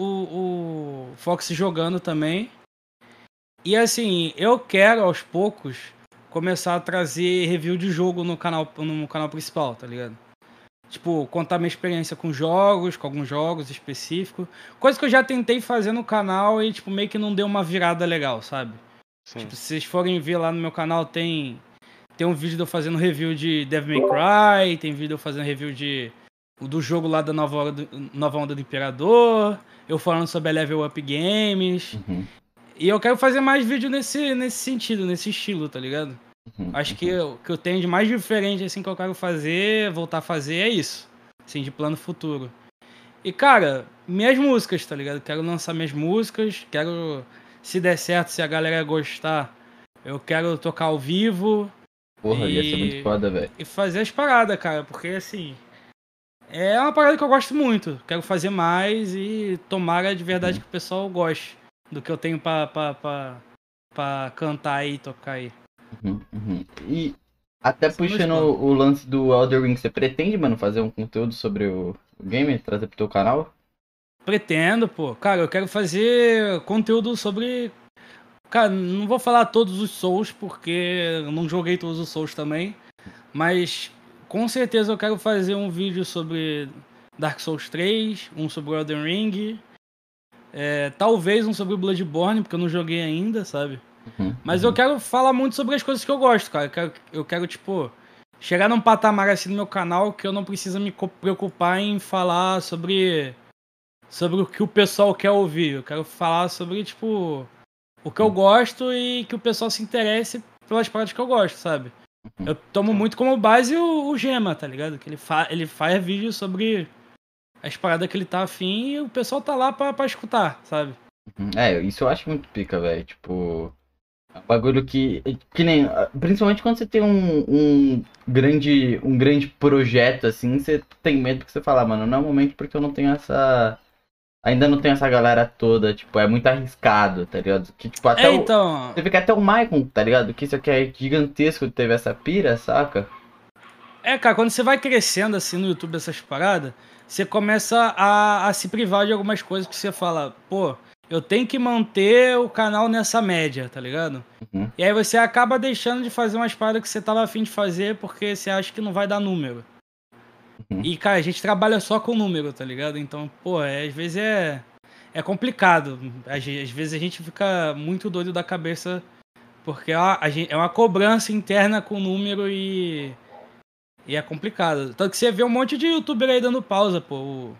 Speaker 3: o Fox jogando também. E assim, eu quero aos poucos começar a trazer review de jogo no canal principal, tá ligado? Tipo, contar minha experiência com jogos, com alguns jogos específicos. Coisa que eu já tentei fazer no canal e, tipo, meio que não deu uma virada legal, sabe?
Speaker 2: Sim.
Speaker 3: Tipo, se vocês forem ver lá no meu canal, tem um vídeo de eu fazendo review de Devil May Cry, tem vídeo de eu fazendo review do jogo lá da Nova Onda do Imperador, eu falando sobre a Level Up Games.
Speaker 1: Uhum.
Speaker 3: E eu quero fazer mais vídeo nesse sentido, nesse estilo, tá ligado? Acho que o que eu tenho de mais diferente, assim, que eu quero fazer, voltar a fazer, é isso. Assim, de plano futuro. E, cara, minhas músicas, tá ligado? Quero lançar minhas músicas, quero, se der certo, se a galera gostar, eu quero tocar ao vivo.
Speaker 1: Porra, ia ser muito foda, velho.
Speaker 3: E fazer as paradas, cara, porque, assim, é uma parada que eu gosto muito. Quero fazer mais e tomara de verdade que o pessoal goste do que eu tenho pra cantar e tocar aí.
Speaker 1: E até puxando o lance do Elden Ring, você pretende, mano, fazer um conteúdo sobre o game, trazer pro teu canal?
Speaker 3: Pretendo, pô. Cara, eu quero fazer conteúdo sobre... Cara, não vou falar todos os Souls, porque eu não joguei todos os Souls também. Mas, com certeza, eu quero fazer um vídeo sobre Dark Souls 3, um sobre o Elden Ring. Talvez um sobre Bloodborne, porque eu não joguei ainda, sabe? Mas eu quero falar muito sobre as coisas que eu gosto, cara. Eu quero, tipo, chegar num patamar assim no meu canal que eu não preciso me preocupar em falar sobre o que o pessoal quer ouvir. Eu quero falar sobre, tipo, o que eu gosto e que o pessoal se interesse pelas paradas que eu gosto, sabe? Eu tomo muito como base o Gema, tá ligado? Que ele faz vídeo sobre as paradas que ele tá afim e o pessoal tá lá pra escutar, sabe?
Speaker 1: Isso eu acho muito pica, velho. Tipo, é um bagulho que nem. Principalmente quando você tem um grande projeto, assim, você tem medo que você fala, mano, não é o momento porque eu não tenho essa. Ainda não tenho essa galera toda, tipo, é muito arriscado, tá ligado? Que, tipo, até
Speaker 3: então...
Speaker 1: Você vê que até o Maicon, tá ligado? Que isso aqui é gigantesco, teve essa pira, saca?
Speaker 3: Cara, quando você vai crescendo assim no YouTube, essas paradas, você começa a se privar de algumas coisas que você fala, pô, eu tenho que manter o canal nessa média, tá ligado? E aí você acaba deixando de fazer umas paradas que você tava afim de fazer porque você acha que não vai dar número. E, cara, a gente trabalha só com número, tá ligado? Então, pô, às vezes é complicado. Às vezes a gente fica muito doido da cabeça porque é uma cobrança interna com número e é complicado. Tanto que você vê um monte de youtuber aí dando pausa, pô.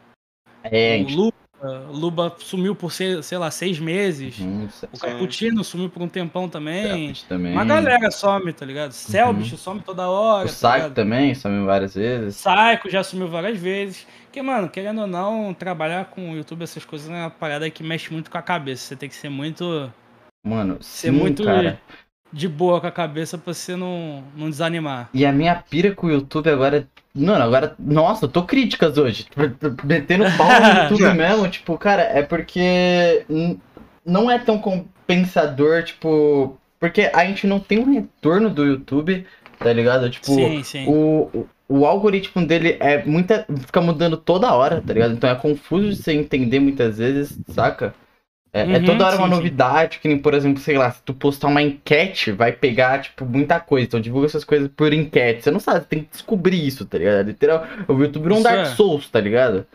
Speaker 3: O Luba sumiu por, sei lá, 6 meses. O Cappuccino sumiu por um tempão também. Uma galera some, tá ligado? Selbit some toda hora.
Speaker 1: O Psycho também sumiu várias vezes.
Speaker 3: Psycho já sumiu várias vezes. Porque, mano, querendo ou não, trabalhar com o YouTube, essas coisas, é uma parada que mexe muito com a cabeça. Você tem que ser muito...
Speaker 1: Mano, sim, cara.
Speaker 3: De boa com a cabeça pra você não desanimar.
Speaker 1: E a minha pira com o YouTube agora... Mano, agora... Nossa, eu tô críticas hoje. Metendo pau no YouTube mesmo. Tipo, cara, é porque... Não é tão compensador, tipo... Porque a gente não tem um retorno do YouTube, tá ligado? Tipo,
Speaker 3: sim.
Speaker 1: O algoritmo dele fica mudando toda hora, tá ligado? Então é confuso de você entender muitas vezes, saca? É toda hora uma novidade, que nem, por exemplo, sei lá, se tu postar uma enquete, vai pegar, tipo, muita coisa. Então divulga essas coisas por enquete. Você não sabe, você tem que descobrir isso, tá ligado? Literal, o YouTube virou um Dark Souls, tá ligado?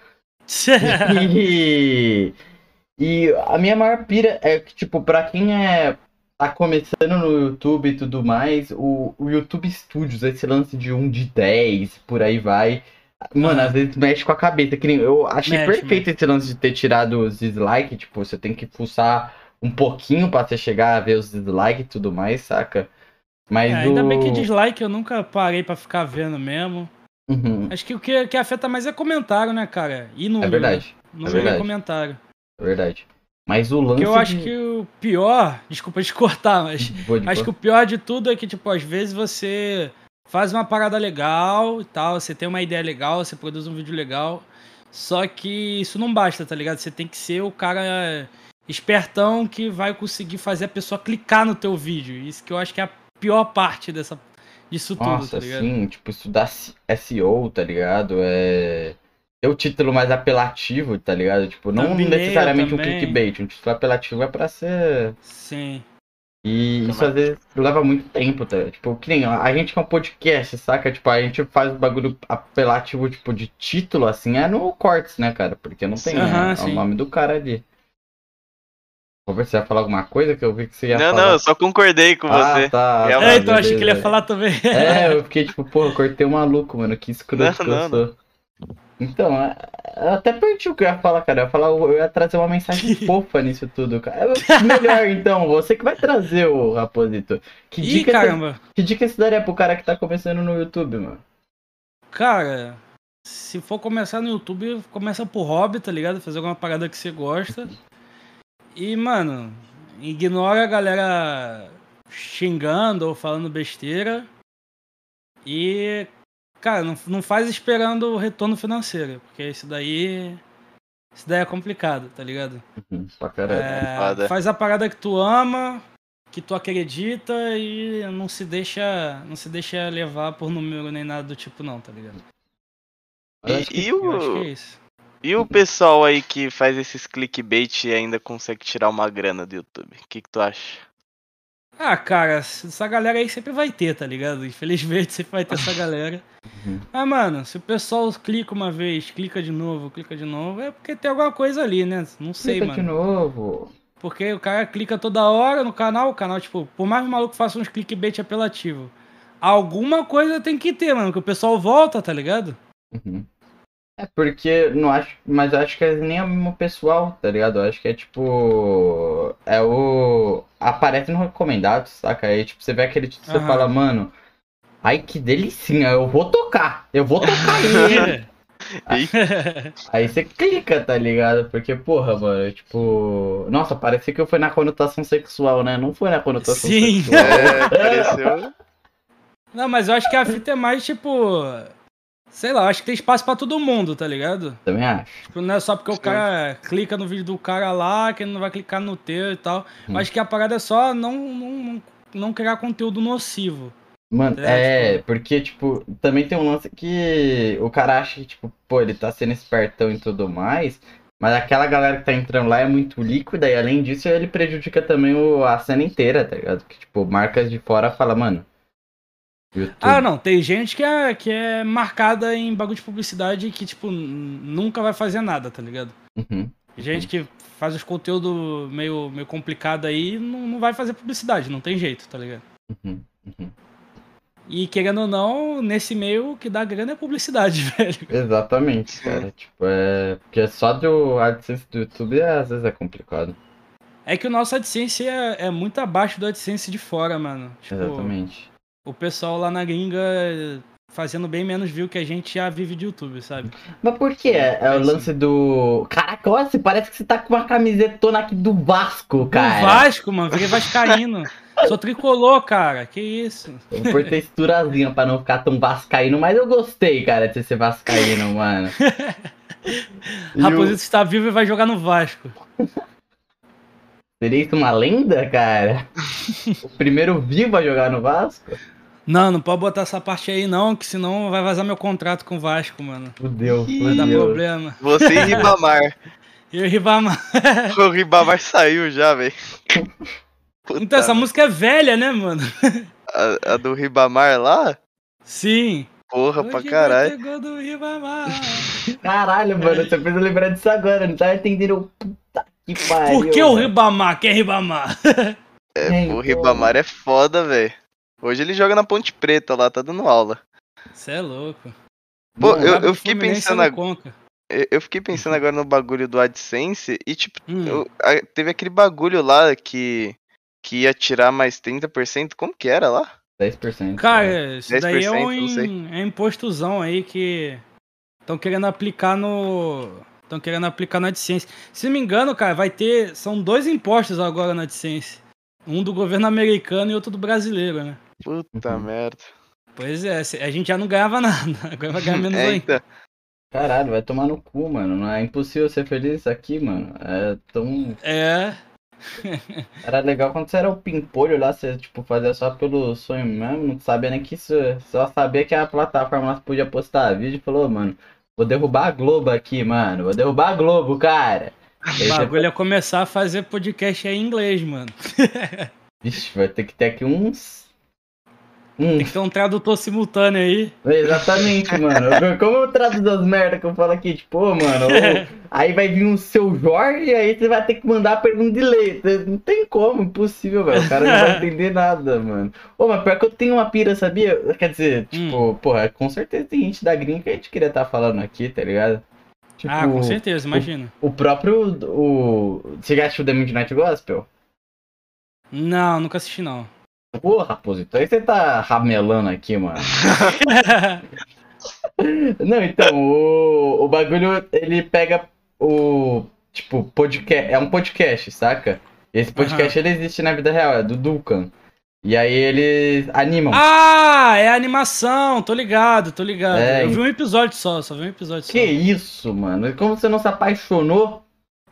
Speaker 1: E a minha maior pira é que, tipo, pra quem tá começando no YouTube e tudo mais, o YouTube Studios, esse lance de 1 de 10, por aí vai. Mano, às vezes mexe com a cabeça. Que nem, eu achei perfeito esse lance de ter tirado os dislikes. Tipo, você tem que fuçar um pouquinho pra você chegar a ver os dislikes e tudo mais, saca? Mas
Speaker 3: ainda bem que dislike eu nunca parei pra ficar vendo mesmo. Acho que o que afeta mais é comentário, né, cara? E número.
Speaker 1: É verdade.
Speaker 3: Número e comentário.
Speaker 1: É verdade. Mas o lance.
Speaker 3: Porque eu acho que o pior. Desculpa te cortar, mas. Acho que o pior de tudo é que, tipo, às vezes você faz uma parada legal e tal, você tem uma ideia legal, você produz um vídeo legal, só que isso não basta, tá ligado? Você tem que ser o cara espertão que vai conseguir fazer a pessoa clicar no teu vídeo. Isso que eu acho que é a pior parte disso tudo, tá ligado?
Speaker 1: Sim, tipo, estudar SEO, tá ligado? ter o título mais apelativo, tá ligado? Tipo, não
Speaker 3: Thumbnail
Speaker 1: necessariamente
Speaker 3: também.
Speaker 1: um clickbait. Um título apelativo é pra ser...
Speaker 3: Sim.
Speaker 1: E isso às vezes leva muito tempo, tá? Tipo, que nem a gente que é um podcast, saca? Tipo, a gente faz o bagulho apelativo, tipo, de título, assim, é no Cortes, né, cara? Porque não tem, é o
Speaker 3: Sim.
Speaker 1: nome do cara ali. Vou ver se você ia falar alguma coisa que eu vi que você ia
Speaker 2: Não,
Speaker 1: falar.
Speaker 2: não, eu só concordei com você.
Speaker 1: Tá.
Speaker 2: Realmente.
Speaker 3: Então achei que ele ia falar também.
Speaker 1: Eu fiquei tipo, porra, cortei o maluco, mano, que escroto que eu sou. Então, eu até perdi o que eu ia falar, cara. Eu ia trazer uma mensagem fofa nisso tudo, cara. Melhor, então, você que vai trazer, o Raposito.
Speaker 3: Ih, caramba.
Speaker 1: Que dica você daria pro cara que tá começando no YouTube, mano?
Speaker 3: Cara, se for começar no YouTube, começa por hobby, tá ligado? Fazer alguma parada que você gosta. E, mano, ignora a galera xingando ou falando besteira. E, cara, não faz esperando o retorno financeiro, porque isso daí é complicado, tá ligado?
Speaker 1: Pra caralho.
Speaker 3: Faz a parada que tu ama, que tu acredita e não se deixa levar por número nem nada do tipo não, tá ligado? Eu acho que é isso.
Speaker 2: E o pessoal aí que faz esses clickbait e ainda consegue tirar uma grana do YouTube? O que tu acha?
Speaker 3: Ah, cara, essa galera aí sempre vai ter, tá ligado? Infelizmente sempre vai ter essa galera. Mas, mano, se o pessoal clica uma vez, clica de novo, é porque tem alguma coisa ali, né? Não sei,
Speaker 1: clica
Speaker 3: mano.
Speaker 1: de novo.
Speaker 3: Porque o cara clica toda hora no canal, o canal, tipo, por mais que o maluco faça uns clickbait apelativo, alguma coisa tem que ter, mano, que o pessoal volta, tá ligado?
Speaker 1: É porque não acho, mas eu acho que é nem o mesmo pessoal, tá ligado? Eu acho que é tipo. Aparece no recomendado, saca? Aí tipo, você vê aquele título e você fala, mano, ai que delicinha, eu vou tocar aí. Aí você clica, tá ligado? Porque, porra, mano, tipo. Nossa, parecia que foi na conotação sexual, né? Não foi na conotação sexual.
Speaker 2: Pareceu.
Speaker 3: Não, mas eu acho que a fita é mais, tipo. Sei lá, acho que tem espaço pra todo mundo, tá ligado?
Speaker 1: Também acho.
Speaker 3: Tipo, não é só porque o cara clica no vídeo do cara lá, que ele não vai clicar no teu e tal. Eu acho que a parada é só não criar conteúdo nocivo.
Speaker 1: Mano, porque, tipo, também tem um lance que o cara acha que, tipo, pô, ele tá sendo espertão e tudo mais, mas aquela galera que tá entrando lá é muito líquida e, além disso, ele prejudica também a cena inteira, tá ligado? Que, tipo, marcas de fora falam, mano, YouTube.
Speaker 3: Ah, não, tem gente que é marcada em bagulho de publicidade que, tipo, nunca vai fazer nada, tá ligado? Gente que faz os conteúdos meio complicado aí não vai fazer publicidade, não tem jeito, tá ligado? E querendo ou não, nesse meio o que dá grana é publicidade, velho.
Speaker 1: Exatamente, cara. Tipo, porque só do AdSense do YouTube às vezes é complicado.
Speaker 3: É que o nosso AdSense é muito abaixo do AdSense de fora, mano. Tipo,
Speaker 1: exatamente.
Speaker 3: O pessoal lá na gringa fazendo bem menos view que a gente já vive de YouTube, sabe?
Speaker 1: Mas por que? É o lance do... Caraca, olha, parece que você tá com uma camisetona aqui do Vasco, cara.
Speaker 3: Do Vasco, mano. Virei vascaíno. Sou tricolor, cara. Que isso?
Speaker 1: Eu vou pôr texturazinha pra não ficar tão vascaíno, mas eu gostei, cara, de você ser vascaíno, mano.
Speaker 3: Raposito está vivo e vai jogar no Vasco.
Speaker 1: Seria isso uma lenda, cara? O primeiro vivo a jogar no Vasco?
Speaker 3: Não pode botar essa parte aí não, que senão vai vazar meu contrato com o Vasco, mano.
Speaker 1: Fudeu.
Speaker 3: Vai dar problema.
Speaker 2: Você e Ribamar.
Speaker 3: E o Ribamar.
Speaker 2: O Ribamar saiu já, velho.
Speaker 3: Então essa música é velha, né, mano?
Speaker 2: A do Ribamar lá?
Speaker 3: Sim.
Speaker 2: Porra, pra caralho.
Speaker 3: Do Ribamar.
Speaker 1: Caralho, mano, você fez eu lembrar disso agora, não tá entendendo? Puta que pariu.
Speaker 3: Por que o Ribamar? Quem é Ribamar?
Speaker 2: O Ribamar é foda, velho. Hoje ele joga na Ponte Preta lá, tá dando aula.
Speaker 3: Você é louco.
Speaker 2: Pô, eu fiquei pensando agora. Eu fiquei pensando agora no bagulho do AdSense e, tipo, teve aquele bagulho lá que ia tirar mais 30%. Como que era lá?
Speaker 1: 10%.
Speaker 3: Cara, isso 10%, daí
Speaker 2: é
Speaker 3: impostozão aí que estão querendo aplicar no AdSense. Se não me engano, cara, são 2 impostos agora na AdSense. Um do governo americano e outro do brasileiro, né?
Speaker 2: Puta merda.
Speaker 3: Pois é, a gente já não ganhava nada, agora vai ganhar menos ainda.
Speaker 1: Caralho, vai tomar no cu, mano. Não é impossível ser feliz aqui, mano. É tão... Era legal quando você era o pimpolho lá, você, tipo, fazia só pelo sonho mesmo, não sabia nem que isso... Só sabia que a plataforma lá podia postar vídeo e falou, mano, Vou derrubar a Globo aqui, mano. Vou derrubar a Globo, cara.
Speaker 3: O bagulho é começar a fazer podcast em inglês, mano.
Speaker 1: Vixe, vai ter que ter aqui uns...
Speaker 3: Tem que ter um tradutor simultâneo aí.
Speaker 1: Exatamente, mano. Como eu traduzo as merdas que eu falo aqui? Tipo, mano, aí vai vir um seu Jorge e aí você vai ter que mandar a pergunta de lei. Não tem como, impossível, velho. O cara não vai entender nada, mano. Ô, mas pior que eu tenho uma pira, sabia? Quer dizer, tipo, porra, com certeza tem gente da gringa que a gente queria estar falando aqui, tá ligado? Tipo,
Speaker 3: com certeza, imagina.
Speaker 1: O próprio... Você já assistiu The Midnight Gospel?
Speaker 3: Não, nunca assisti, não.
Speaker 1: Pô, Raposito, aí você tá ramelando aqui, mano. Não, então, o bagulho, ele pega o, tipo, podcast, é um podcast, saca? Esse podcast, ele existe na vida real, é do Dukan. E aí eles animam.
Speaker 3: Ah, é animação, tô ligado.
Speaker 1: É,
Speaker 3: eu vi um episódio só vi um episódio só.
Speaker 1: Que isso, mano? Como você não se apaixonou?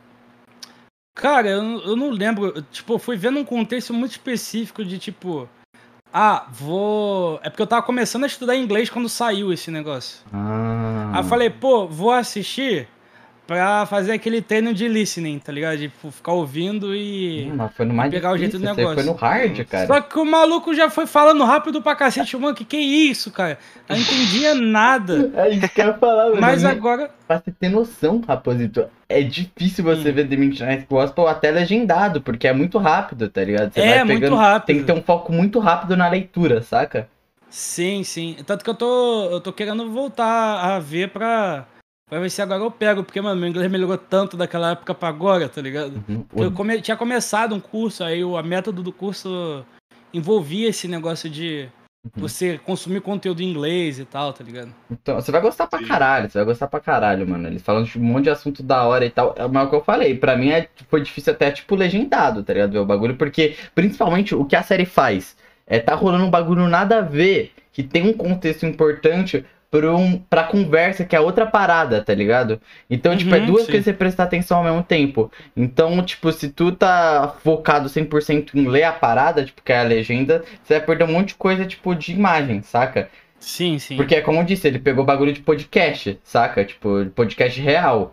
Speaker 3: Cara, eu não lembro. Tipo, eu fui vendo um contexto muito específico de tipo. É porque eu tava começando a estudar inglês quando saiu esse negócio. Aí eu falei, pô, vou assistir pra fazer aquele treino de listening, tá ligado? De ficar ouvindo e
Speaker 1: foi no mais
Speaker 3: pegar
Speaker 1: difícil,
Speaker 3: o jeito do negócio.
Speaker 1: Foi no hard, cara.
Speaker 3: Só que o maluco já foi falando rápido pra cacete, mano, que é isso, cara? Eu não entendia nada.
Speaker 1: É isso que eu ia falar, mano.
Speaker 3: Mas agora...
Speaker 1: Pra você ter noção, Raposito, é difícil você ver The Midnight Gospel até legendado, porque é muito rápido, tá ligado? Você vai
Speaker 3: muito rápido.
Speaker 1: Tem que ter um foco muito rápido na leitura, saca?
Speaker 3: Sim. Tanto que eu tô querendo voltar a ver pra ver se agora eu pego, porque, mano, meu inglês melhorou tanto daquela época pra agora, tá ligado? Eu tinha começado um curso, aí a método do curso envolvia esse negócio de você consumir conteúdo em inglês e tal, tá ligado?
Speaker 1: Então, você vai gostar pra caralho, mano. Eles falam de um monte de assunto da hora e tal. É o que eu falei, pra mim foi difícil até, tipo, legendado, tá ligado? Ver o bagulho, porque, principalmente, o que a série faz tá rolando um bagulho nada a ver, que tem um contexto importante pra conversa, que é outra parada, tá ligado? Então, tipo, é duas coisas você prestar atenção ao mesmo tempo. Então, tipo, se tu tá focado 100% em ler a parada, tipo, que é a legenda, você vai perder um monte de coisa, tipo, de imagem, saca?
Speaker 3: Sim.
Speaker 1: Porque é como eu disse, ele pegou bagulho de podcast, saca? Tipo, podcast real.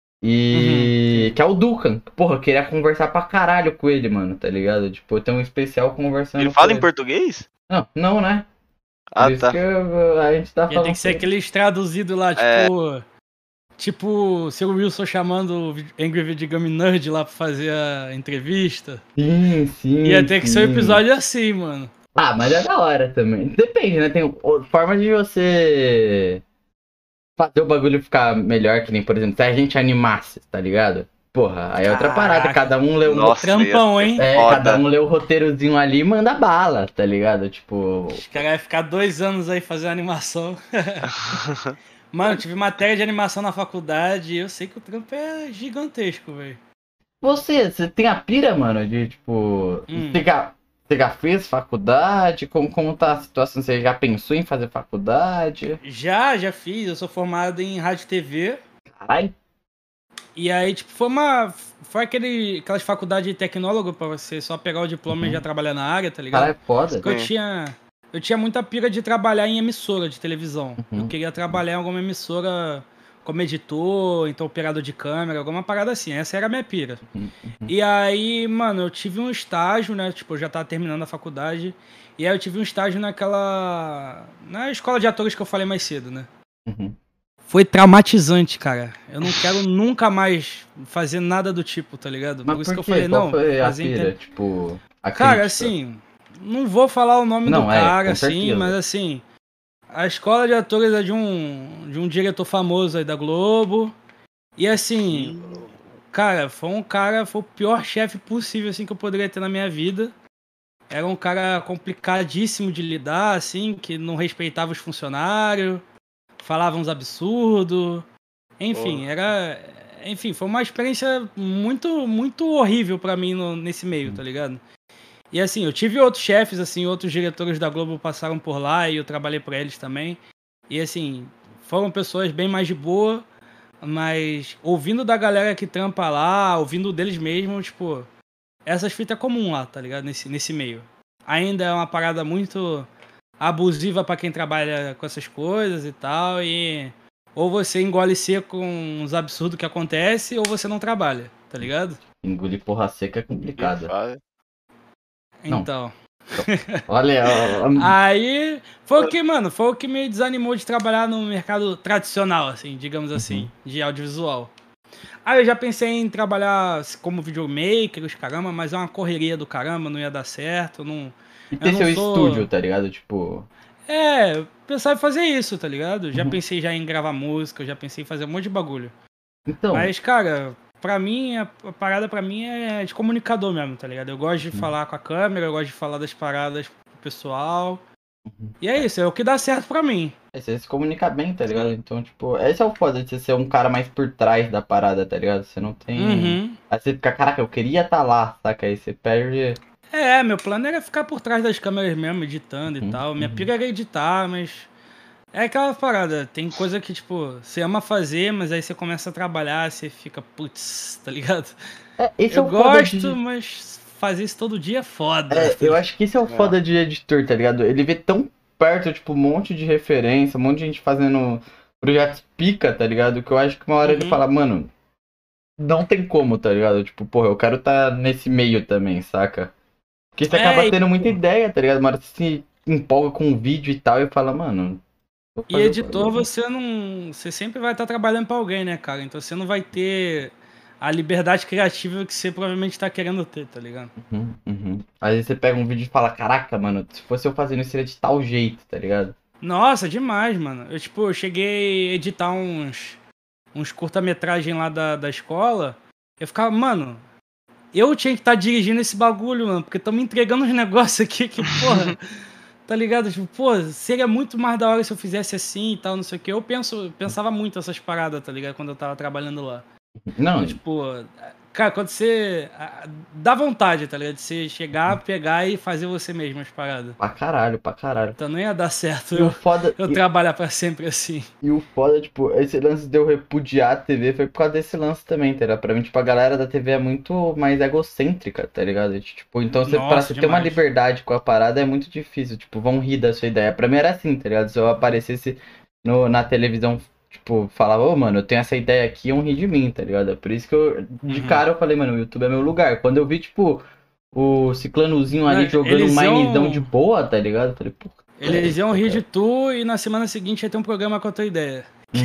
Speaker 1: E... que é o Dukan. Porra, eu queria conversar pra caralho com ele, mano, tá ligado? Tipo, tem um especial conversando
Speaker 2: Ele fala em português?
Speaker 1: Não, né?
Speaker 2: Tá.
Speaker 1: Que a gente tá falando.
Speaker 3: Tem que ser aqueles traduzidos lá, tipo... Tipo, seu Wilson chamando o Angry Video Game Nerd lá pra fazer a entrevista.
Speaker 1: Sim.
Speaker 3: Ia ter que ser um episódio assim, mano.
Speaker 1: Mas é da hora também. Depende, né? Tem formas de você fazer o bagulho ficar melhor, que nem, por exemplo, se a gente animasse, tá ligado? Porra, aí é outra parada, cada um lê um
Speaker 3: trampão, hein?
Speaker 1: Cada um lê o roteirozinho ali e manda bala, tá ligado? Tipo...
Speaker 3: Os caras iam ficar 2 anos aí fazendo animação. Mano, eu tive matéria de animação na faculdade e eu sei que o trampo é gigantesco, velho.
Speaker 1: Você tem a pira, mano, de tipo... Você já fez faculdade? Como tá a situação? Você já pensou em fazer faculdade?
Speaker 3: Já fiz. Eu sou formado em rádio e TV.
Speaker 1: Caralho.
Speaker 3: E aí, tipo, foi aquelas faculdades de tecnólogo pra você só pegar o diploma e já trabalhar na área, tá ligado?
Speaker 1: Caralho, é foda.
Speaker 3: Porque eu tinha muita pira de trabalhar em emissora de televisão. Eu queria trabalhar em alguma emissora como editor, então operador de câmera, alguma parada assim. Essa era a minha pira. E aí, mano, eu tive um estágio, né? Tipo, eu já tava terminando a faculdade. E aí eu tive um estágio na escola de atores que eu falei mais cedo, né? Foi traumatizante, cara. Eu não quero nunca mais fazer nada do tipo, tá ligado?
Speaker 1: Mas
Speaker 3: por isso que eu
Speaker 1: quê?
Speaker 3: falei,
Speaker 1: Qual
Speaker 3: não.
Speaker 1: Foi a pira? Tipo, a
Speaker 3: cara,
Speaker 1: crítica?
Speaker 3: assim, não vou falar o nome do cara, assim,
Speaker 1: certeza.
Speaker 3: mas assim, a escola de atores é de um diretor famoso aí da Globo. E assim, cara, foi o pior chefe possível, assim, que eu poderia ter na minha vida. Era um cara complicadíssimo de lidar, assim, que não respeitava os funcionários. Falava uns absurdos. Enfim, foi uma experiência muito, muito horrível pra mim nesse meio, tá ligado? E assim, eu tive outros chefes, assim, outros diretores da Globo passaram por lá e eu trabalhei pra eles também. E assim, foram pessoas bem mais de boa, mas ouvindo da galera que trampa lá, ouvindo deles mesmo, tipo, essas fitas comum lá, tá ligado? Nesse meio. Ainda é uma parada muito abusiva pra quem trabalha com essas coisas e tal, e ou você engole seco com os absurdos que acontece, ou você não trabalha, tá ligado?
Speaker 1: Engolir porra seca é complicado.
Speaker 3: Então.
Speaker 1: Olha.
Speaker 3: Aí foi o que me desanimou de trabalhar no mercado tradicional, assim, digamos assim, de audiovisual. Aí eu já pensei em trabalhar como videomaker, os caramba, mas é uma correria do caramba, não ia dar certo, não.
Speaker 1: E ter seu estúdio, tá ligado? Tipo.
Speaker 3: Pensava em fazer isso, tá ligado? Já pensei já em gravar música, já pensei em fazer um monte de bagulho.
Speaker 1: Então.
Speaker 3: Mas, cara, pra mim, a parada pra mim é de comunicador mesmo, tá ligado? Eu gosto de falar com a câmera, eu gosto de falar das paradas pro pessoal. E é isso, é o que dá certo pra mim.
Speaker 1: Você se comunica bem, tá ligado? Então, tipo, esse é o foda de você ser um cara mais por trás da parada, tá ligado? Você não tem. Aí você fica, caraca, eu queria tá lá, saca? Aí você perde.
Speaker 3: Meu plano era ficar por trás das câmeras mesmo, editando e tal. Minha pira era editar, mas. É aquela parada, tem coisa que, tipo, você ama fazer, mas aí você começa a trabalhar, você fica, putz, tá ligado?
Speaker 1: Esse
Speaker 3: eu
Speaker 1: é o foda
Speaker 3: gosto, mas fazer isso todo dia é foda.
Speaker 1: Eu acho que esse é o foda de editor, tá ligado? Ele vê tão perto, tipo, um monte de referência, um monte de gente fazendo projetos pica, tá ligado? Que eu acho que uma hora ele fala, mano, não tem como, tá ligado? Tipo, porra, eu quero tá nesse meio também, saca? Porque você acaba tendo muita ideia, tá ligado? Uma hora você se empolga com um vídeo e tal e fala, mano.
Speaker 3: E editor, você não. Você sempre vai estar trabalhando pra alguém, né, cara? Então você não vai ter a liberdade criativa que você provavelmente tá querendo ter, tá ligado?
Speaker 1: Às vezes você pega um vídeo e fala, caraca, mano, se fosse eu fazendo isso seria de tal jeito, tá ligado?
Speaker 3: Nossa, demais, mano. Eu cheguei a editar uns curta-metragem lá da escola. Eu ficava, mano, eu tinha que estar dirigindo esse bagulho, mano, porque estão me entregando uns negócios aqui que, porra, tá ligado? Tipo, pô, seria muito mais da hora se eu fizesse assim e tal, não sei o que. Eu pensava muito essas paradas, tá ligado? Quando eu tava trabalhando lá.
Speaker 1: Não.
Speaker 3: Então, tipo, cara, quando você. Dá vontade, tá ligado? De você chegar, pegar e fazer você mesmo as paradas.
Speaker 1: Pra caralho.
Speaker 3: Então não ia dar certo
Speaker 1: eu
Speaker 3: trabalhar pra sempre assim.
Speaker 1: E o foda, tipo, esse lance de eu repudiar a TV foi por causa desse lance também, tá ligado? Pra mim, tipo, a galera da TV é muito mais egocêntrica, tá ligado? Tipo, então pra você ter uma liberdade com a parada é muito difícil, tipo, vão rir da sua ideia. Pra mim era assim, tá ligado? Se eu aparecesse na televisão, tipo, falava, ô, mano, eu tenho essa ideia aqui, iam rir de mim, tá ligado? É por isso que de cara eu falei, mano, o YouTube é meu lugar. Quando eu vi, tipo, o Ciclanozinho ali jogando um Minezão de boa, tá ligado? Eu falei, porra.
Speaker 3: Eles iam rir de tu e na semana seguinte ia ter um programa com a tua ideia.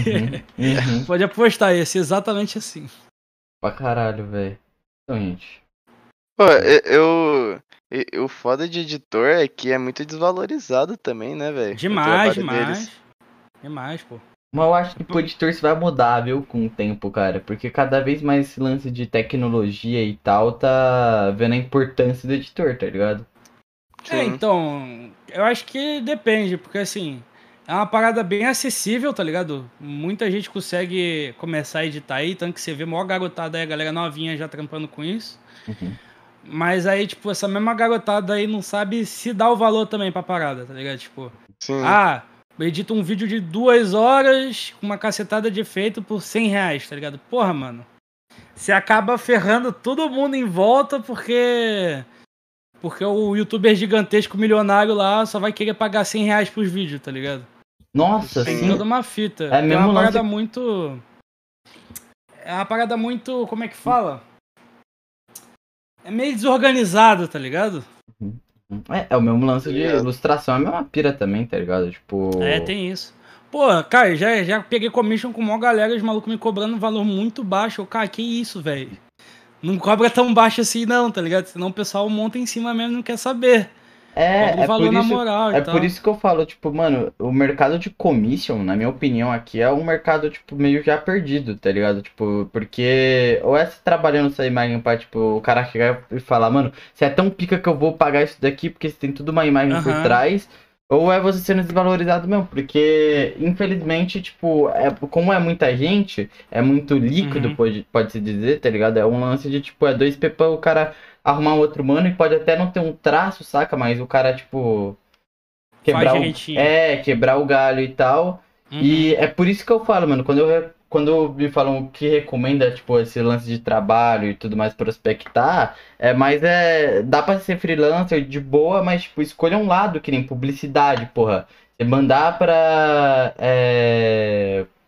Speaker 3: Pode apostar esse, exatamente assim.
Speaker 1: Pra caralho, velho. Então, gente.
Speaker 2: Pô, o foda de editor é que é muito desvalorizado também, né, velho?
Speaker 3: Demais. Demais, pô.
Speaker 1: Mas eu acho que pro editor isso vai mudar, viu, com o tempo, cara. Porque cada vez mais esse lance de tecnologia e tal tá vendo a importância do editor, tá ligado?
Speaker 3: Então, eu acho que depende, porque assim, é uma parada bem acessível, tá ligado? Muita gente consegue começar a editar aí, tanto que você vê a maior garotada aí, a galera novinha já trampando com isso. Mas aí, tipo, essa mesma garotada aí não sabe se dá o valor também pra parada, tá ligado? Tipo, edita um vídeo de 2 horas com uma cacetada de efeito por R$100, tá ligado? Porra, mano. Você acaba ferrando todo mundo em volta porque o youtuber gigantesco milionário lá só vai querer pagar R$100 pros vídeos, tá ligado?
Speaker 1: Nossa,
Speaker 3: tem
Speaker 1: sim.
Speaker 3: toda uma fita.
Speaker 1: É mesmo
Speaker 3: uma parada muito... É uma parada muito... Como é que fala? É meio desorganizado, tá ligado?
Speaker 1: É o mesmo lance de ilustração, é a mesma pira também, tá ligado? Tipo...
Speaker 3: tem isso. Pô, cara, já peguei commission com uma galera, os malucos me cobrando um valor muito baixo. Cara, que isso, velho? Não cobra tão baixo assim não, tá ligado? Senão o pessoal monta em cima mesmo e não quer saber.
Speaker 1: Por isso que eu falo, tipo, mano, o mercado de commission, na minha opinião aqui, é um mercado, tipo, meio já perdido, tá ligado? Tipo, porque ou é você trabalhando essa imagem pra, tipo, o cara chegar e falar, mano, você é tão pica que eu vou pagar isso daqui porque você tem tudo uma imagem por trás, ou é você sendo desvalorizado mesmo, porque, infelizmente, tipo, como é muita gente, é muito líquido, pode-se dizer, tá ligado? É um lance de, tipo, 2p pra o cara arrumar um outro mano e pode até não ter um traço, saca? Mas o cara, tipo, quebrar o galho e tal. E é por isso que eu falo, mano, quando me falam que recomenda, tipo, esse lance de trabalho e tudo mais, prospectar, dá pra ser freelancer de boa, mas, tipo, escolha um lado, que nem publicidade, porra. Você mandar pra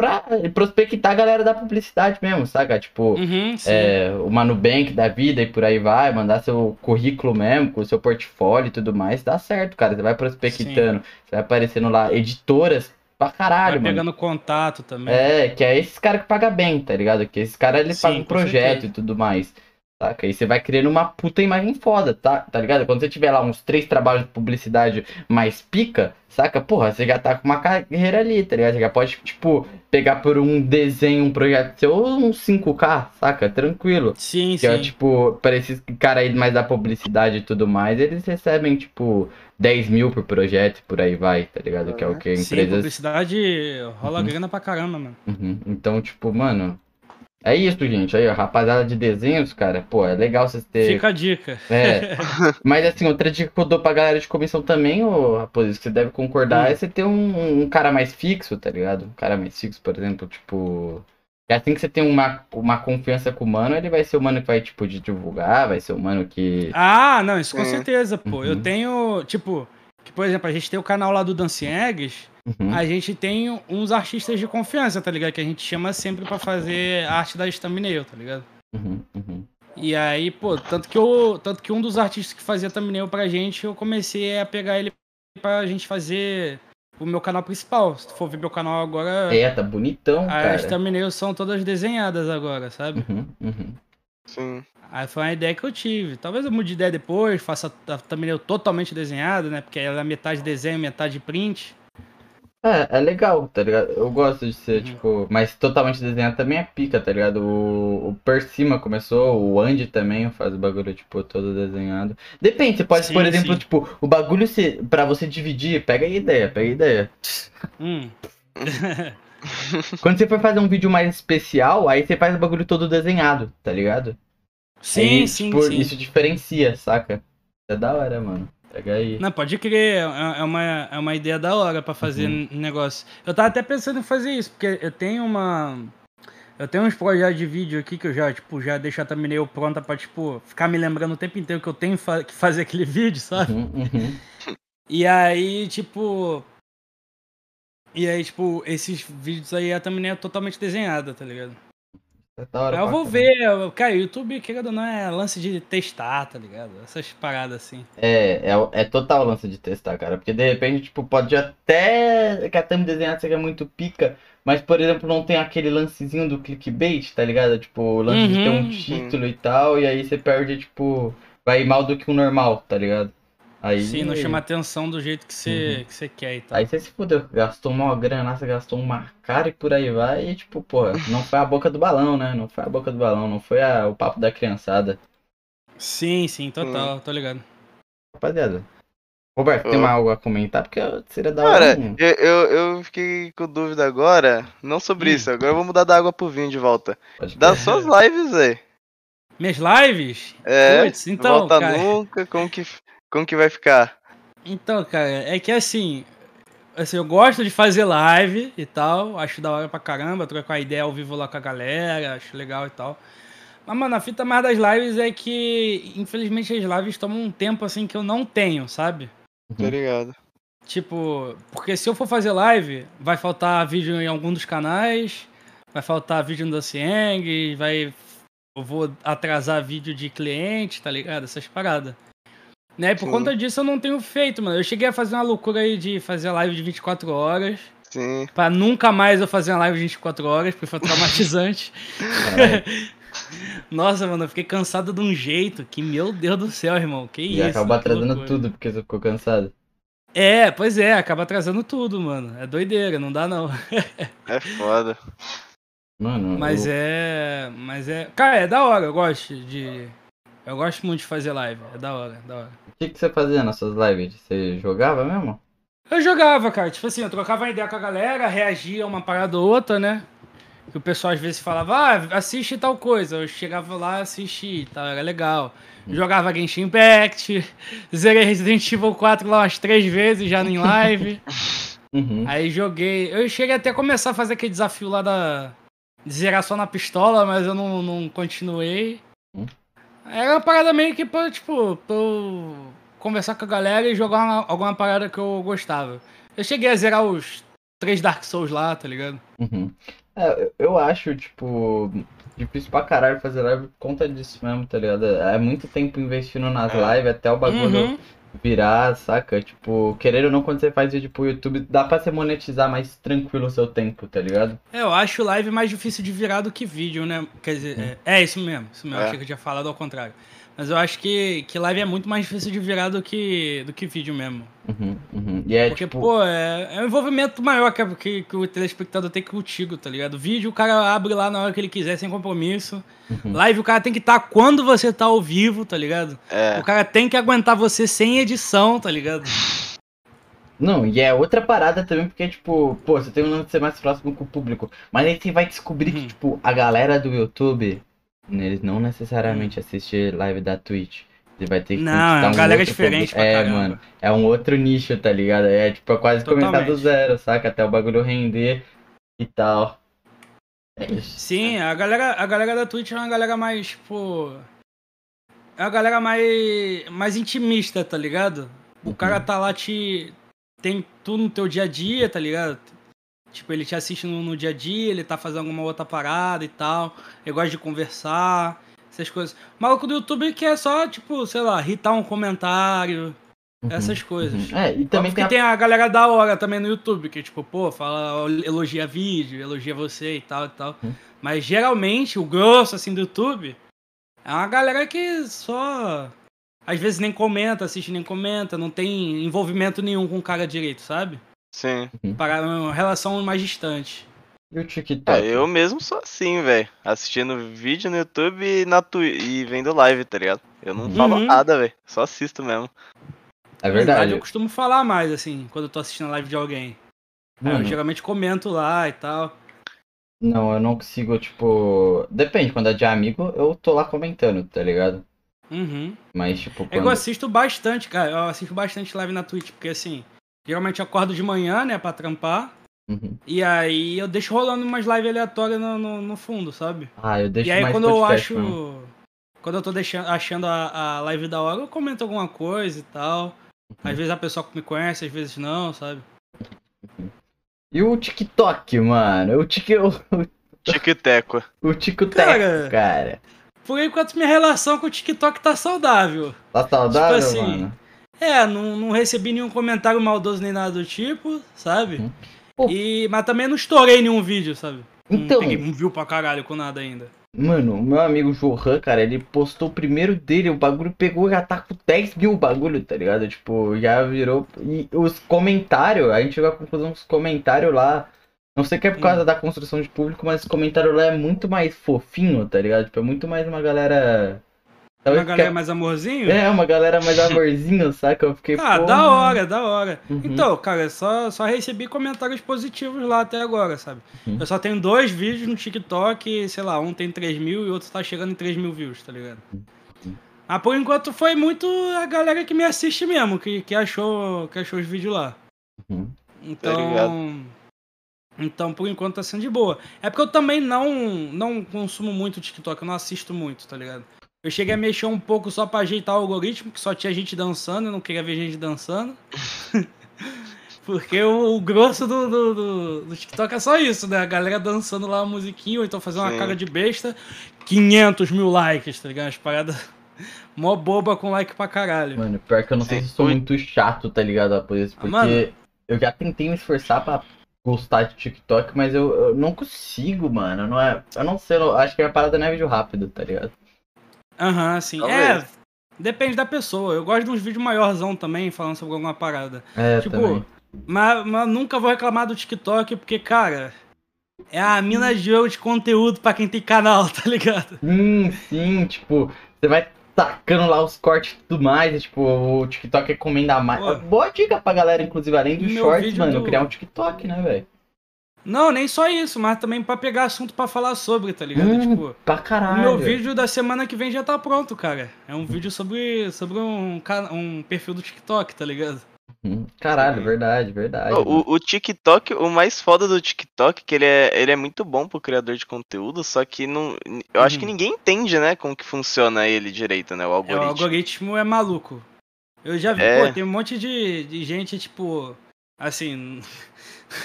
Speaker 1: pra prospectar a galera da publicidade mesmo, saca? Tipo, o Mano Bank da vida e por aí vai, mandar seu currículo mesmo, com o seu portfólio e tudo mais, dá certo, cara. Você vai prospectando, você vai aparecendo lá, editoras pra caralho,
Speaker 3: vai pegando
Speaker 1: mano.
Speaker 3: contato também.
Speaker 1: Que é esses caras que pagam bem, tá ligado? Que esses caras, eles pagam um projeto e tudo mais. Saca? E você vai criando uma puta imagem foda, tá ligado? Quando você tiver lá uns 3 trabalhos de publicidade mais pica, saca? Porra, você já tá com uma carreira ali, tá ligado? Você já pode, tipo, pegar por um desenho, um projeto seu, uns 5K, saca? Tranquilo.
Speaker 3: Sim,
Speaker 1: que é, tipo, para esses caras aí mais da publicidade e tudo mais, eles recebem, tipo, 10 mil por projeto e por aí vai, tá ligado? Que é o que a empresa...
Speaker 3: Sim, publicidade rola grana pra caramba, mano.
Speaker 1: Então, tipo, mano... É isso, gente. Aí, ó, rapaziada de desenhos, cara, pô, é legal vocês terem...
Speaker 3: Fica a dica.
Speaker 1: Mas, assim, outra dica que eu dou pra galera de comissão também, ô Raposo, que você deve concordar, é você ter um cara mais fixo, tá ligado? Um cara mais fixo, por exemplo, tipo... É assim que você tem uma confiança com o mano, ele vai ser o mano que vai, tipo, te divulgar, vai ser o mano que...
Speaker 3: Ah, não, isso com certeza, pô. Eu tenho, tipo... Que, por exemplo, a gente tem o canal lá do Dancing Eggs, a gente tem uns artistas de confiança, tá ligado? Que a gente chama sempre pra fazer arte da thumbnail, tá ligado? E aí, pô, tanto que um dos artistas que fazia thumbnail pra gente, eu comecei a pegar ele pra gente fazer o meu canal principal. Se tu for ver meu canal agora...
Speaker 1: tá bonitão, cara.
Speaker 3: As thumbnails são todas desenhadas agora, sabe?
Speaker 2: Sim.
Speaker 3: Aí foi uma ideia que eu tive. Talvez eu mude de ideia depois, faça a thumbnail totalmente desenhada, né? Porque ela é metade desenho, metade print.
Speaker 1: É legal, tá ligado? Eu gosto de ser, tipo... Mas totalmente desenhado também é pica, tá ligado? O Per Cima começou, o Andy também faz o bagulho, tipo, todo desenhado. Depende, você pode, por exemplo, tipo... O bagulho, pra você dividir, pega a ideia. Quando você for fazer um vídeo mais especial, aí você faz o bagulho todo desenhado, tá ligado?
Speaker 3: Sim,
Speaker 1: aí,
Speaker 3: sim,
Speaker 1: tipo,
Speaker 3: sim.
Speaker 1: Isso diferencia, saca? É da hora, mano. Pega aí.
Speaker 3: Não, pode crer, é uma ideia da hora pra fazer negócio. Eu tava até pensando em fazer isso, porque eu tenho uns projetos de vídeo aqui que eu já deixo a thumbnail pronta pra, tipo, ficar me lembrando o tempo inteiro que eu tenho que fazer aquele vídeo, sabe? E aí, tipo, esses vídeos aí, a thumbnail é totalmente desenhada, tá ligado?
Speaker 1: Aí
Speaker 3: eu vou ver, cara, YouTube, querendo ou não, é lance de testar, tá ligado? Essas paradas assim.
Speaker 1: É total lance de testar, cara. Porque de repente, tipo, pode até que a thumb desenhada seja muito pica, mas, por exemplo, não tem aquele lancezinho do clickbait, tá ligado? Tipo, o lance de ter um título e tal, e aí você perde, tipo, vai mal do que o normal, tá ligado? Aí...
Speaker 3: Sim, não chama atenção do jeito que você quer e tal.
Speaker 1: Aí você se fudeu, gastou uma grana, você gastou uma cara e por aí vai, e tipo, porra, não foi a boca do balão, né? Não foi a boca do balão, não foi o papo da criançada.
Speaker 3: Sim, total, tô ligado.
Speaker 1: Rapaziada, Roberto, tem algo a comentar? Porque seria da hora.
Speaker 2: Cara, eu fiquei com dúvida agora, não sobre isso, agora eu vou mudar da água pro vinho de volta. Das suas lives, velho.
Speaker 3: Minhas lives?
Speaker 2: Puts, então, volta cara... nunca, como que vai ficar?
Speaker 3: Então, cara, é que assim, eu gosto de fazer live e tal, acho da hora pra caramba, trocar ideia ao vivo lá com a galera, acho legal e tal. Mas, mano, a fita mais das lives é que, infelizmente, as lives tomam um tempo, assim, que eu não tenho, sabe?
Speaker 2: Tô ligado.
Speaker 3: Tipo, porque se eu for fazer live, vai faltar vídeo em algum dos canais, vai faltar vídeo no Dancing, eu vou atrasar vídeo de cliente, tá ligado? Essas paradas. Né? E por conta disso eu não tenho feito, mano. Eu cheguei a fazer uma loucura aí de fazer live de 24 horas.
Speaker 2: Sim.
Speaker 3: Pra nunca mais eu fazer uma live de 24 horas, porque foi traumatizante. Nossa, mano, eu fiquei cansado de um jeito que, meu Deus do céu, irmão. Que isso?
Speaker 1: E acaba atrasando tudo porque você ficou cansado.
Speaker 3: Pois é, acaba atrasando tudo, mano. É doideira, não dá não.
Speaker 2: É foda.
Speaker 1: Mano,
Speaker 3: mas Cara, é da hora, eu gosto muito de fazer live, é da hora.
Speaker 1: O que você fazia nas suas lives? Você jogava mesmo?
Speaker 3: Eu jogava, cara, tipo assim, eu trocava uma ideia com a galera, reagia a uma parada ou outra, né? Que o pessoal às vezes falava, assiste tal coisa. Eu chegava lá, assisti, tal, era legal. Jogava Genshin Impact, zerei Resident Evil 4 lá umas 3 vezes já em live. Aí joguei, eu cheguei até a começar a fazer aquele desafio lá de zerar só na pistola, mas eu não continuei. Era uma parada meio que pra, tipo, pra eu conversar com a galera e jogar alguma parada que eu gostava. Eu cheguei a zerar os 3 Dark Souls lá, tá ligado?
Speaker 1: Uhum. Eu acho, tipo, difícil pra caralho fazer live por conta disso mesmo, tá ligado? É muito tempo investindo nas lives até o bagulho virar, saca? Tipo, querendo ou não, quando você faz vídeo pro YouTube, dá pra você monetizar mais tranquilo o seu tempo, tá ligado?
Speaker 3: Eu acho live mais difícil de virar do que vídeo, né? Quer dizer, isso mesmo. Achei que eu tinha falado ao contrário. Mas eu acho que live é muito mais difícil de virar do que vídeo mesmo.
Speaker 1: E
Speaker 3: porque,
Speaker 1: tipo...
Speaker 3: pô, é um envolvimento maior que o telespectador tem contigo, tá ligado? Vídeo o cara abre lá na hora que ele quiser, sem compromisso. Live o cara tem que estar quando você tá ao vivo, tá ligado? O cara tem que aguentar você sem edição, tá ligado?
Speaker 1: Não, e é outra parada também, porque, tipo, pô, você tem um lance de ser mais próximo com o público. Mas aí você vai descobrir que, tipo, a galera do YouTube, eles não necessariamente assistem live da Twitch. Você vai ter que
Speaker 3: conquistar uma galera diferente pra caramba.
Speaker 1: Mano, é um outro nicho, tá ligado? É, tipo, quase começar do zero, saca? Até o bagulho render e tal.
Speaker 3: Sim, a galera da Twitch é uma galera mais, tipo... É uma galera mais intimista, tá ligado? O cara tá lá tem tudo no teu dia a dia, tá ligado? Tipo, ele te assiste no dia a dia, ele tá fazendo alguma outra parada e tal. Ele gosta de conversar, essas coisas. O maluco do YouTube quer só, tipo, sei lá, irritar um comentário, essas coisas.
Speaker 1: E também
Speaker 3: tem a galera da hora também no YouTube, que tipo, pô, fala, elogia vídeo, elogia você e tal e tal. Mas geralmente, o grosso, assim, do YouTube é uma galera que só... Às vezes nem comenta, assiste nem comenta, não tem envolvimento nenhum com o cara direito, sabe?
Speaker 2: Sim.
Speaker 3: Para uma relação mais distante.
Speaker 1: E o TikTok?
Speaker 2: Eu mesmo sou assim, velho. Assistindo vídeo no YouTube e vendo live, tá ligado? Eu não falo nada, velho. Só assisto mesmo.
Speaker 1: É verdade.
Speaker 3: Eu costumo falar mais, assim, quando eu tô assistindo a live de alguém. Eu geralmente comento lá e tal.
Speaker 1: Não, eu não consigo, tipo... Depende, quando é de amigo, eu tô lá comentando, tá ligado? Mas, tipo,
Speaker 3: eu assisto bastante, cara. Eu assisto bastante live na Twitch, porque, assim, geralmente eu acordo de manhã, né, pra trampar. E aí eu deixo rolando umas lives aleatórias no fundo, sabe?
Speaker 1: Eu deixo
Speaker 3: e aí
Speaker 1: mais
Speaker 3: quando eu
Speaker 1: podcast
Speaker 3: acho...
Speaker 1: mesmo.
Speaker 3: Quando eu tô achando a live da hora, eu comento alguma coisa e tal. Às vezes a pessoa me conhece, às vezes não, sabe?
Speaker 1: E o TikTok, mano? O
Speaker 2: Tic-teco.
Speaker 1: O TikTok, cara.
Speaker 3: Por enquanto minha relação com o TikTok tá saudável.
Speaker 1: Tá saudável, tipo assim, mano?
Speaker 3: Não recebi nenhum comentário maldoso nem nada do tipo, sabe? Mas também não estourei nenhum vídeo, sabe?
Speaker 1: Então...
Speaker 3: Não peguei um view pra caralho com nada ainda.
Speaker 1: Mano, o meu amigo Johan, cara, ele postou o primeiro dele, o bagulho pegou, já tá com 10 mil o bagulho, tá ligado? Tipo, já virou... E os comentários, a gente chegou à conclusão que os comentários lá... Não sei que é por causa da construção de público, mas os comentários lá é muito mais fofinho, tá ligado? Tipo, é muito mais uma galera...
Speaker 3: Uma galera mais amorzinho?
Speaker 1: Uma galera mais amorzinho, saca? Eu fiquei,
Speaker 3: da hora. Então, cara, só recebi comentários positivos lá até agora, sabe? Eu só tenho 2 vídeos no TikTok, sei lá, um tem 3 mil e outro tá chegando em 3 mil views, tá ligado? Por enquanto foi muito a galera que me assiste mesmo, que achou os vídeos lá. Então, por enquanto tá sendo de boa. É porque eu também não consumo muito TikTok, eu não assisto muito, tá ligado? Eu cheguei a mexer um pouco só pra ajeitar o algoritmo, que só tinha gente dançando, eu não queria ver gente dançando. Porque o grosso do TikTok é só isso, né? A galera dançando lá a musiquinha, ou então fazendo uma cara de besta. 500 mil likes, tá ligado? As paradas mó boba com like pra caralho.
Speaker 1: Mano, pior que eu não sei se sou muito chato, tá ligado? Porque eu já tentei me esforçar pra gostar de TikTok, mas eu não consigo, mano. Eu não sei, acho que a parada não é vídeo rápido, tá ligado?
Speaker 3: Sim. Depende da pessoa. Eu gosto de uns vídeos maiorzão também, falando sobre alguma parada.
Speaker 1: Também.
Speaker 3: Mas nunca vou reclamar do TikTok, porque, cara, é a mina de ouro de conteúdo pra quem tem canal, tá ligado?
Speaker 1: Sim, tipo, você vai tacando lá os cortes e tudo mais, e, tipo, o TikTok recomenda mais. Boa dica pra galera, inclusive, além dos shorts, mano, criar um TikTok, né, velho?
Speaker 3: Não, nem só isso, mas também pra pegar assunto pra falar sobre, tá ligado? Tipo,
Speaker 1: pra caralho.
Speaker 3: O meu vídeo da semana que vem já tá pronto, cara. É um vídeo sobre um perfil do TikTok, tá ligado?
Speaker 1: Caralho, verdade.
Speaker 2: O TikTok, o mais foda do TikTok, que ele é muito bom pro criador de conteúdo, só que não, eu acho que ninguém entende, né, como que funciona ele direito, né, o algoritmo.
Speaker 3: O algoritmo é maluco. Eu já vi, tem um monte de gente, tipo, assim...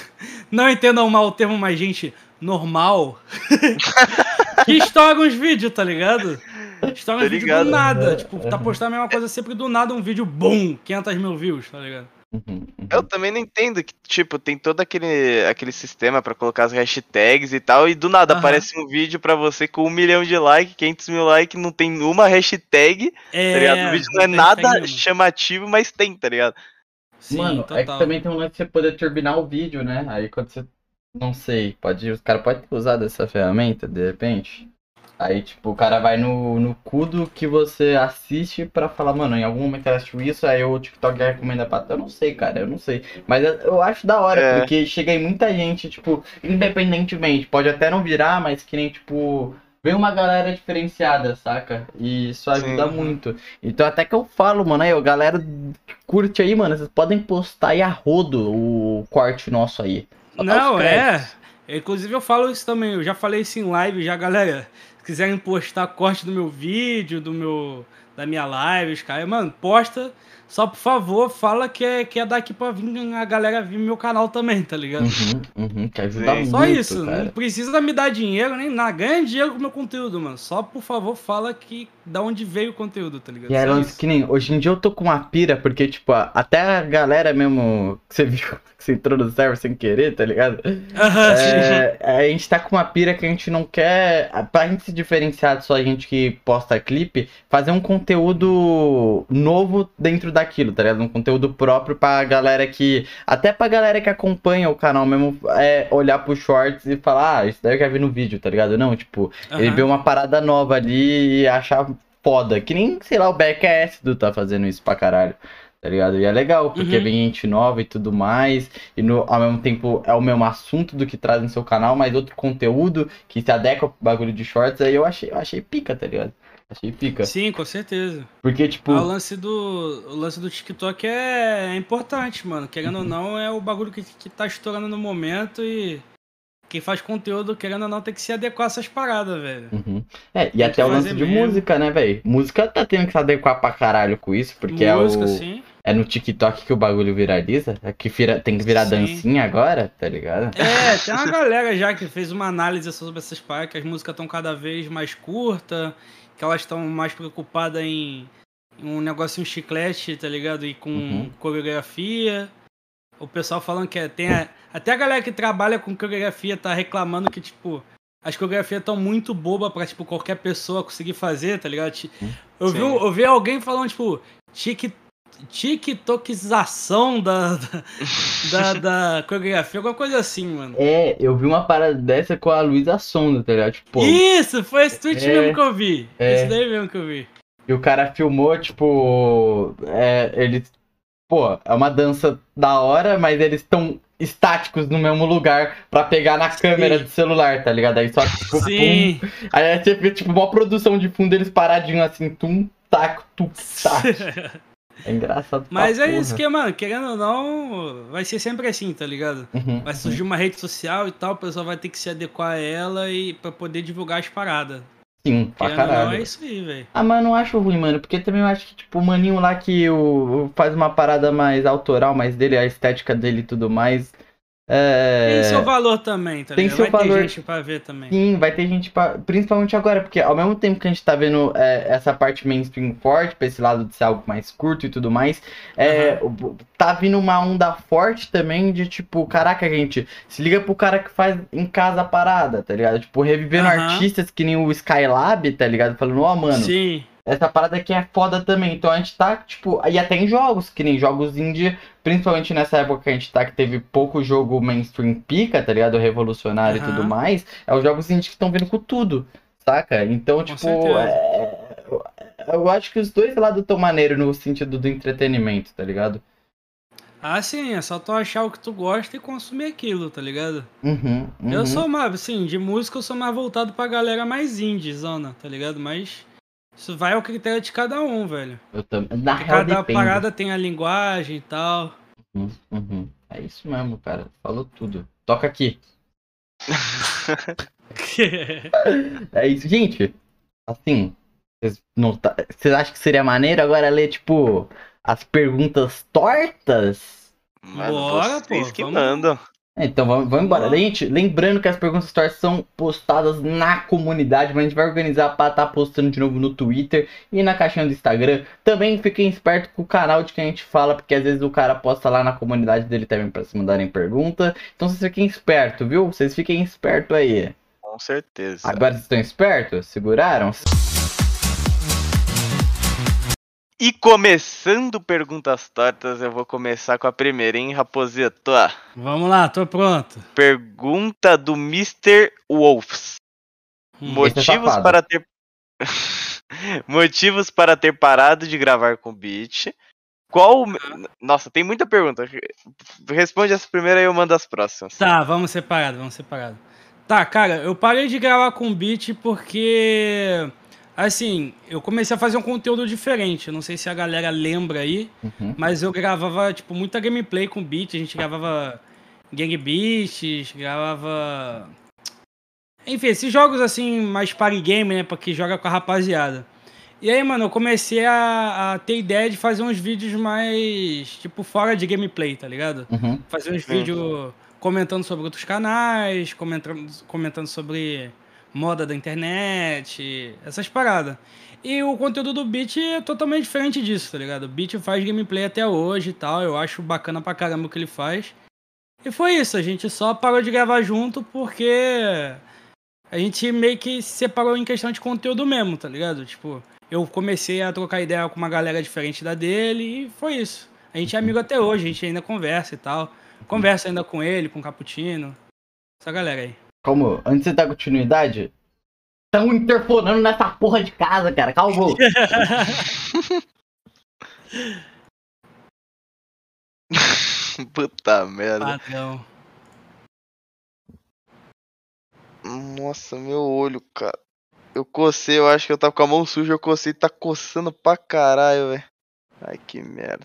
Speaker 3: Não entendam mal o termo, mas gente normal. Que estoura uns vídeos, tá ligado? Estoura uns vídeos do nada. Tipo, tá postando a mesma coisa sempre do nada, um vídeo, bum, 500 mil views, tá ligado?
Speaker 2: Eu também não entendo que, tipo, tem todo aquele sistema pra colocar as hashtags e tal, e do nada aparece um vídeo pra você com 1 milhão de likes, 500 mil likes, não tem uma hashtag, tá ligado? O vídeo não é nada chamativo, mas tem, tá ligado?
Speaker 1: Sim, mano, total. É que também tem um lance de você poder turbinar o vídeo, né? Aí quando você, não sei, os caras podem ter usado essa ferramenta, de repente. Aí, tipo, o cara vai no cu do que você assiste pra falar, mano, em algum momento ele assistiu isso, aí o TikTok recomenda pra... Eu não sei, cara, eu não sei. Mas eu acho da hora, porque chega em muita gente, tipo, independentemente, pode até não virar, mas que nem, tipo, vem uma galera diferenciada, saca? E isso ajuda muito. Então até que eu falo, mano, aí, galera que curte aí, mano, vocês podem postar aí a rodo o corte nosso aí.
Speaker 3: Não, inclusive eu falo isso também, eu já falei isso em live, já, galera. Se quiserem postar corte do meu vídeo, da minha live, cara, mano, posta. Só, por favor, fala que é daqui pra vir a galera vir no meu canal também, tá ligado?
Speaker 1: Que ajuda muito,
Speaker 3: só isso,
Speaker 1: cara.
Speaker 3: Não precisa me dar dinheiro, nem nada. Ganha dinheiro com o meu conteúdo, mano. Só, por favor, fala que da onde veio o conteúdo, tá ligado?
Speaker 1: E aí, que nem, hoje em dia eu tô com uma pira, porque, tipo, até a galera mesmo que você viu, que você entrou no server sem querer, tá ligado? A gente tá com uma pira que a gente não quer, pra gente se diferenciar de só a gente que posta clipe, fazer um conteúdo novo dentro daquilo, tá ligado? Um conteúdo próprio pra galera que, até pra galera que acompanha o canal mesmo, olhar pro shorts e falar, isso daí eu quero ver no vídeo, tá ligado? Não, tipo, ele vê uma parada nova ali e achar foda, que nem, sei lá, o BKS do tá fazendo isso pra caralho, tá ligado? E é legal, porque vem gente nova e tudo mais, e ao mesmo tempo é o mesmo assunto do que traz no seu canal, mas outro conteúdo que se adequa pro bagulho de shorts, aí eu achei pica, tá ligado? Achei pica.
Speaker 3: Sim, com certeza.
Speaker 1: Porque, tipo...
Speaker 3: O lance do TikTok é importante, mano. Querendo ou não, é o bagulho que tá estourando no momento e... Quem faz conteúdo, querendo ou não, tem que se adequar a essas paradas, velho.
Speaker 1: E até o lance de música, né, velho? Música tá tendo que se adequar pra caralho com isso, porque
Speaker 3: sim.
Speaker 1: É no TikTok que o bagulho viraliza, que tem que virar dancinha agora, tá ligado?
Speaker 3: Tem uma galera já que fez uma análise sobre essas paradas, que as músicas estão cada vez mais curtas, que elas estão mais preocupadas em um negocinho chiclete, tá ligado? E com coreografia. O pessoal falando que até a galera que trabalha com coreografia tá reclamando que, tipo, as coreografias estão muito bobas pra, tipo, qualquer pessoa conseguir fazer, tá ligado? Eu vi alguém falando, tipo, tiktokização da coreografia, alguma coisa assim, mano.
Speaker 1: Eu vi uma parada dessa com a Luísa Sonda, tá ligado? Tipo,
Speaker 3: isso, foi esse tweet mesmo que eu vi. Esse daí mesmo que eu vi.
Speaker 1: E o cara filmou, tipo, eles... Pô, é uma dança da hora, mas eles estão estáticos no mesmo lugar pra pegar na câmera do celular, tá ligado? Aí só, tipo,
Speaker 3: sim.
Speaker 1: Pum. Aí você vê, tipo, uma produção de fundo, eles paradinhos assim, tum, tac, tum, tac. É engraçado.
Speaker 3: Mas é isso que, mano, querendo ou não, vai ser sempre assim, tá ligado? Vai surgir uma rede social e tal, o pessoal vai ter que se adequar a ela e pra poder divulgar as paradas.
Speaker 1: Sim, pra caralho.
Speaker 3: Não, é isso aí, velho.
Speaker 1: Mas eu não acho ruim, mano, porque também eu acho que, tipo, o maninho lá que faz uma parada mais autoral, mais dele, a estética dele e tudo mais.
Speaker 3: Tem seu valor também, tá ligado?
Speaker 1: Vai ter
Speaker 3: gente pra ver também.
Speaker 1: Sim, vai ter gente principalmente agora, porque ao mesmo tempo que a gente tá vendo essa parte mainstream forte, pra esse lado de ser algo mais curto e tudo mais, tá vindo uma onda forte também de tipo, caraca, gente, se liga pro cara que faz em casa a parada, tá ligado? Tipo, revivendo artistas que nem o Skylab, tá ligado? Falando, mano.
Speaker 3: Sim.
Speaker 1: Essa parada aqui é foda também. Então a gente tá, tipo... E até em jogos, que nem jogos indie. Principalmente nessa época que a gente tá, que teve pouco jogo mainstream pica, tá ligado? Revolucionário e tudo mais. É os jogos indie que estão vindo com tudo, saca? Então, tipo... eu acho que os dois lados estão maneiros no sentido do entretenimento, tá ligado?
Speaker 3: Ah, sim. É só tu achar o que tu gosta e consumir aquilo, tá ligado? Eu sou mais, assim, de música eu sou mais voltado pra galera mais indie, zona, tá ligado? Mas... Isso vai ao critério de cada um, velho.
Speaker 1: Eu também. Na real,
Speaker 3: cada
Speaker 1: depende.
Speaker 3: Parada tem a linguagem e tal.
Speaker 1: É isso mesmo, cara. Falou tudo. Toca aqui. É isso, gente. Assim, vocês acham que seria maneiro agora ler, tipo, as perguntas tortas?
Speaker 2: Mano, bora, pô. Que mandam.
Speaker 1: Então vamos embora. Gente, lembrando que as perguntas tortas são postadas na comunidade, mas a gente vai organizar para estar postando de novo no Twitter e na caixinha do Instagram. Também fiquem espertos com o canal de que a gente fala, porque às vezes o cara posta lá na comunidade dele também para se mandarem pergunta. Então vocês fiquem espertos, viu? Vocês fiquem espertos aí.
Speaker 2: Com certeza.
Speaker 1: Agora vocês estão espertos? Seguraram?
Speaker 2: E começando perguntas tortas, eu vou começar com a primeira, hein, Raposito?
Speaker 3: Vamos lá, tô pronto.
Speaker 2: Pergunta do Mr. Wolfs. Motivos para ter motivos para ter parado de gravar com o Beat. Nossa, tem muita pergunta. Responde essa primeira e eu mando as próximas.
Speaker 3: Tá, vamos separado. Tá, cara, eu parei de gravar com o Beat porque... Assim, eu comecei a fazer um conteúdo diferente. Eu não sei se a galera lembra aí, mas eu gravava, tipo, muita gameplay com Beat. A gente gravava Gang Beats, gravava... Enfim, esses jogos, assim, mais party game, né? Pra quem joga com a rapaziada. E aí, mano, eu comecei a ter ideia de fazer uns vídeos mais, tipo, fora de gameplay, tá ligado? Fazer uns vídeos comentando sobre outros canais, comentando sobre... moda da internet, essas paradas. E o conteúdo do Beat é totalmente diferente disso, tá ligado? O Beat faz gameplay até hoje e tal, eu acho bacana pra caramba o que ele faz. E foi isso, a gente só parou de gravar junto porque a gente meio que se separou em questão de conteúdo mesmo, tá ligado? Tipo, eu comecei a trocar ideia com uma galera diferente da dele e foi isso. A gente é amigo até hoje, a gente ainda conversa e tal. Conversa ainda com ele, com o Cappuccino, essa galera aí.
Speaker 1: Calma, antes de dar continuidade, estão interfonando nessa porra de casa, cara. Calma.
Speaker 2: Puta merda.
Speaker 3: Padrão.
Speaker 2: Nossa, meu olho, cara. Eu cocei, eu acho que eu tava com a mão suja, eu cocei, tá coçando pra caralho, velho. Ai, que merda.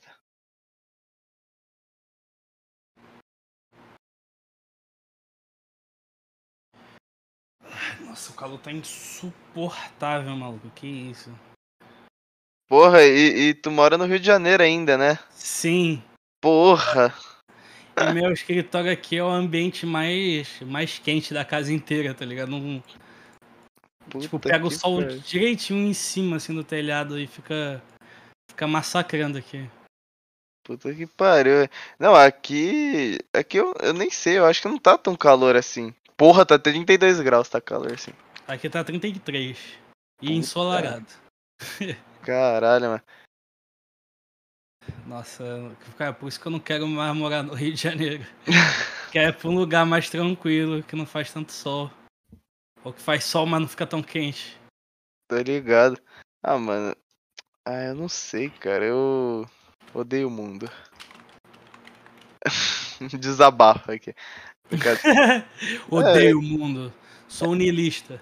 Speaker 3: Nossa, o calor tá insuportável, maluco. Que isso?
Speaker 2: Porra, e tu mora no Rio de Janeiro ainda, né?
Speaker 3: Sim.
Speaker 2: Porra.
Speaker 3: E meu escritório aqui é o ambiente mais quente da casa inteira, tá ligado? Tipo, pega o sol direitinho em cima, assim, do telhado e fica massacrando aqui.
Speaker 2: Puta que pariu. Não, aqui eu nem sei, eu acho que não tá tão calor assim. Porra, tá 32 graus, tá calor assim.
Speaker 3: Aqui tá 33. E ensolarado.
Speaker 2: Caralho, mano.
Speaker 3: Nossa, cara, por isso que eu não quero mais morar no Rio de Janeiro. Quero ir pra um lugar mais tranquilo, que não faz tanto sol. Ou que faz sol, mas não fica tão quente.
Speaker 2: Tô ligado. Ah, mano. Ah, eu não sei, cara. Eu odeio o mundo. Desabafo aqui.
Speaker 3: Odeio o mundo. Sou niilista.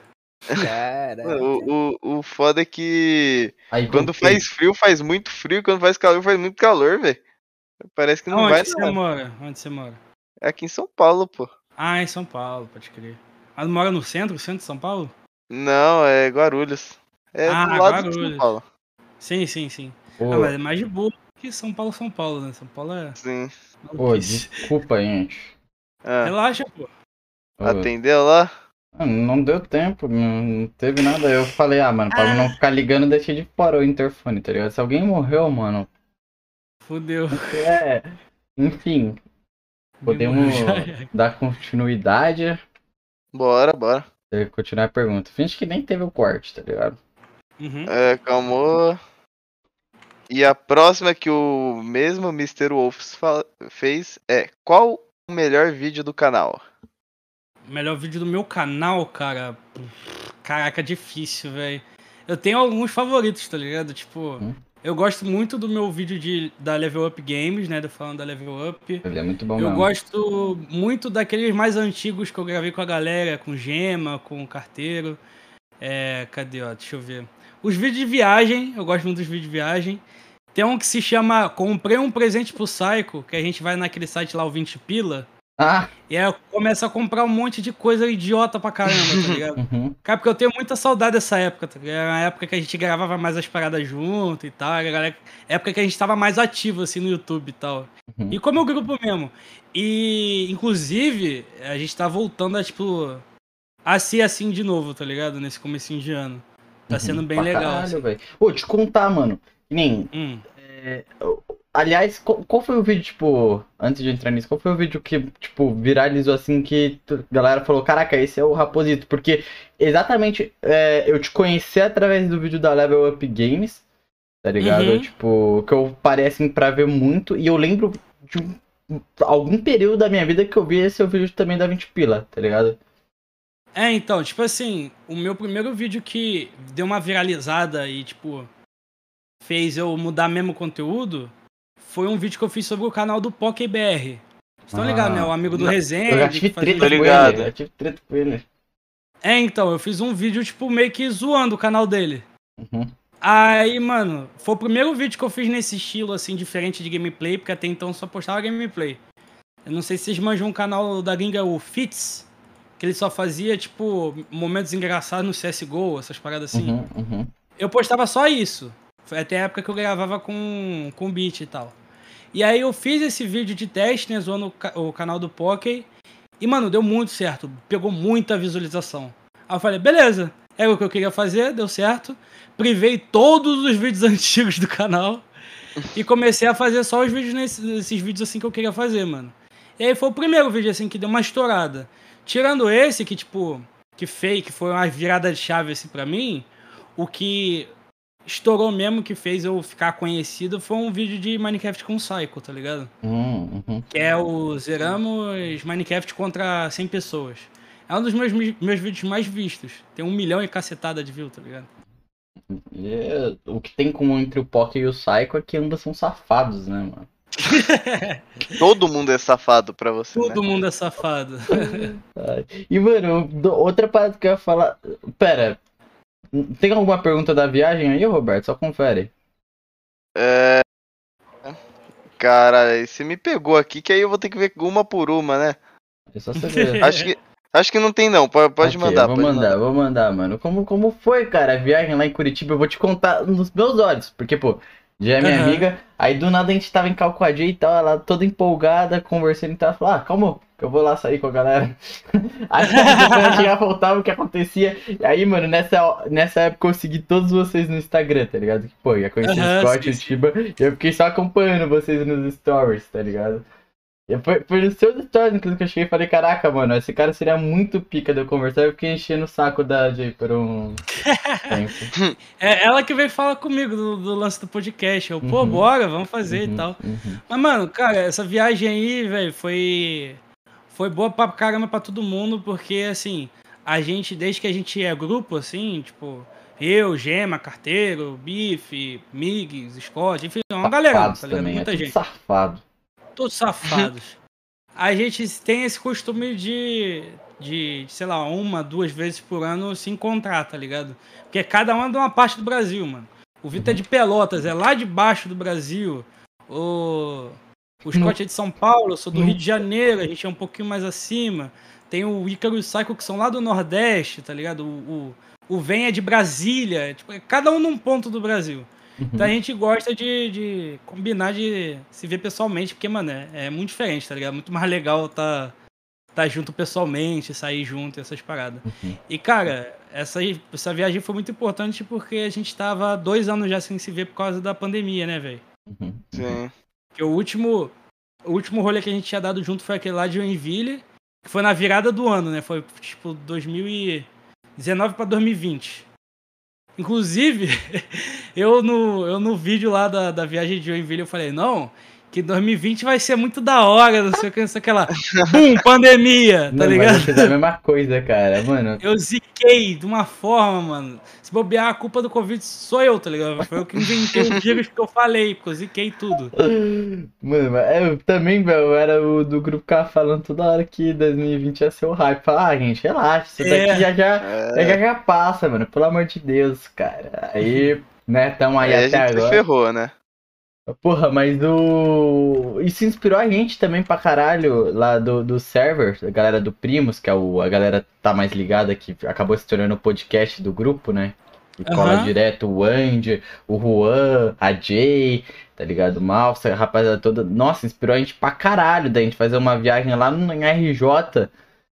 Speaker 2: O foda é que quando faz frio, faz muito frio. Quando faz calor, faz muito calor, velho. Parece que não vai, não.
Speaker 3: Onde você mora?
Speaker 2: É aqui em São Paulo, pô.
Speaker 3: Ah, em São Paulo, pode crer. Mas mora no centro de São Paulo?
Speaker 2: Não, é Guarulhos. É do lado de São Paulo.
Speaker 3: Sim. Ah, mas é mais de boa que São Paulo, né? São Paulo é...
Speaker 2: Sim.
Speaker 1: Pô, desculpa, gente.
Speaker 3: Relaxa, pô.
Speaker 2: Atendeu lá?
Speaker 1: Não deu tempo, não teve nada. Eu falei, mano, pra não ficar ligando, deixei de fora o interfone, tá ligado? Se alguém morreu, mano...
Speaker 3: Fudeu.
Speaker 1: Enfim. Podemos dar continuidade.
Speaker 2: Bora.
Speaker 1: Continuar a pergunta. Finge que nem teve o corte, tá ligado?
Speaker 2: Calma. E a próxima que o mesmo Mr. Wolfs fez é: qual o melhor vídeo do canal?
Speaker 3: O melhor vídeo do meu canal, cara? Caraca, difícil, velho. Eu tenho alguns favoritos, tá ligado? Tipo, eu gosto muito do meu vídeo da Level Up Games, né? Falando da Level Up.
Speaker 1: Ele é muito bom
Speaker 3: mesmo. Eu gosto muito daqueles mais antigos que eu gravei com a galera, com Gema, com o Carteiro. Cadê, ó? Deixa eu ver. Os vídeos de viagem, eu gosto muito dos vídeos de viagem. Tem um que se chama Comprei um Presente pro Psycho, que a gente vai naquele site lá, o 20 Pila. E aí eu começo a comprar um monte de coisa idiota pra caramba, tá ligado? Cara, porque eu tenho muita saudade dessa época, tá ligado? Era a época que a gente gravava mais as paradas junto e tal. Era a época que a gente tava mais ativo, assim, no YouTube e tal. E como o grupo mesmo. E, inclusive, a gente tá voltando a, tipo, a ser assim de novo, tá ligado? Nesse comecinho de ano. Tá sendo bem legal,
Speaker 1: caralho, assim. Ô, te contar, mano. Nem... Aliás, qual foi o vídeo, tipo, antes de entrar nisso, qual foi o vídeo que, tipo, viralizou assim, que a galera falou, caraca, esse é o Raposito? Porque, exatamente, eu te conheci através do vídeo da Level Up Games, tá ligado? Tipo, que eu parei, assim, pra ver muito, e eu lembro de algum período da minha vida que eu vi esse vídeo também da 20 pila, tá ligado?
Speaker 3: Então, tipo assim, o meu primeiro vídeo que deu uma viralizada e, tipo, fez eu mudar mesmo o conteúdo... Foi um vídeo que eu fiz sobre o canal do PokéBR. Vocês estão ligados, né? O amigo do Resende.
Speaker 1: Eu já tive treta com ele. Eu tive treta com ele.
Speaker 3: Então, eu fiz um vídeo, tipo, meio que zoando o canal dele. Aí, mano, foi o primeiro vídeo que eu fiz nesse estilo, assim, diferente de gameplay, porque até então só postava gameplay. Eu não sei se vocês manjam um canal da gringa, o Fitz, que ele só fazia, tipo, momentos engraçados no CSGO, essas paradas assim. Eu postava só isso. Foi até a época que eu gravava com beat e tal. E aí eu fiz esse vídeo de teste, né, zoando o canal do Poké. E, mano, deu muito certo. Pegou muita visualização. Aí eu falei, beleza. É o que eu queria fazer, deu certo. Privei todos os vídeos antigos do canal. E comecei a fazer só os vídeos nesses vídeos assim que eu queria fazer, mano. E aí foi o primeiro vídeo, assim, que deu uma estourada. Tirando esse, que, tipo, que foi uma virada de chave, assim, pra mim. O que... estourou mesmo, que fez eu ficar conhecido, foi um vídeo de Minecraft com Psycho, tá ligado? Que é o Zeramos Minecraft contra 100 pessoas. É um dos meus vídeos mais vistos. Tem 1 milhão e cacetada de views, tá ligado?
Speaker 1: O que tem comum entre o Poké e o Psycho é que ambos são safados, né, mano?
Speaker 2: Todo mundo é safado pra você,
Speaker 3: Todo mundo é safado.
Speaker 1: E, mano, outra parada que eu ia falar... Pera... Tem alguma pergunta da viagem aí, Roberto? Só confere.
Speaker 2: Cara, você me pegou aqui, que aí eu vou ter que ver uma por uma, né?
Speaker 1: É só você ver.
Speaker 2: Acho que não tem não, pode mandar.
Speaker 1: Vou mandar, mano. Como foi, cara, a viagem lá em Curitiba? Eu vou te contar nos meus olhos, porque, pô, já é minha amiga, aí do nada a gente tava em Calcadia e tal, ela toda empolgada, conversando e tal, falou, calma, que eu vou lá sair com a galera. Aí depois a gente já voltava o que acontecia. E aí, mano, nessa época eu segui todos vocês no Instagram, tá ligado? Que, pô, ia conhecer o Scott e o Tiba, e eu fiquei só acompanhando vocês nos stories, tá ligado? Foi nos seus stories, inclusive, que eu cheguei e falei, caraca, mano, esse cara seria muito pica de eu conversar. Eu fiquei enchendo o saco da Jay por um tempo.
Speaker 3: É ela que veio falar comigo do lance do podcast. Eu, pô, bora, vamos fazer e tal. Mas, mano, cara, essa viagem aí, velho, foi boa pra caramba pra todo mundo, porque, assim, a gente, desde que a gente é grupo, assim, tipo, eu, Gema, Carteiro, Bife, Migs, Scott, enfim, uma galera, tá ligado? Muita gente.
Speaker 1: Safado.
Speaker 3: Todos safados. A gente tem esse costume de, sei lá, 1, 2 vezes por ano se encontrar, tá ligado? Porque cada um é de uma parte do Brasil, mano. O Vitor é de Pelotas, é lá de baixo do Brasil. O Scott é de São Paulo, eu sou do Rio de Janeiro, a gente é um pouquinho mais acima. Tem o Ícaro e o Psycho, que são lá do Nordeste, tá ligado? O Ven é de Brasília, tipo, cada um num ponto do Brasil. Então a gente gosta de combinar, de se ver pessoalmente, porque, mano, é muito diferente, tá ligado? Muito mais legal tá junto pessoalmente, sair junto, essas paradas. E, cara, essa viagem foi muito importante porque a gente tava 2 anos já sem se ver por causa da pandemia, né, velho?
Speaker 2: Sim.
Speaker 3: Porque o último rolê que a gente tinha dado junto foi aquele lá de Joinville, que foi na virada do ano, né? Foi, tipo, 2019 pra 2020. Inclusive, eu no vídeo lá da viagem de Joinville, eu falei, não, que 2020 vai ser muito da hora, não sei o que, não sei o que lá. Bum, pandemia, tá ligado?
Speaker 1: Mas eu fiz a mesma coisa, cara, mano.
Speaker 3: Eu ziquei de uma forma, mano. Se bobear, a culpa do Covid sou eu, tá ligado? Foi eu que inventei os vírus que eu falei, porque eu ziquei tudo.
Speaker 1: Mano, eu também, velho, era o do grupo que ficava falando toda hora que 2020 ia ser o hype. Falar, gente, relaxa, isso daqui já passa, mano, pelo amor de Deus, cara. Aí, né, tamo aí até agora.
Speaker 2: Se ferrou, né?
Speaker 1: Porra, mas isso inspirou a gente também pra caralho lá do server, a galera do Primos, que é a galera tá mais ligada, que acabou se tornando o podcast do grupo, né? E cola direto o Andy, o Juan, a Jay, tá ligado? O Malsa, a rapaziada toda. Nossa, inspirou a gente pra caralho da gente fazer uma viagem lá no RJ.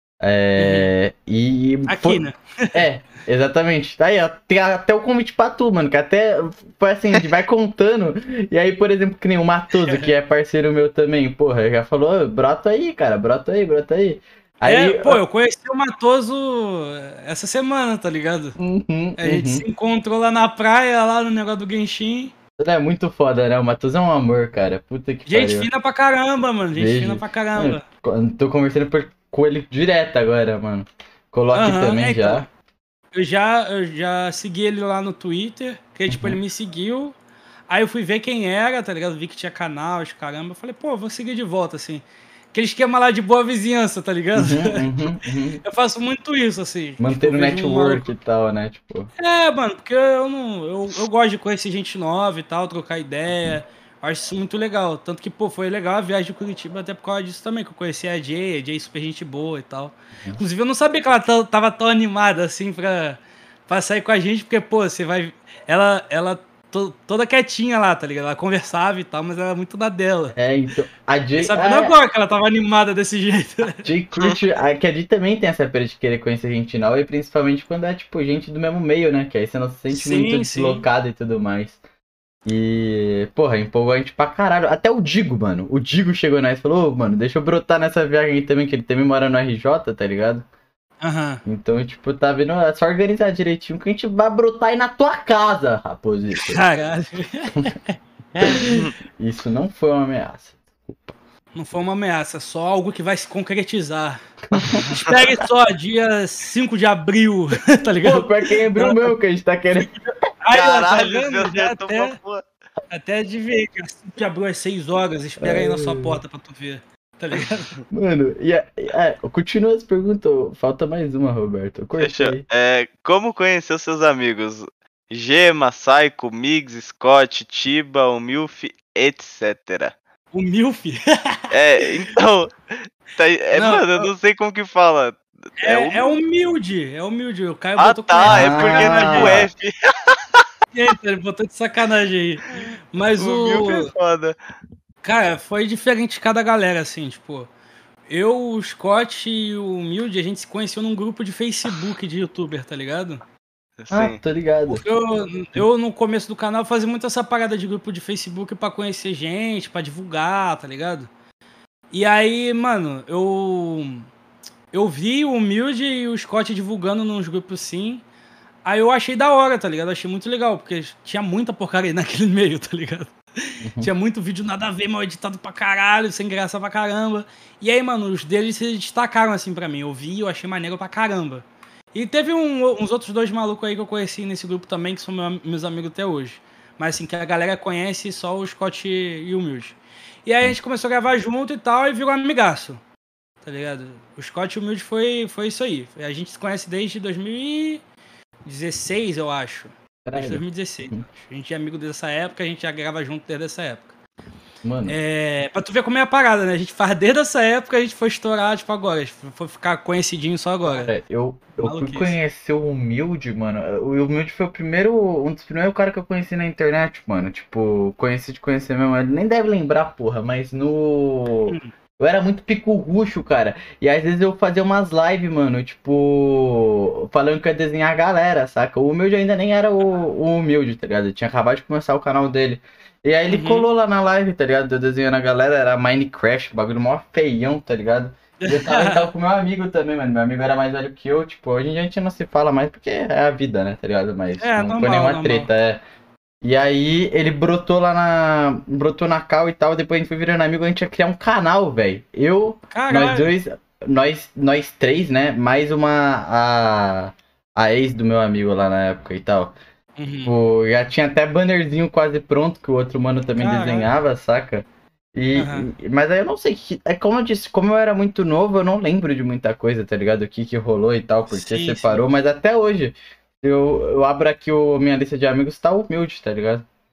Speaker 1: E.
Speaker 3: Aqui, né?
Speaker 1: Exatamente. Tá aí, ó, tem até o convite pra tu, mano. Que até foi assim, a gente vai contando. E aí, por exemplo, que nem o Matoso, que é parceiro meu também, porra, já falou, brota aí, cara, brota aí. Aí,
Speaker 3: eu conheci o Matoso essa semana, tá ligado? A gente se encontrou lá na praia, lá no negócio do Genshin.
Speaker 1: É muito foda, né? O Matoso é um amor, cara. Puta que pariu.
Speaker 3: Gente fina pra caramba, mano. Fina pra caramba.
Speaker 1: Tô conversando com ele direto agora, mano. Coloque também já.
Speaker 3: Então, eu já segui ele lá no Twitter, que tipo, ele me seguiu. Aí eu fui ver quem era, tá ligado? Vi que tinha canal, caramba. Eu falei, pô, vou seguir de volta, assim. Aquele esquema lá de boa vizinhança, tá ligado? Eu faço muito isso, assim.
Speaker 1: Manter o network e tal, né? Tipo...
Speaker 3: mano, porque eu gosto de conhecer gente nova e tal, trocar ideia. Eu acho isso muito legal. Tanto que, pô, foi legal a viagem de Curitiba até por causa disso também, que eu conheci a Jay super gente boa e tal. Inclusive, eu não sabia que ela tava tão animada, assim, pra sair com a gente, porque, pô, você vai... Ela toda quietinha lá, tá ligado? Ela conversava e tal, mas ela era muito da dela.
Speaker 1: Então, a Jay...
Speaker 3: Sabendo agora que ela tava animada desse jeito.
Speaker 1: A Jay curte... Que a Jay também tem essa pira de querer conhecer gente nova, e principalmente quando é, tipo, gente do mesmo meio, né? Que aí você não se sente muito deslocado e tudo mais. E, porra, empolgou a gente pra caralho. Até o Digo, mano. O Digo chegou nós e falou, mano, deixa eu brotar nessa viagem aí também, que ele também mora no RJ, tá ligado? Então, tipo, tá vendo? É só organizar direitinho que a gente vai brotar aí na tua casa, raposito.
Speaker 3: Caralho.
Speaker 1: Isso não foi uma ameaça. Desculpa.
Speaker 3: Não foi uma ameaça, só algo que vai se concretizar. Espere só, dia 5 de abril, tá ligado?
Speaker 1: Pô, pra quem lembrou meu que a gente tá querendo...
Speaker 2: Caralho,
Speaker 3: até adivinhei que 5 de abril às 6 horas, espera aí na sua porta pra tu ver, tá ligado?
Speaker 1: Mano, continua as perguntas, falta mais uma, Roberto.
Speaker 2: Deixa, como conheceu seus amigos? Gema, Saiko, Migs, Scott, Tiba, o Milf, etc.
Speaker 3: O Milf?
Speaker 2: Então... mano, eu não sei como que fala.
Speaker 3: É humilde, o Caio
Speaker 2: botou é porque não é o F.
Speaker 3: Ele botou de sacanagem aí. Mas
Speaker 2: o é foda.
Speaker 3: Cara, foi diferente de cada galera, assim, tipo... Eu, o Scott e o Humilde, a gente se conheceu num grupo de Facebook de youtuber, tá ligado?
Speaker 1: Sim. Tô ligado.
Speaker 3: Porque eu, no começo do canal, fazia muito essa parada de grupo de Facebook pra conhecer gente, pra divulgar, tá ligado? E aí, mano, eu vi o Humilde e o Scott divulgando nos grupos sim. Aí eu achei da hora, tá ligado? Achei muito legal, porque tinha muita porcaria naquele meio, tá ligado? Tinha muito vídeo nada a ver, mal editado pra caralho, sem graça pra caramba. E aí, mano, os deles se destacaram assim pra mim. Eu vi e eu achei maneiro pra caramba. E teve uns outros dois malucos aí que eu conheci nesse grupo também, que são meus amigos até hoje. Mas assim, que a galera conhece só o Scott e o Humilde. E aí a gente começou a gravar junto e tal, e virou amigaço. Tá ligado? O Scott e o Humilde foi isso aí. A gente se conhece desde 2016, eu acho. Desde 2016. A gente é amigo dessa época, a gente já grava junto desde essa época.
Speaker 1: Mano.
Speaker 3: Pra tu ver como é a parada, né? A gente faz desde essa época, a gente foi estourar, tipo, agora. A gente foi ficar conhecidinho só agora.
Speaker 1: Eu fui conhecer o Humilde, mano. O Humilde foi um dos primeiros caras que eu conheci na internet, mano. Tipo, conheci de conhecer mesmo. Ele nem deve lembrar, porra, mas Eu era muito pico-ruxo, cara. E às vezes eu fazia umas lives, mano, tipo... falando que ia desenhar a galera, saca? O Humilde ainda nem era o Humilde, tá ligado? Ele tinha acabado de começar o canal dele. E aí ele colou lá na live, tá ligado? Eu desenhando a galera, era Minecraft, bagulho mó feião, tá ligado? E eu tava com meu amigo também, mano. Meu amigo era mais velho que eu, tipo, hoje em dia a gente não se fala mais porque é a vida, né, tá ligado? Mas não foi nenhuma treta, E aí ele brotou brotou na cal e tal, depois a gente foi virando amigo, a gente ia criar um canal, velho. Nós dois, nós três, né? Mais a ex do meu amigo lá na época e tal. Tipo, já tinha até bannerzinho quase pronto, que o outro mano também desenhava, saca? Mas aí eu não sei, como eu disse, como eu era muito novo, eu não lembro de muita coisa, tá ligado? O que rolou e tal, porque separou, mas até hoje... Eu abro aqui minha lista de amigos, tá humilde, tá ligado?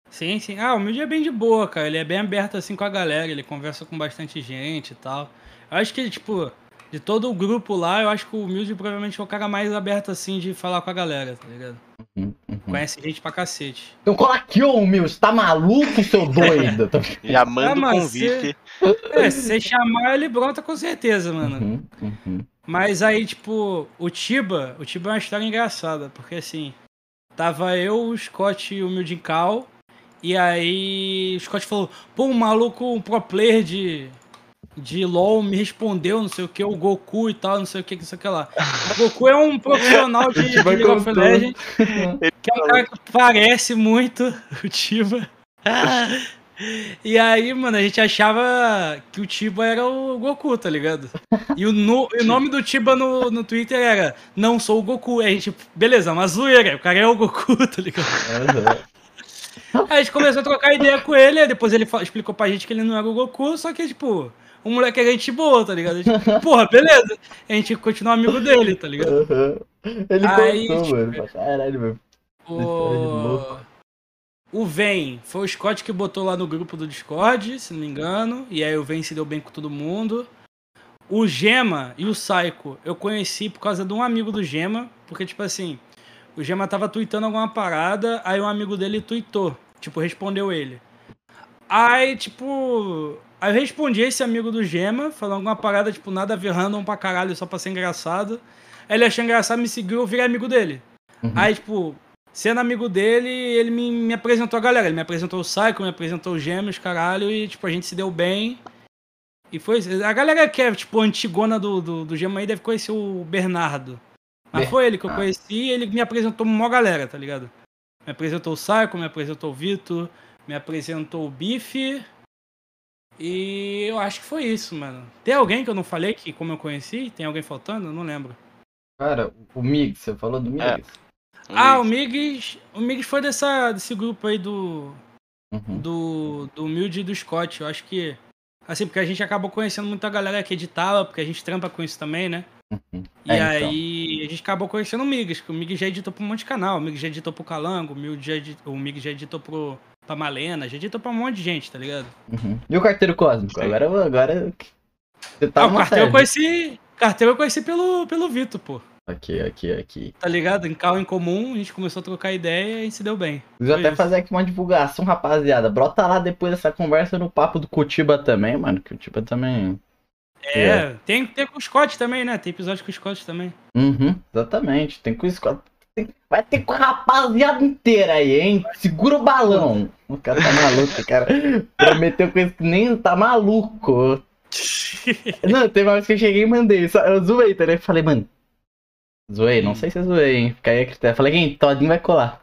Speaker 3: Sim, sim. Ah, o Humilde é bem de boa, cara. Ele é bem aberto assim com a galera, ele conversa com bastante gente e tal. Eu acho que, tipo, de todo o grupo lá, eu acho que o Humilde provavelmente é o cara mais aberto assim de falar com a galera, tá ligado? Conhece gente pra cacete.
Speaker 1: Então cola aqui, ô Humilde, você tá maluco, seu doido?
Speaker 2: Já manda o convite.
Speaker 3: Se você chamar, ele brota com certeza, mano. Mas aí, tipo, o Tiba é uma história engraçada, porque assim, tava eu, o Scott e o Humilde em call. E aí o Scott falou, pô, um maluco, um pro player de LoL me respondeu, não sei o que, o Goku e tal, não sei o que, não sei o que lá. O Goku é um profissional de League of Legends, que é um cara que parece muito o Tiba. E aí, mano, a gente achava que o Tiba era o Goku, tá ligado? E o nome do Tiba no Twitter era Não Sou o Goku. Aí a gente, beleza, uma zoeira, o cara é o Goku, tá ligado? Aí a gente começou a trocar ideia com ele, aí depois ele explicou pra gente que ele não era o Goku, só que, tipo, o moleque é gente boa, tá ligado? A gente, porra, beleza. A gente continua amigo dele, tá ligado?
Speaker 1: Ele aí, gostou, tipo, mano, pra caralho, mano.
Speaker 3: O Ven foi o Scott que botou lá no grupo do Discord, se não me engano, e aí o Ven se deu bem com todo mundo. O Gema e o Psycho eu conheci por causa de um amigo do Gema, porque, tipo assim, o Gema tava tweetando alguma parada, aí um amigo dele tweetou, tipo, respondeu ele. Aí, tipo, aí eu respondi esse amigo do Gema, falando alguma parada, tipo, nada a ver, random pra caralho, só pra ser engraçado. Aí ele achou engraçado, me seguiu, eu virei amigo dele. Aí, tipo, sendo amigo dele, ele me apresentou a galera. Ele me apresentou o Psycho, me apresentou o Gêmeos, caralho, e, tipo, a gente se deu bem. E foi isso. A galera que é, tipo, antigona do Gema aí deve conhecer o Bernardo. Mas foi ele que eu conheci e ele me apresentou uma galera, tá ligado? Me apresentou o Psycho, me apresentou o Vitor, me apresentou o Bife. E eu acho que foi isso, mano. Tem alguém que eu não falei que como eu conheci? Tem alguém faltando? Eu não lembro.
Speaker 1: Cara, o Migs, você falou do Migs?
Speaker 3: O Migs foi desse grupo aí do Humilde e do Scott. Eu acho que, assim, porque a gente acabou conhecendo muita galera que editava, porque a gente trampa com isso também, né? E aí a gente acabou conhecendo o Migs, que o Migs já editou pra um monte de canal. O Migs já editou pro Calango, o Migs já editou pra Malena, já editou pra um monte de gente, tá ligado?
Speaker 1: E o Carteiro Cósmico? Agora
Speaker 3: você tá o Carteiro eu conheci pelo Vitor, pô.
Speaker 1: Aqui.
Speaker 3: Tá ligado? Em carro em comum, a gente começou a trocar ideia e a gente se deu bem.
Speaker 1: Vou até fazer aqui uma divulgação, rapaziada. Brota lá depois dessa conversa no papo do Cutiba também, mano. Cutiba também.
Speaker 3: Tem com o Scott também, né? Tem episódio com o Scott também.
Speaker 1: Exatamente. Tem com o Scott. Vai ter com a rapaziada inteira aí, hein? Segura o balão. O cara tá maluco, o cara prometeu coisa que nem tá maluco. Não, teve uma vez que eu cheguei e mandei. Eu zoei, tá ligado? Falei, mano. Zoei, não sei se eu zoei, hein? Fica aí a critério. Falei, quem? Todinho vai colar.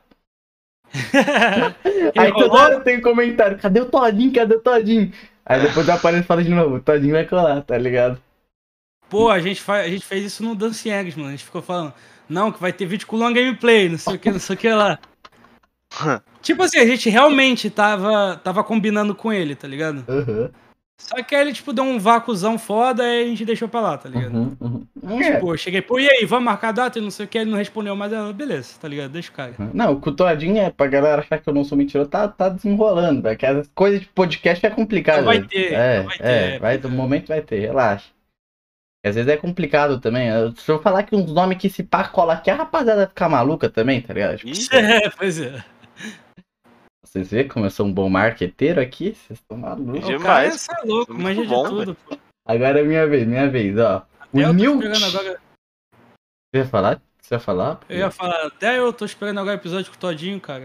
Speaker 1: Aí toda hora tem comentário, cadê o Todinho? Aí depois eu apareço e falo de novo, o Todinho vai colar, tá ligado?
Speaker 3: Pô, a gente fez isso no Dance Eggs, mano. A gente ficou falando, não, que vai ter vídeo com long gameplay, não sei o que lá. Tipo assim, a gente realmente tava combinando com ele, tá ligado? Só que aí ele, tipo, deu um vácuozão foda e a gente deixou pra lá, tá ligado? Tipo, eu cheguei, pô, e aí, vamos marcar a data e não sei o que, ele não respondeu, mas beleza, tá ligado? Deixa o cara.
Speaker 1: Não, o Todinho pra galera achar que eu não sou mentiroso, tá desenrolando, velho. Que as coisas de podcast é complicado. Não
Speaker 3: vai ter.
Speaker 1: No momento vai ter, relaxa. Às vezes é complicado também. Se eu falar que uns nomes que se pá cola aqui, a rapaziada vai ficar maluca também, tá ligado? Tipo,
Speaker 3: pois é.
Speaker 1: Vocês veem como eu sou um bom marqueteiro aqui? Vocês estão malucos.
Speaker 3: Demais. Você é louco, manja de tudo, pô.
Speaker 1: Agora é minha vez, ó. O Newt. Você ia falar? Você ia falar?
Speaker 3: Eu ia falar, até eu tô esperando agora o episódio com o Todinho, cara.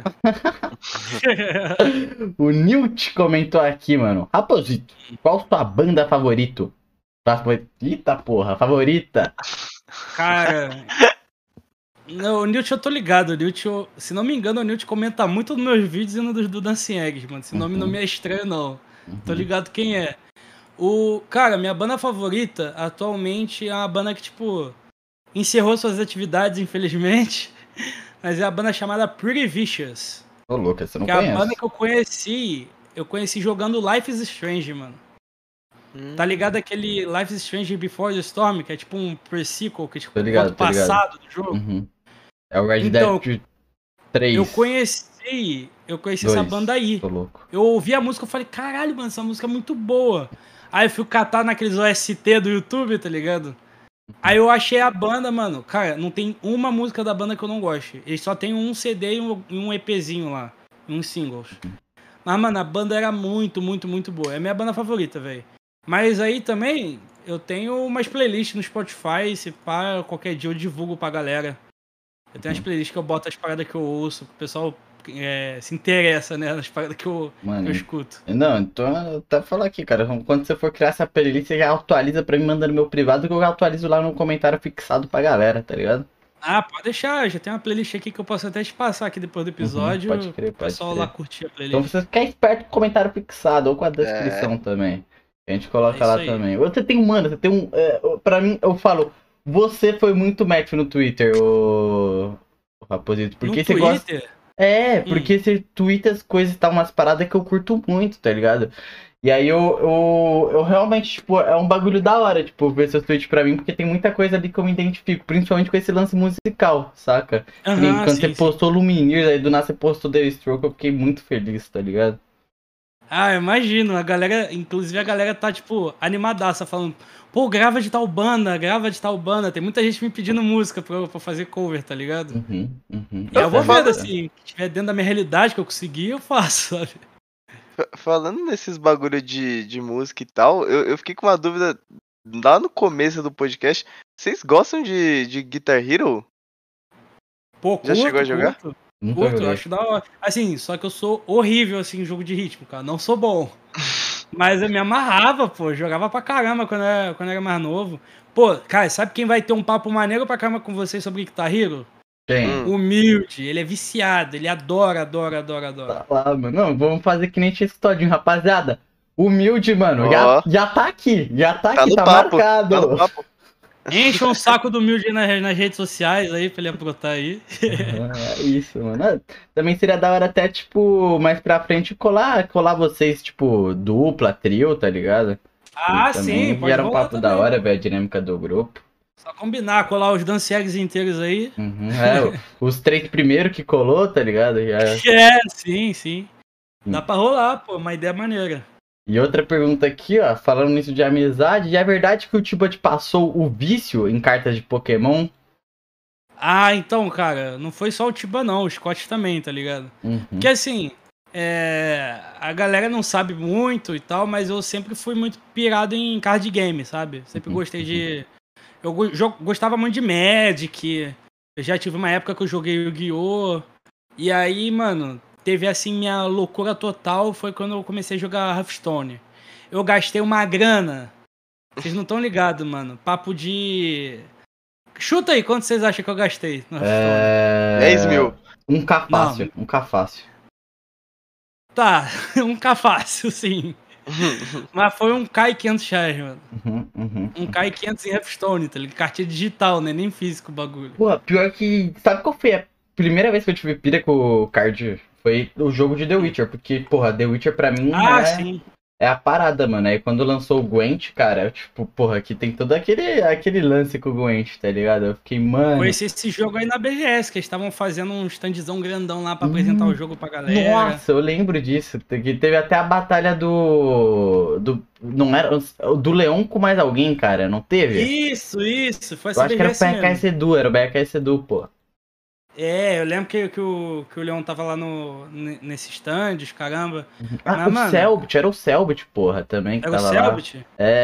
Speaker 1: O Newt comentou aqui, mano. Raposito, qual sua banda favorita? Eita porra, favorita?
Speaker 3: Cara. Não, o Newt eu tô ligado. O Newt, se não me engano, o Newt comenta muito nos meus vídeos e no do Dancing Eggs, mano. Esse nome não me é estranho, não. Tô ligado quem é. Cara, minha banda favorita atualmente é uma banda que, tipo, encerrou suas atividades, infelizmente. Mas é a banda chamada Pretty Vicious.
Speaker 1: Ô, louco, você não
Speaker 3: conhece? Que é a banda que eu conheci jogando Life is Strange, mano. Tá ligado aquele Life is Strange Before the Storm, que é tipo um pre-sequel, que é tipo o passado do jogo?
Speaker 1: É o Red Dead 3.
Speaker 3: Eu conheci eu conheci essa banda aí.
Speaker 1: Tô louco.
Speaker 3: Eu ouvi a música, eu falei, caralho, mano, essa música é muito boa. Aí eu fui catar naqueles OST do YouTube, tá ligado? Aí eu achei a banda, mano, cara, não tem uma música da banda que eu não goste. Eles só tem um CD e um EPzinho lá, uns singles. Mas, mano, a banda era muito, muito, muito boa. É a minha banda favorita, velho. Mas aí também, eu tenho umas playlists no Spotify, se pá, qualquer dia eu divulgo pra galera. Eu tenho as playlists que eu boto as paradas que eu ouço, que o pessoal se interessa, né, nas paradas que eu escuto.
Speaker 1: Não, então eu até falar aqui, cara, quando você for criar essa playlist, você já atualiza pra mim, manda no meu privado, que eu atualizo lá no comentário fixado pra galera, tá ligado?
Speaker 3: Ah, pode deixar, já tem uma playlist aqui que eu posso até te passar aqui depois do episódio.
Speaker 1: Pode crer,
Speaker 3: o pessoal lá curtir a playlist.
Speaker 1: Então você fica esperto com o comentário fixado, ou com a descrição também. A gente coloca lá também. Você tem um... pra mim, eu falo, você foi muito match no Twitter, o Raposito. Porque você gosta... porque você twitta as coisas e tal, umas paradas que eu curto muito, tá ligado? E aí eu realmente, tipo, é um bagulho da hora, tipo, ver seus tweets pra mim, porque tem muita coisa ali que eu me identifico, principalmente com esse lance musical, saca? Quando você postou Lumineers, aí do nada você postou The Stroke, eu fiquei muito feliz, tá ligado?
Speaker 3: Ah, eu imagino, inclusive a galera tá, tipo, animadaça, falando, pô, grava de tal banda, tem muita gente me pedindo música pra fazer cover, tá ligado? E eu vou vendo, assim, se tiver dentro da minha realidade que eu conseguir, eu faço, sabe?
Speaker 2: Falando nesses bagulho de música e tal, eu fiquei com uma dúvida lá no começo do podcast, vocês gostam de Guitar Hero?
Speaker 3: Pô,
Speaker 2: já chegou a jogar?
Speaker 3: Curto, eu acho da hora. Assim, só que eu sou horrível, assim, em jogo de ritmo, cara. Não sou bom. Mas eu me amarrava, pô. Jogava pra caramba quando eu era mais novo. Pô, cara, sabe quem vai ter um papo maneiro pra caramba com vocês sobre Guitar Hero?
Speaker 1: Quem?
Speaker 3: Humilde. Ele é viciado. Ele adora.
Speaker 1: Tá lá, mano. Não, vamos fazer que nem tinha esse todinho, rapaziada. Humilde, mano. Já tá aqui. Tá marcado.
Speaker 2: Tá no papo.
Speaker 3: Enche um saco do Humilde nas redes sociais aí, pra ele brotar aí.
Speaker 1: É isso, mano. Também seria da hora até, tipo, mais pra frente colar vocês, tipo, dupla, trio, tá ligado?
Speaker 3: Ah, sim,
Speaker 1: pode era um papo também, da hora, velho, a dinâmica do grupo.
Speaker 3: Só combinar, colar os dance eggs inteiros aí.
Speaker 1: Os 3 primeiros que colou, tá ligado?
Speaker 3: Sim. Dá pra rolar, pô, uma ideia maneira.
Speaker 1: E outra pergunta aqui, ó, falando nisso de amizade, é verdade que o Tiba te passou o vício em cartas de Pokémon?
Speaker 3: Ah, então, cara, não foi só o Tiba não, o Scott também, tá ligado? Porque assim, a galera não sabe muito e tal, mas eu sempre fui muito pirado em card game, sabe? Sempre gostei de... Eu gostava muito de Magic, eu já tive uma época que eu joguei Yu-Gi-Oh! E aí, mano... Teve, assim, minha loucura total foi quando eu comecei a jogar Hearthstone. Eu gastei uma grana. Vocês não estão ligados, mano. Papo de... Chuta aí, quanto vocês acham que eu gastei no
Speaker 2: Hearthstone? 10 mil.
Speaker 1: Um K fácil.
Speaker 3: Tá, um K fácil, sim. Mas foi um K e 500 reais, mano. Um K e 500 em Hearthstone, tá ligado? Cartinha digital, né? Nem físico o bagulho.
Speaker 1: Pô, pior que... Sabe qual foi a primeira vez que eu tive pira com o card? Foi o jogo de The Witcher, porque, porra, The Witcher pra mim é a parada, mano. Aí quando lançou o Gwent, cara, tipo, porra, aqui tem todo aquele lance com o Gwent, tá ligado? Eu fiquei, mano...
Speaker 3: Conheci esse jogo aí na BGS, que eles estavam fazendo um standzão grandão lá pra apresentar o jogo pra galera.
Speaker 1: Nossa, eu lembro disso. Que teve até a batalha não era... Do Leon com mais alguém, cara, não teve?
Speaker 3: Isso. Foi essa
Speaker 1: eu acho que era o BKS Edu, pô.
Speaker 3: Eu lembro que o Leon tava lá nesse stand, caramba.
Speaker 1: Era o Selbit, porra, também.
Speaker 3: Era o Selbit?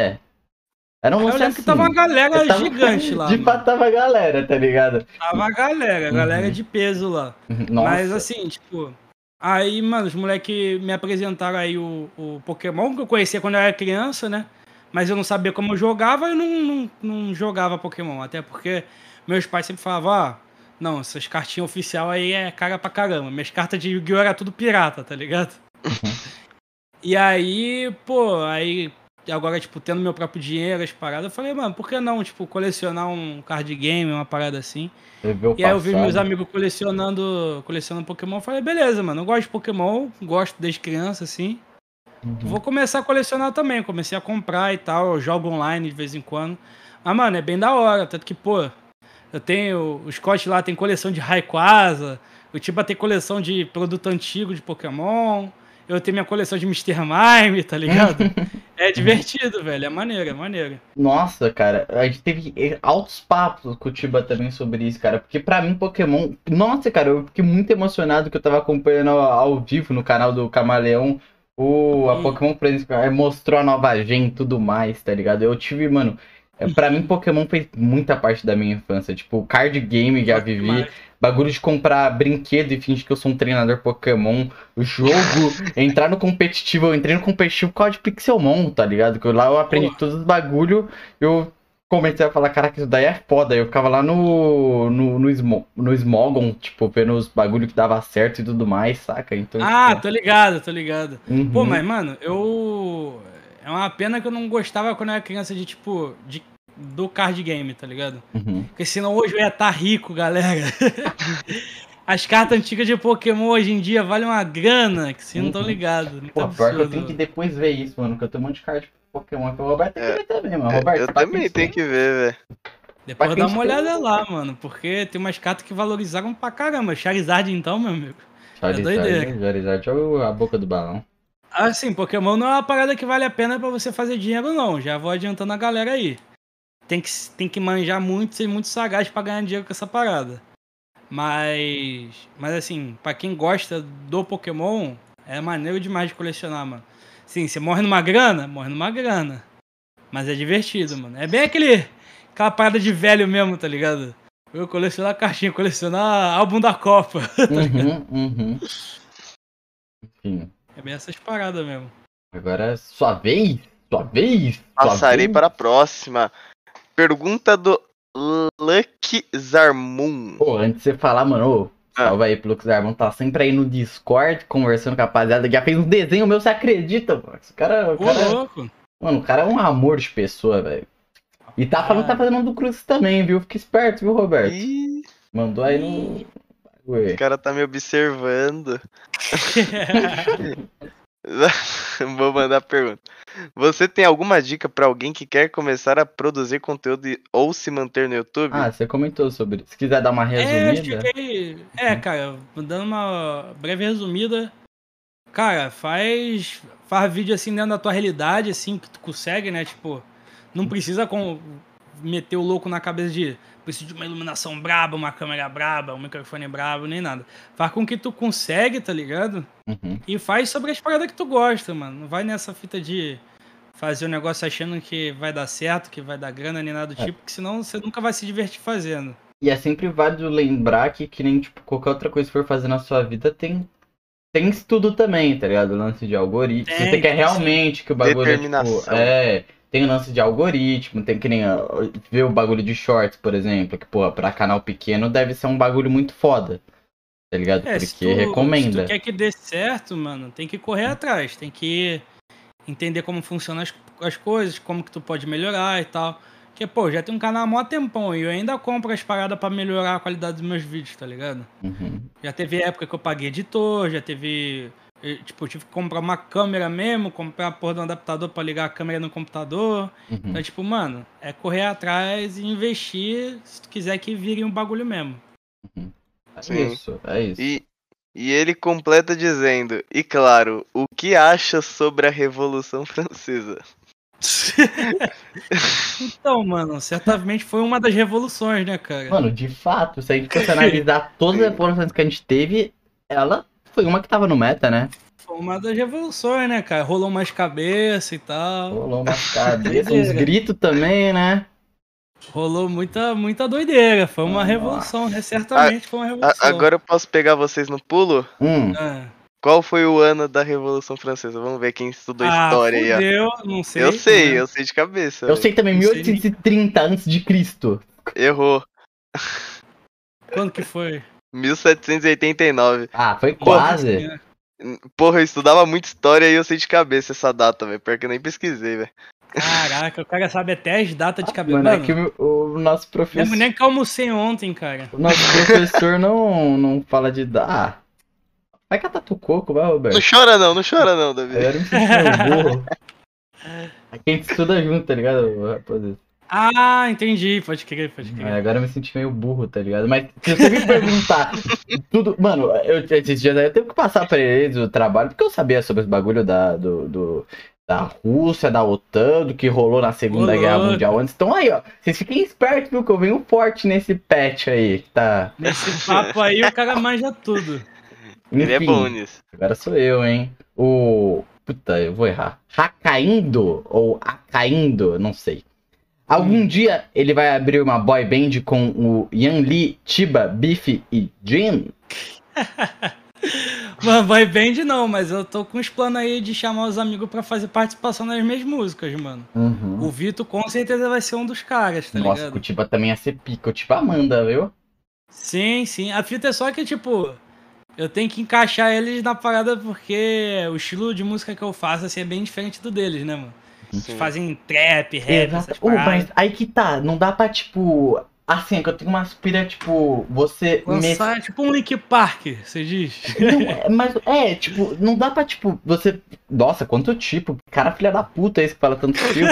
Speaker 1: Era um lance
Speaker 3: eu lembro que tava uma galera gigante lá.
Speaker 1: De fato tava a galera, tá ligado?
Speaker 3: Tava a galera de peso lá.
Speaker 1: Nossa.
Speaker 3: Mas assim, tipo... Aí, mano, os moleques me apresentaram aí o Pokémon, que eu conhecia quando eu era criança, né? Mas eu não sabia como eu jogava, eu não jogava Pokémon. Até porque meus pais sempre falavam, não, essas cartinhas oficial aí é cara pra caramba. Minhas cartas de Yu-Gi-Oh! Era tudo pirata, tá ligado? E aí, pô, agora, tipo, tendo meu próprio dinheiro, as paradas, eu falei, mano, por que não, tipo, colecionar um card game, uma parada assim? E aí eu vi meus amigos colecionando Pokémon, eu falei, beleza, mano, eu gosto de Pokémon, gosto desde criança, assim. Vou começar a colecionar também, comecei a comprar e tal, eu jogo online de vez em quando. Mas, mano, é bem da hora, tanto que, pô... O Scott lá tem coleção de Rayquaza, O Tiba tem coleção de produto antigo de Pokémon. Eu tenho minha coleção de Mr. Mime, tá ligado? É divertido, velho. É maneiro, é maneiro.
Speaker 1: Nossa, cara, a gente teve altos papos com o Tiba também sobre isso, cara. Porque pra mim, Pokémon. Nossa, cara, eu fiquei muito emocionado que eu tava acompanhando ao vivo no canal do Camaleão. A Pokémon mostrou a nova gen e tudo mais, tá ligado? Eu tive, mano. Pra mim, Pokémon fez muita parte da minha infância. Tipo, card game já vivi. Bagulho de comprar brinquedo e fingir que eu sou um treinador Pokémon. O jogo, entrar no competitivo. Eu entrei no competitivo por causa de Pixelmon, tá ligado? Que lá eu aprendi todos os bagulho. Eu comecei a falar, caraca, isso daí é foda. Eu ficava lá no Smogon, tipo, vendo os bagulho que dava certo e tudo mais, saca? Então,
Speaker 3: tipo... tô ligado, tô ligado. Uhum. Pô, mas, mano, é uma pena que eu não gostava quando eu era criança do card game, tá ligado?
Speaker 1: Uhum.
Speaker 3: Porque senão hoje eu ia estar rico, galera. As cartas antigas de Pokémon hoje em dia valem uma grana, que vocês não estão ligados.
Speaker 1: Pô, pior que eu tenho que depois ver isso, mano, que eu tenho um monte de carta de Pokémon. O Roberto tem que ver também, mano. Roberto,
Speaker 2: eu também tenho que ver, velho.
Speaker 3: Depois dá uma olhada lá, mano, porque tem umas cartas que valorizaram pra caramba. Charizard então, meu amigo.
Speaker 1: Charizard é a boca do balão.
Speaker 3: Assim, Pokémon não é uma parada que vale a pena pra você fazer dinheiro, não. Já vou adiantando a galera aí. Tem que manjar muito, ser muito sagaz pra ganhar dinheiro com essa parada. Mas assim, pra quem gosta do Pokémon, é maneiro demais de colecionar, mano. Sim, você morre numa grana. Mas é divertido, mano. É bem aquela parada de velho mesmo, tá ligado? Eu colecionar caixinha, colecionar álbum da Copa. Tá ligado?
Speaker 1: Enfim.
Speaker 3: É bem essas paradas mesmo.
Speaker 1: Agora, sua vez.
Speaker 2: Passarei para a próxima. Pergunta do Lucky Zarmon.
Speaker 1: Pô, antes de você falar, mano, salve aí pro Lucky Zarmon, tá sempre aí no Discord, conversando com a rapaziada, já fez um desenho meu, você acredita, mano? Esse cara,
Speaker 3: louco.
Speaker 1: Mano, o cara é um amor de pessoa, velho. E tá falando que tá fazendo um do Cruz também, viu? Fica esperto, viu, Roberto? Mandou aí no...
Speaker 2: O cara tá me observando. Vou mandar a pergunta. Você tem alguma dica pra alguém que quer começar a produzir conteúdo ou se manter no YouTube?
Speaker 1: Você comentou sobre isso. Se quiser dar uma resumida.
Speaker 3: Cara, dando uma breve resumida. Cara, faz vídeo assim dentro da tua realidade, assim, que tu consegue, né? Tipo, não precisa meter o louco na cabeça de preciso de uma iluminação braba, uma câmera braba, um microfone brabo, nem nada. Faz com que tu consegue, tá ligado? E faz sobre as paradas que tu gosta, mano. Não vai nessa fita de fazer o negócio achando que vai dar certo, que vai dar grana, nem nada do tipo, porque senão você nunca vai se divertir fazendo.
Speaker 1: E é sempre válido lembrar que nem, tipo, qualquer outra coisa que for fazer na sua vida tem estudo também, tá ligado? O lance de algoritmo. Se você quer realmente que o bagulho tem o lance de algoritmo, tem que nem ver o bagulho de shorts, por exemplo, que, pô, pra canal pequeno deve ser um bagulho muito foda, tá ligado? Porque recomenda.
Speaker 3: Se tu quer que dê certo, mano, tem que correr atrás, tem que entender como funcionam as coisas, como que tu pode melhorar e tal. Porque, pô, já tem um canal há mó tempão e eu ainda compro as paradas pra melhorar a qualidade dos meus vídeos, tá ligado? Já teve época que eu paguei editor, já teve... Tipo, eu tive que comprar uma câmera mesmo, comprar a porra de um adaptador pra ligar a câmera no computador. Então, tipo, mano, é correr atrás e investir se tu quiser que vire um bagulho mesmo.
Speaker 1: É isso.
Speaker 2: E ele completa dizendo, e claro, o que acha sobre a Revolução Francesa?
Speaker 3: Então, mano, certamente foi uma das revoluções, né, cara?
Speaker 1: Mano, de fato, se a gente fosse analisar todas as revoluções que a gente teve, ela foi uma que tava no meta, né?
Speaker 3: Foi uma das revoluções, né, cara? Rolou umas cabeças e tal.
Speaker 1: Rolou umas cabeças, uns gritos também, né?
Speaker 3: Rolou muita doideira. Foi uma revolução, né? Certamente foi uma revolução.
Speaker 2: Agora eu posso pegar vocês no pulo? Qual foi o ano da Revolução Francesa? Vamos ver quem estudou história aí, ó.
Speaker 3: Não sei.
Speaker 2: Eu sei de cabeça.
Speaker 1: Eu sei também, 1830 a.C.
Speaker 2: Errou.
Speaker 3: Quando que foi?
Speaker 2: 1789.
Speaker 1: Foi quase.
Speaker 2: Porra, eu estudava muito história e eu sei de cabeça essa data, velho. Pior que eu nem pesquisei, velho.
Speaker 3: Caraca, o cara sabe até as datas de cabeça.
Speaker 1: Mano, é que o nosso professor...
Speaker 3: Lembro nem que eu almocei ontem, cara.
Speaker 1: O nosso professor não fala de... Vai catar tu coco, vai, Roberto.
Speaker 2: Não chora não, Davi.
Speaker 1: Agora me sentindo burro. Aqui a gente estuda junto, tá ligado, rapaziada?
Speaker 3: Ah, entendi. Pode crer.
Speaker 1: Agora eu me senti meio burro, tá ligado? Mas se você me perguntar tudo. Mano, esses dias eu tenho que passar pra eles o trabalho, porque eu sabia sobre os bagulho da Rússia, da OTAN, do que rolou na Segunda Guerra Mundial antes. Então aí, ó, vocês fiquem espertos, viu? Que eu venho forte nesse patch aí, tá?
Speaker 3: Nesse papo aí, o cara manja tudo.
Speaker 1: Enfim,
Speaker 2: ele é bom nisso.
Speaker 1: Agora sou eu, hein? Puta, eu vou errar. Hakaindo ou Akaindo, não sei. Algum dia ele vai abrir uma boy band com o Yanli, Chiba, Biff e Jin?
Speaker 3: Mano, boy band não, mas eu tô com os planos aí de chamar os amigos pra fazer participação nas minhas músicas, mano. O Vitor com certeza vai ser um dos caras, tá ligado?
Speaker 1: Nossa, o Chiba também ia ser pica. O Chiba manda, viu?
Speaker 3: Sim. A fita é só que, tipo, eu tenho que encaixar eles na parada porque o estilo de música que eu faço, assim, é bem diferente do deles, né, mano? Eles fazem trap, rap, essas paradas.
Speaker 1: Mas aí que tá, não dá pra, tipo... Assim, é que eu tenho uma aspira, tipo, você...
Speaker 3: Lançar, tipo um Link Park, você diz?
Speaker 1: Não, mas, tipo, não dá pra, tipo, você... Nossa, quanto tipo, cara filha da puta esse que fala tanto tipo.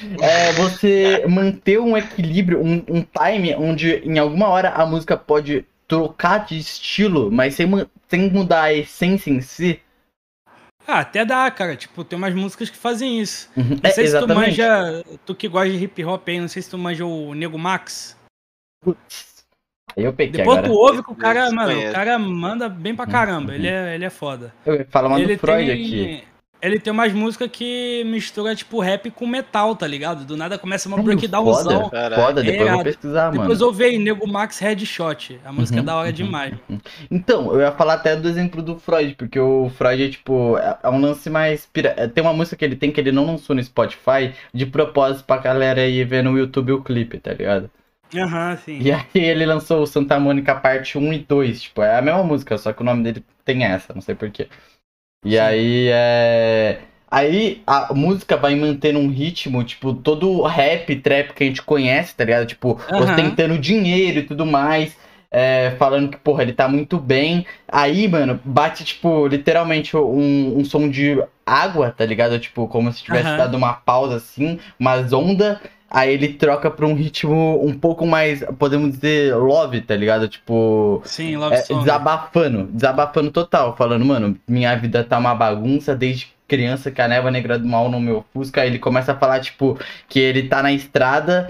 Speaker 1: Você manter um equilíbrio, um time onde em alguma hora a música pode trocar de estilo, mas sem mudar a essência em si.
Speaker 3: Ah, até dá, cara. Tipo, tem umas músicas que fazem isso.
Speaker 1: Não
Speaker 3: sei se
Speaker 1: exatamente.
Speaker 3: tu manja... Tu que gosta de hip hop aí, não sei se tu manja o Nego Max.
Speaker 1: Putz. Eu peguei
Speaker 3: Depois
Speaker 1: agora.
Speaker 3: tu ouve que o cara, mano, o cara manda bem pra caramba. Ele é foda.
Speaker 1: Eu falo mal do Freud aqui.
Speaker 3: Ele tem umas músicas que mistura, tipo, rap com metal, tá ligado? Do nada começa uma breakdownzão.
Speaker 1: Foda, depois eu vou pesquisar, mano.
Speaker 3: Depois eu ouvi aí, Nego Max Headshot. A música é da hora demais.
Speaker 1: Então, eu ia falar até do exemplo do Freud, porque o Freud é, tipo, é um lance mais... Tem uma música que ele não lançou no Spotify, de propósito pra galera ir ver no YouTube o clipe, tá ligado?
Speaker 3: Sim.
Speaker 1: E aí ele lançou o Santa Mônica parte 1 e 2, tipo, é a mesma música, só que o nome dele tem essa, não sei porquê. E aí Aí a música vai mantendo um ritmo, tipo, todo rap, trap que a gente conhece, tá ligado? Tipo, ostentando dinheiro e tudo mais, falando que, porra, ele tá muito bem. Aí, mano, bate, tipo, literalmente um som de água, tá ligado? Tipo, como se tivesse dado uma pausa, assim, umas ondas. Aí ele troca pra um ritmo um pouco mais, podemos dizer, love, tá ligado? Tipo,
Speaker 3: sim, love song.
Speaker 1: Desabafando total, falando, mano, minha vida tá uma bagunça desde criança, que a névoa negra do mal no meu Fusca. Aí ele começa a falar, tipo, que ele tá na estrada,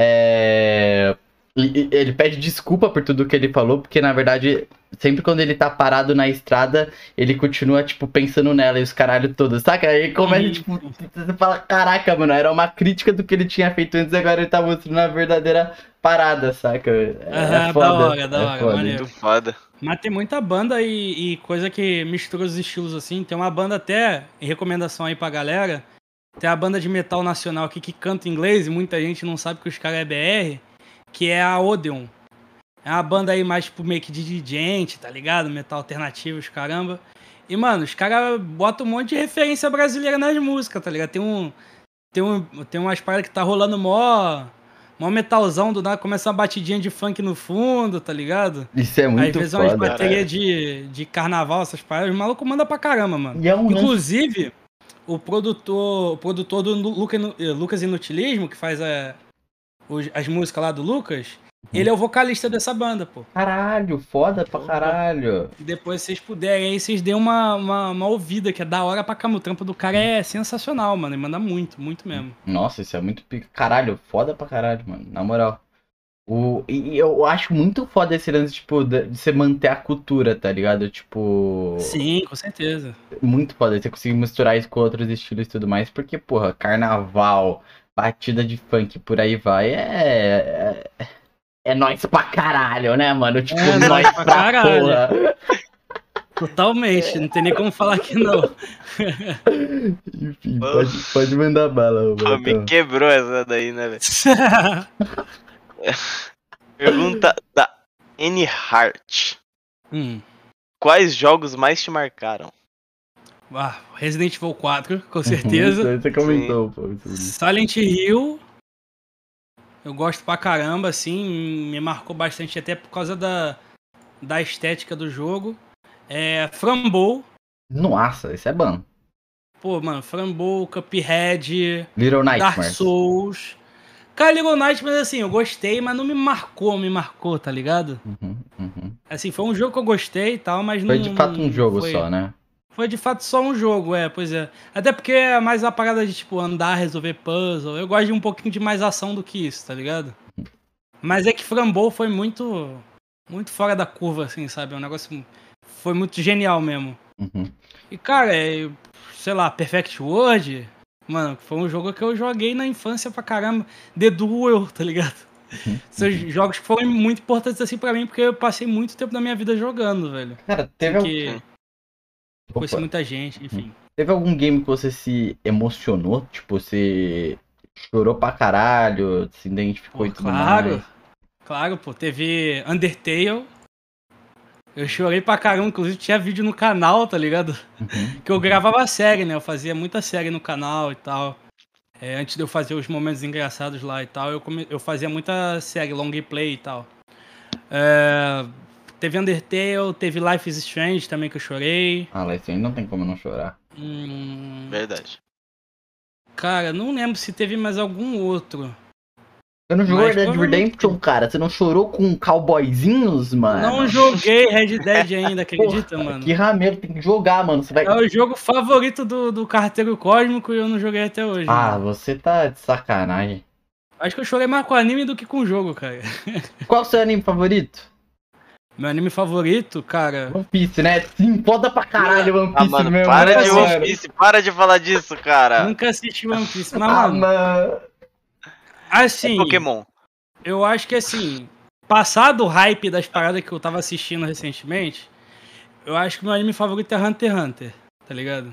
Speaker 1: ele pede desculpa por tudo que ele falou, porque na verdade, sempre quando ele tá parado na estrada, ele continua, tipo, pensando nela e os caralho todos, saca? Aí começa, tipo, você fala, caraca, mano, era uma crítica do que ele tinha feito antes, agora ele tá mostrando a verdadeira parada, saca? É foda,
Speaker 3: da hora, maneiro.
Speaker 2: Muito foda.
Speaker 3: Mas tem muita banda e coisa que mistura os estilos assim. Tem uma banda até, em recomendação aí pra galera, tem a banda de metal nacional aqui que canta em inglês e muita gente não sabe que os caras é BR, que é a Odeon. É uma banda aí mais, tipo, meio que de gente, tá ligado? Metal alternativo, os caramba. E, mano, os caras botam um monte de referência brasileira nas músicas, tá ligado? Tem umas paradas que tá rolando mó metalzão, do nada começa uma batidinha de funk no fundo, tá ligado?
Speaker 1: Isso é muito foda.
Speaker 3: Às vezes umas baterias de carnaval, essas paradas, os malucos mandam pra caramba, mano. Inclusive, o produtor do Lucas Inutilismo, que faz as músicas lá do Lucas, ele é o vocalista dessa banda, pô.
Speaker 1: Caralho, foda pra caralho.
Speaker 3: Depois, se vocês puderem, aí vocês dêem uma ouvida, que é da hora pra caramba. O trampo do cara é sensacional, mano. Ele manda muito, muito mesmo.
Speaker 1: Nossa, isso é muito pica. Caralho, foda pra caralho, mano. Na moral. E eu acho muito foda esse lance, tipo, de você manter a cultura, tá ligado? Tipo...
Speaker 3: Sim, com certeza.
Speaker 1: Muito foda você conseguir misturar isso com outros estilos e tudo mais. Porque, porra, carnaval, batida de funk, por aí vai, é nóis pra caralho, né, mano? Tipo, nóis pra caralho. Porra.
Speaker 3: Totalmente, não tem nem como falar que não.
Speaker 1: Enfim, pode mandar bala.
Speaker 2: Pô, me quebrou essa daí, né, velho? Pergunta da N Hart. Quais jogos mais te marcaram?
Speaker 3: Resident Evil 4, com certeza.
Speaker 1: Você comentou, pô.
Speaker 3: Silent Hill. Eu gosto pra caramba, assim, me marcou bastante até por causa da estética do jogo. Frambow.
Speaker 1: Nossa, isso é bom.
Speaker 3: Pô, mano, Frambow, Cuphead,
Speaker 1: Little Nightmares.
Speaker 3: Dark Souls. Cara, Little Night, mas assim, eu gostei, mas não me marcou, tá ligado? Assim, foi um jogo que eu gostei e tal, mas não...
Speaker 1: Foi de fato um jogo só, né?
Speaker 3: Foi de fato só um jogo, pois é. Até porque é mais a parada de, tipo, andar, resolver puzzle. Eu gosto de um pouquinho de mais ação do que isso, tá ligado? Mas é que Frambow foi muito fora da curva, assim, sabe? É um negócio... Foi muito genial mesmo. E, cara, sei lá, Perfect World... Mano, foi um jogo que eu joguei na infância pra caramba. The Duel, tá ligado? São jogos que foram muito importantes assim pra mim, porque eu passei muito tempo da minha vida jogando, velho.
Speaker 1: Cara, teve
Speaker 3: conheci muita gente, enfim.
Speaker 1: Teve algum game que você se emocionou? Tipo, você chorou pra caralho, se identificou e tudo mais?
Speaker 3: Claro, pô. Teve Undertale. Eu chorei pra caramba, inclusive tinha vídeo no canal, tá ligado? Que eu gravava série, né? Eu fazia muita série no canal e tal. Antes de eu fazer os momentos engraçados lá e tal, eu fazia muita série, long play e tal. Teve Undertale, teve Life is Strange também que eu chorei.
Speaker 1: Life is Strange não tem como não chorar.
Speaker 2: Verdade.
Speaker 3: Cara, não lembro se teve mais algum outro.
Speaker 1: Você não jogou Red Dead Redemption, cara? Você não chorou com cowboyzinhos, mano?
Speaker 3: Não joguei Red Dead ainda, acredita, mano?
Speaker 1: Que rameiro, tem que jogar, mano. Você vai...
Speaker 3: É o jogo favorito do Carteiro Cósmico e eu não joguei até hoje.
Speaker 1: Mano. Você tá de sacanagem.
Speaker 3: Acho que eu chorei mais com anime do que com o jogo, cara.
Speaker 1: Qual o seu anime favorito?
Speaker 3: Meu anime favorito, cara...
Speaker 1: One Piece, né? Sim, foda pra caralho One Piece
Speaker 2: mano,
Speaker 1: mesmo.
Speaker 2: Para de One Piece, para de falar disso, cara.
Speaker 3: Nunca assisti One Piece, mas, mano... Assim...
Speaker 2: Pokémon.
Speaker 3: Eu acho que, assim, passado o hype das paradas que eu tava assistindo recentemente, eu acho que meu anime favorito é Hunter x Hunter, tá ligado?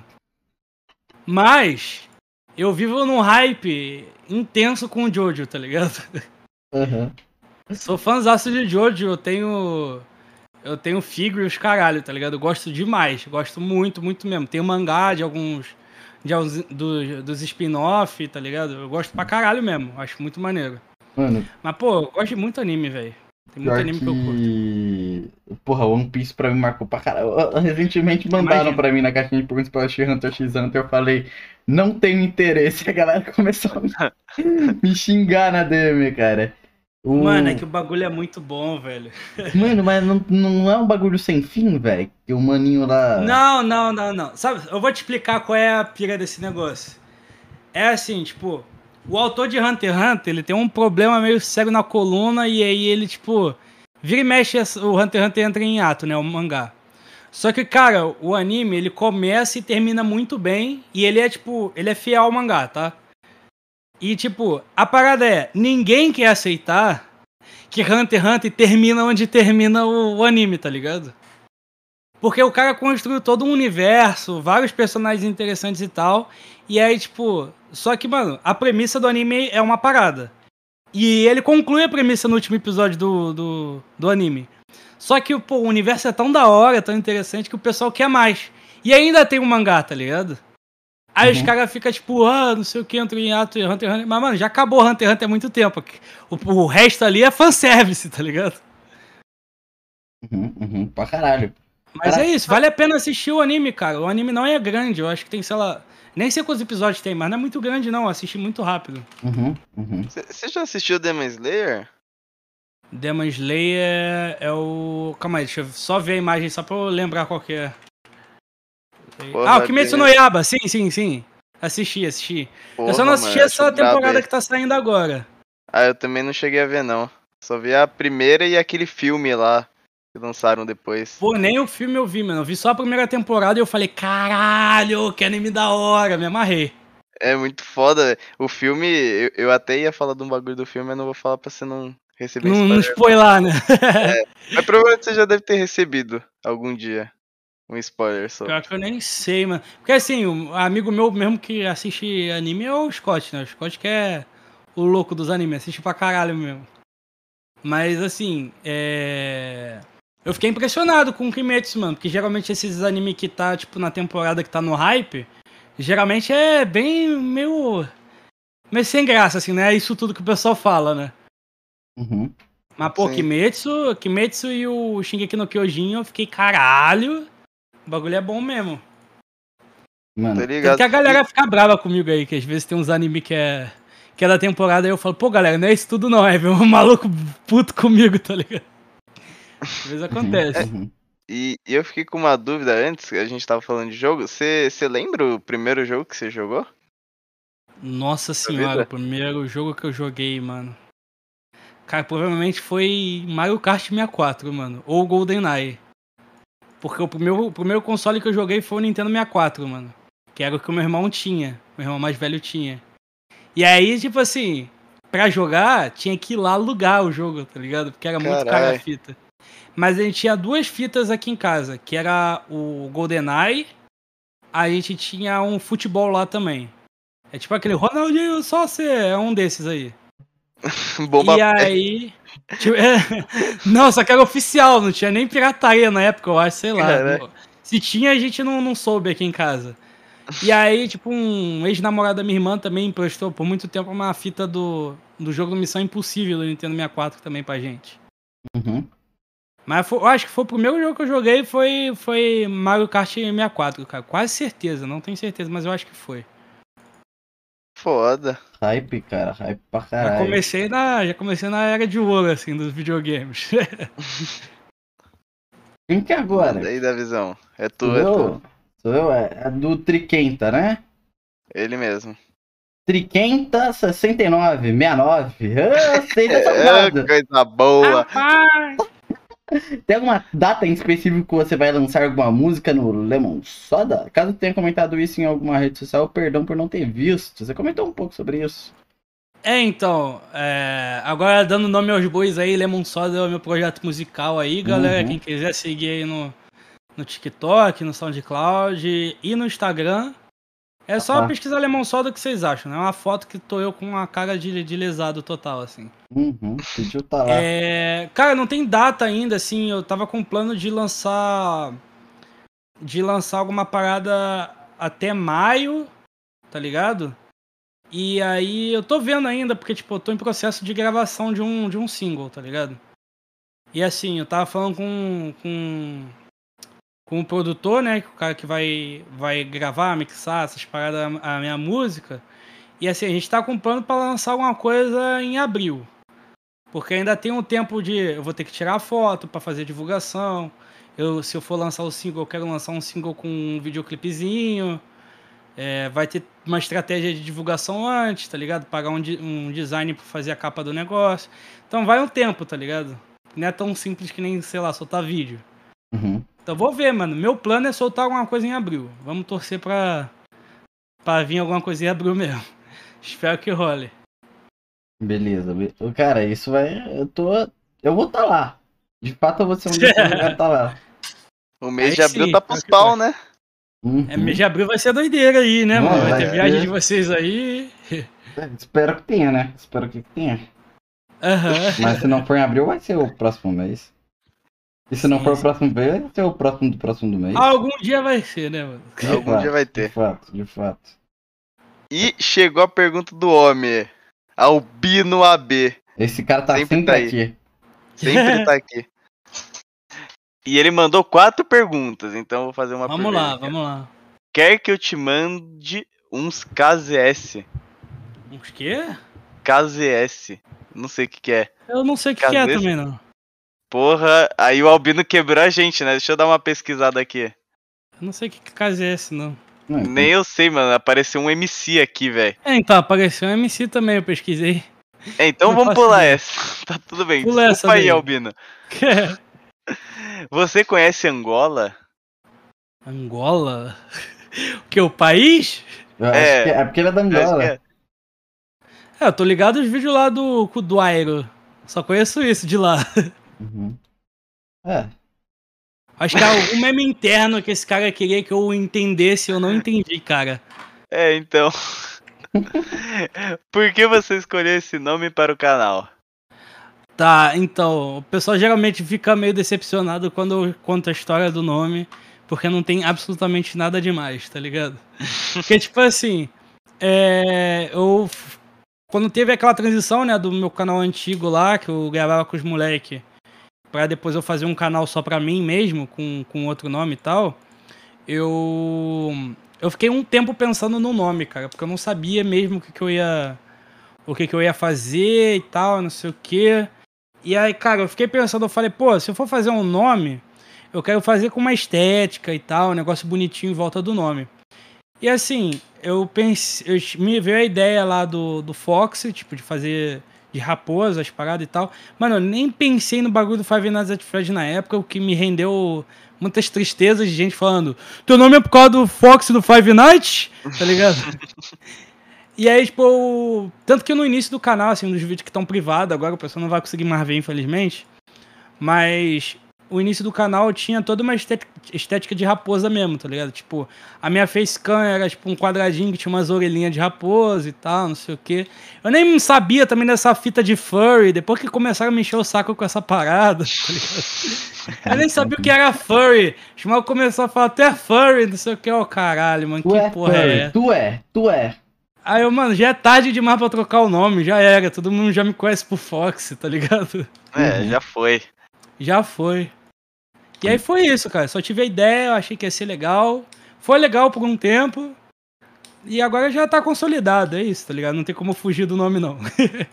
Speaker 3: Mas eu vivo num hype intenso com o Jojo, tá ligado? Sou fãzaço de Jojo, eu tenho figure e os caralho, tá ligado? Eu gosto demais, gosto muito, muito mesmo. Tenho mangá de alguns dos spin-off, tá ligado? Eu gosto pra caralho mesmo, acho muito maneiro.
Speaker 1: Mano,
Speaker 3: mas, pô, eu gosto de muito anime, velho. Tem muito anime que eu curto.
Speaker 1: Porra, One Piece pra mim marcou pra caralho. Recentemente mandaram pra mim na caixinha de perguntas pra assistir Hunter x Hunter. Eu falei, não tenho interesse. A galera começou a me xingar na DM, cara.
Speaker 3: Mano, é que o bagulho é muito bom, velho.
Speaker 1: Mano, mas não é um bagulho sem fim, velho? Que o maninho lá...
Speaker 3: Não. Sabe, eu vou te explicar qual é a pira desse negócio. É assim, tipo... O autor de Hunter x Hunter, ele tem um problema meio cego na coluna e aí ele, tipo... Vira e mexe, o Hunter x Hunter entra em ato, né? O mangá. Só que, cara, o anime, ele começa e termina muito bem e ele é, tipo... Ele é fiel ao mangá, tá? E, tipo, a parada é... Ninguém quer aceitar que Hunter x Hunter termina onde termina o anime, tá ligado? Porque o cara construiu todo um universo, vários personagens interessantes e tal. E aí, tipo... Só que, mano, a premissa do anime é uma parada. E ele conclui a premissa no último episódio do anime. Só que, pô, o universo é tão da hora, tão interessante, que o pessoal quer mais. E ainda tem um mangá, tá ligado? Aí os caras ficam, tipo, não sei o que, entra em ato e Hunter x Hunter. Mas, mano, já acabou Hunter x Hunter há muito tempo. O resto ali é fanservice, tá ligado?
Speaker 1: Pra caralho.
Speaker 3: Mas é isso, vale a pena assistir o anime, cara. O anime não é grande, eu acho que tem, sei lá... Nem sei quantos episódios tem, mas não é muito grande, não. Eu assisti muito rápido.
Speaker 2: Você já assistiu Demon Slayer?
Speaker 3: Demon Slayer é o... Calma aí, deixa eu só ver a imagem, só pra eu lembrar qual que é. Porra, o Kimetsu no Yaiba. Sim. Assisti. Porra, eu só não assisti essa temporada que tá saindo agora.
Speaker 2: Eu também não cheguei a ver, não. Só vi a primeira e aquele filme lá. Que lançaram depois.
Speaker 3: Pô, nem o filme eu vi, mano. Eu vi só a primeira temporada e eu falei, caralho, que anime da hora, me amarrei.
Speaker 2: É muito foda. O filme, eu até ia falar de um bagulho do filme, mas não vou falar pra você não receber
Speaker 3: spoiler. Não spoiler, né?
Speaker 2: Mas provavelmente você já deve ter recebido algum dia um spoiler sobre.
Speaker 3: Pior que eu nem sei, mano. Porque assim, um amigo meu mesmo que assiste anime é o Scott, né? O Scott que é o louco dos animes, assiste pra caralho mesmo. Mas assim, eu fiquei impressionado com o Kimetsu, mano, porque geralmente esses animes que tá, tipo, na temporada que tá no hype, geralmente é bem meio sem graça, assim, né? É isso tudo que o pessoal fala, né? Mas, pô, Kimetsu e o Shingeki no Kyojin, eu fiquei, caralho, o bagulho é bom mesmo.
Speaker 1: Mano,
Speaker 2: tá ligado?
Speaker 3: Tem que a galera ficar brava comigo aí, que às vezes tem uns animes que é da temporada, aí eu falo, pô, galera, não é isso tudo não, é ver um maluco puto comigo, tá ligado? Às vezes acontece.
Speaker 2: E eu fiquei com uma dúvida antes, que a gente tava falando de jogo. Você lembra o primeiro jogo que você jogou?
Speaker 3: Nossa senhora, o primeiro jogo que eu joguei, mano. Cara, provavelmente foi Mario Kart 64, mano. Ou GoldenEye. Porque o primeiro console que eu joguei foi o Nintendo 64, mano. Que era o que o meu irmão tinha. Meu irmão mais velho tinha. E aí, tipo assim, pra jogar, tinha que ir lá alugar o jogo, tá ligado? Porque era muito cara a fita. Mas a gente tinha 2 fitas aqui em casa, que era o GoldenEye, a gente tinha um futebol lá também. É tipo aquele Ronaldinho Sócer, é um desses aí.
Speaker 2: Bomba
Speaker 3: e aí... Tipo, não, só que era oficial, não tinha nem pirataria na época, eu acho, sei lá. Se tinha, a gente não soube aqui em casa. E aí, tipo, um ex-namorado da minha irmã também emprestou por muito tempo uma fita do jogo Missão Impossível do Nintendo 64 também pra gente. Mas eu acho que foi o primeiro jogo que eu joguei foi Mario Kart 64, cara. Quase certeza, não tenho certeza, mas eu acho que foi.
Speaker 2: Foda.
Speaker 1: Hype, cara, hype pra caralho.
Speaker 3: Já comecei na era de ouro, assim, dos videogames.
Speaker 1: Quem que é agora?
Speaker 2: E aí, da visão? É tu,
Speaker 1: Sou eu, é do Triquenta, né?
Speaker 2: Ele mesmo.
Speaker 1: Triquenta 69, 69. Eu sei dessa parada.
Speaker 2: Coisa boa.
Speaker 3: Rapaz!
Speaker 1: Tem alguma data em específico que você vai lançar alguma música no Lemon Soda? Caso tenha comentado isso em alguma rede social, perdão por não ter visto. Você comentou um pouco sobre isso.
Speaker 3: Então, agora dando nome aos bois aí, Lemon Soda é o meu projeto musical aí, galera. Quem quiser seguir aí no TikTok, no SoundCloud e no Instagram. É só pesquisar Lemon Soda que vocês acham, né? É uma foto que tô eu com uma cara de lesado total, assim.
Speaker 1: Pediu tá lá.
Speaker 3: Cara, não tem data ainda, assim. Eu tava com plano de lançar alguma parada até maio, tá ligado? E aí eu tô vendo ainda, porque, tipo, eu tô em processo de gravação de um single, tá ligado? E assim, eu tava falando com o produtor, né? O cara que vai gravar, mixar essas paradas, a minha música. E assim, a gente tá com plano pra lançar alguma coisa em abril. Porque ainda tem um tempo eu vou ter que tirar foto pra fazer divulgação. Se eu for lançar o single, eu quero lançar um single com um videoclipezinho. Vai ter uma estratégia de divulgação antes, tá ligado? Pagar um design pra fazer a capa do negócio. Então vai um tempo, tá ligado? Não é tão simples que nem, sei lá, soltar vídeo. Então vou ver, mano. Meu plano é soltar alguma coisa em abril. Vamos torcer pra vir alguma coisa em abril mesmo. Espero que role.
Speaker 1: Beleza. Cara, isso vai... Eu vou estar lá. De fato, eu vou ser um desses que vai estar lá.
Speaker 2: O mês de abril tá pros pau, né?
Speaker 3: Mês de abril vai ser doideira aí, né, mano? Vai ter viagem de vocês aí.
Speaker 1: Espero que tenha, né? Espero que tenha. Mas se não for em abril, vai ser o próximo mês. E se não for o próximo mês, vai ser o próximo do próximo mês.
Speaker 3: Algum dia vai ser, né, mano?
Speaker 2: Algum dia vai ter.
Speaker 1: De fato.
Speaker 2: E chegou a pergunta do homem. Albino AB.
Speaker 1: Esse cara tá sempre aqui.
Speaker 2: Sempre tá aqui. E ele mandou 4 perguntas, então eu vou fazer uma pergunta.
Speaker 3: Vamos lá.
Speaker 2: Quer que eu te mande uns KZS?
Speaker 3: Uns quê?
Speaker 2: KZS. Não sei o que é.
Speaker 3: Eu não sei o que é também, não.
Speaker 2: Porra, aí o Albino quebrou a gente, né? Deixa eu dar uma pesquisada aqui.
Speaker 3: Eu não sei o que é KZS, não.
Speaker 2: Nem eu sei, mano. Apareceu um MC aqui, velho.
Speaker 3: Então, apareceu um MC também, eu pesquisei.
Speaker 2: Então vamos pular essa. Tá tudo bem.
Speaker 3: Pula
Speaker 2: Desculpa aí, Albino. Você conhece Angola?
Speaker 3: Angola? O que, o país?
Speaker 1: É porque ele é da Angola.
Speaker 3: Eu tô ligado aos vídeos lá do Aero. Só conheço isso de lá. Acho que é algum meme interno que esse cara queria que eu entendesse, eu não entendi, cara.
Speaker 2: Então. Por que você escolheu esse nome para o canal?
Speaker 3: Tá, então, o pessoal geralmente fica meio decepcionado quando eu conto a história do nome, porque não tem absolutamente nada demais, tá ligado? Porque, tipo assim, quando teve aquela transição, né, do meu canal antigo lá, que eu gravava com os moleques, pra depois eu fazer um canal só pra mim mesmo, com outro nome e tal, eu fiquei um tempo pensando no nome, cara, porque eu não sabia mesmo o o que eu ia fazer e tal, não sei o quê. E aí, cara, eu fiquei pensando, eu falei, pô, se eu for fazer um nome, eu quero fazer com uma estética e tal, um negócio bonitinho em volta do nome. E assim, eu pensei, me veio a ideia lá do Fox, tipo, de fazer de raposa, as paradas e tal. Mano, eu nem pensei no bagulho do Five Nights at Freddy's na época, o que me rendeu muitas tristezas de gente falando, teu nome é por causa do Fox do Five Nights? Tá ligado? E aí, tipo, tanto que no início do canal, assim, nos vídeos que estão privados, agora o pessoal não vai conseguir mais ver, infelizmente. Mas o início do canal tinha toda uma estética de raposa mesmo, tá ligado? Tipo, a minha facecam era tipo um quadradinho que tinha umas orelhinhas de raposa e tal, não sei o quê. Eu nem sabia também dessa fita de furry, depois que começaram a me encher o saco com essa parada, tá ligado? Eu nem sabia o que era furry. O mal começou a falar, tu é furry, não sei o que, ó, caralho, mano, que porra
Speaker 1: furry.
Speaker 3: é?
Speaker 1: Tu é.
Speaker 3: Aí eu, mano, já é tarde demais pra trocar o nome, já era, todo mundo já me conhece por Fox, tá ligado?
Speaker 2: Já foi.
Speaker 3: Já foi. E aí foi isso, cara. Só tive a ideia, eu achei que ia ser legal. Foi legal por um tempo. E agora já tá consolidado, é isso, tá ligado? Não tem como fugir do nome, não.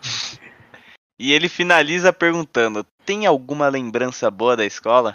Speaker 2: E ele finaliza perguntando, tem alguma lembrança boa da escola?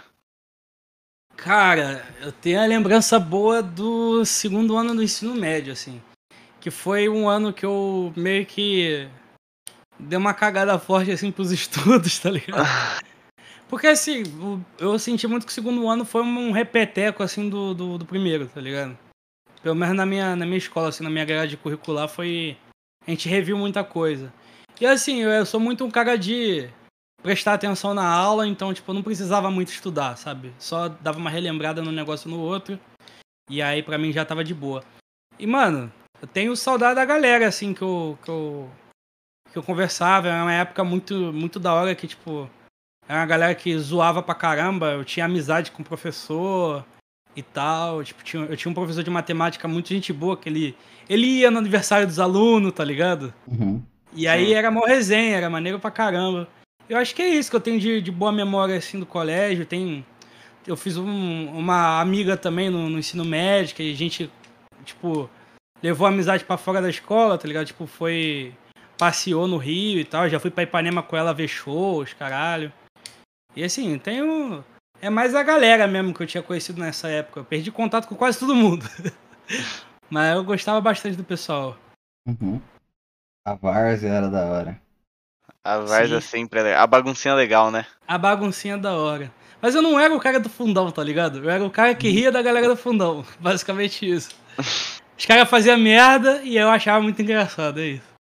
Speaker 3: Cara, eu tenho a lembrança boa do segundo ano do ensino médio, assim. Que foi um ano que eu meio que dei uma cagada forte, assim, pros estudos, tá ligado? Porque, assim, eu senti muito que o segundo ano foi um repeteco, assim, do primeiro, tá ligado? Pelo menos na minha escola, assim, na minha grade curricular, foi... A gente reviu muita coisa. E, assim, eu sou muito um cara de prestar atenção na aula, então, tipo, eu não precisava muito estudar, sabe? Só dava uma relembrada num negócio no outro, e aí pra mim já tava de boa. E, mano, eu tenho saudade da galera, assim, que eu conversava. Era uma época muito da hora que, tipo... Era uma galera que zoava pra caramba, eu tinha amizade com o professor e tal. Tipo, eu tinha um professor de matemática muito gente boa, que ele ia no aniversário dos alunos, tá ligado?
Speaker 1: Uhum.
Speaker 3: E aí era mó resenha, era maneiro pra caramba. Eu acho que é isso que eu tenho de boa memória, assim, do colégio. Eu fiz uma amiga também no ensino médio, que a gente, tipo, levou a amizade pra fora da escola, tá ligado? Tipo, passeou no Rio e tal. Já fui pra Ipanema com ela ver shows, caralho. E assim, é mais a galera mesmo que eu tinha conhecido nessa época. Eu perdi contato com quase todo mundo. Mas eu gostava bastante do pessoal.
Speaker 1: Uhum. A várzea era da hora.
Speaker 2: A várzea sempre é a baguncinha legal, né?
Speaker 3: A baguncinha da hora. Mas eu não era o cara do fundão, tá ligado? Eu era o cara que ria da galera do fundão. Basicamente isso. Os caras faziam merda e eu achava muito engraçado, é isso.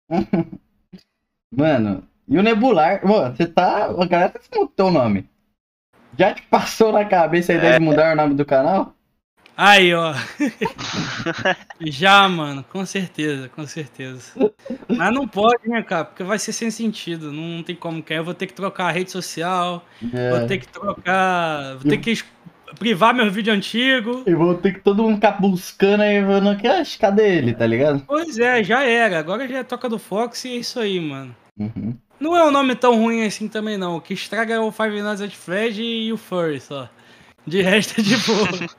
Speaker 1: Mano, e o Nebular? Mano, a galera tá se mudou o nome. Já te passou na cabeça a ideia de mudar o nome do canal?
Speaker 3: Aí, ó. Já, mano, com certeza, com certeza. Mas não pode, né, cara? Porque vai ser sem sentido. Não tem como. Eu vou ter que trocar a rede social. Vou ter que trocar. Vou ter que privar meu vídeo antigo.
Speaker 1: E vou ter que todo mundo ficar buscando aí, mano. Cadê ele, tá ligado?
Speaker 3: Pois é, já era. Agora já é Toca do Fox e é isso aí, mano.
Speaker 1: Uhum.
Speaker 3: Não é um nome tão ruim assim também, não. O que estraga é o Five Nights at Freddy's e o Furry só. De resto é de boa.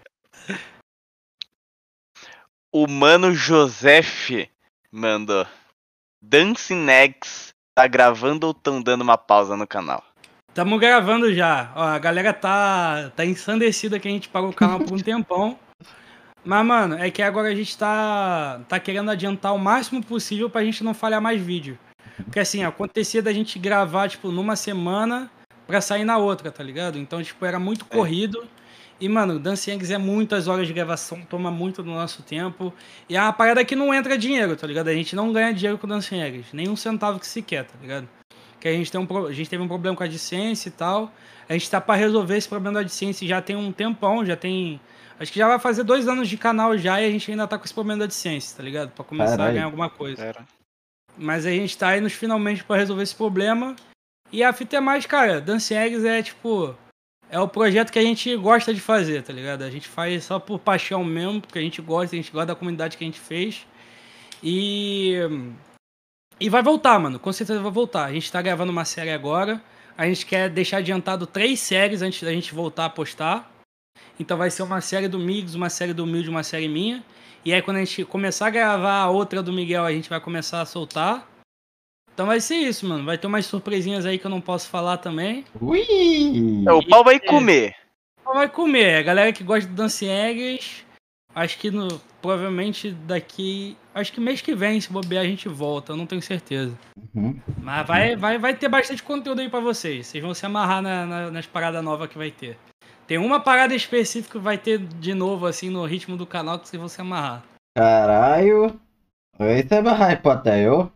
Speaker 2: O mano Josef mandou. Dancing Eggs tá gravando ou tão dando uma pausa no canal?
Speaker 3: Tamo gravando já. Ó, a galera tá ensandecida que a gente parou o canal por um tempão. Mas, mano, é que agora a gente tá querendo adiantar o máximo possível pra gente não falhar mais vídeo. Porque assim, acontecia da gente gravar, tipo, numa semana pra sair na outra, tá ligado? Então, tipo, era muito corrido. E, mano, Dancing Eggs é muitas horas de gravação, toma muito do nosso tempo. E é uma parada que não entra dinheiro, tá ligado? A gente não ganha dinheiro com Dancing Eggs, nem um centavo que sequer, tá ligado? Que a gente teve um problema com a AdSense e tal. A gente tá pra resolver esse problema da AdSense já tem um tempão, acho que já vai fazer 2 anos de canal já e a gente ainda tá com esse problema da AdSense, tá ligado? Pra começar a ganhar alguma coisa. Mas a gente tá indo finalmente pra resolver esse problema. E a fita é mais, cara, Dancing Eggs é tipo... É o projeto que a gente gosta de fazer, tá ligado? A gente faz só por paixão mesmo, porque a gente gosta da comunidade que a gente fez. E vai voltar, mano. Com certeza vai voltar. A gente tá gravando uma série agora. A gente quer deixar adiantado 3 séries antes da gente voltar a postar. Então vai ser uma série do Migs, uma série do Humilde, uma série minha. E aí quando a gente começar a gravar a outra do Miguel, a gente vai começar a soltar. Então vai ser isso, mano. Vai ter umas surpresinhas aí que eu não posso falar também.
Speaker 1: Ui!
Speaker 2: O pau vai comer.
Speaker 3: O pau vai comer. A galera que gosta do Dancing Eggs, acho que provavelmente daqui... Acho que mês que vem, se bobear, a gente volta. Eu não tenho certeza.
Speaker 1: Uhum.
Speaker 3: Mas vai ter bastante conteúdo aí pra vocês. Vocês vão se amarrar nas paradas novas que vai ter. Tem uma parada específica que vai ter de novo, assim, no ritmo do canal que vocês vão se amarrar.
Speaker 1: Caralho! Esse é hype até eu.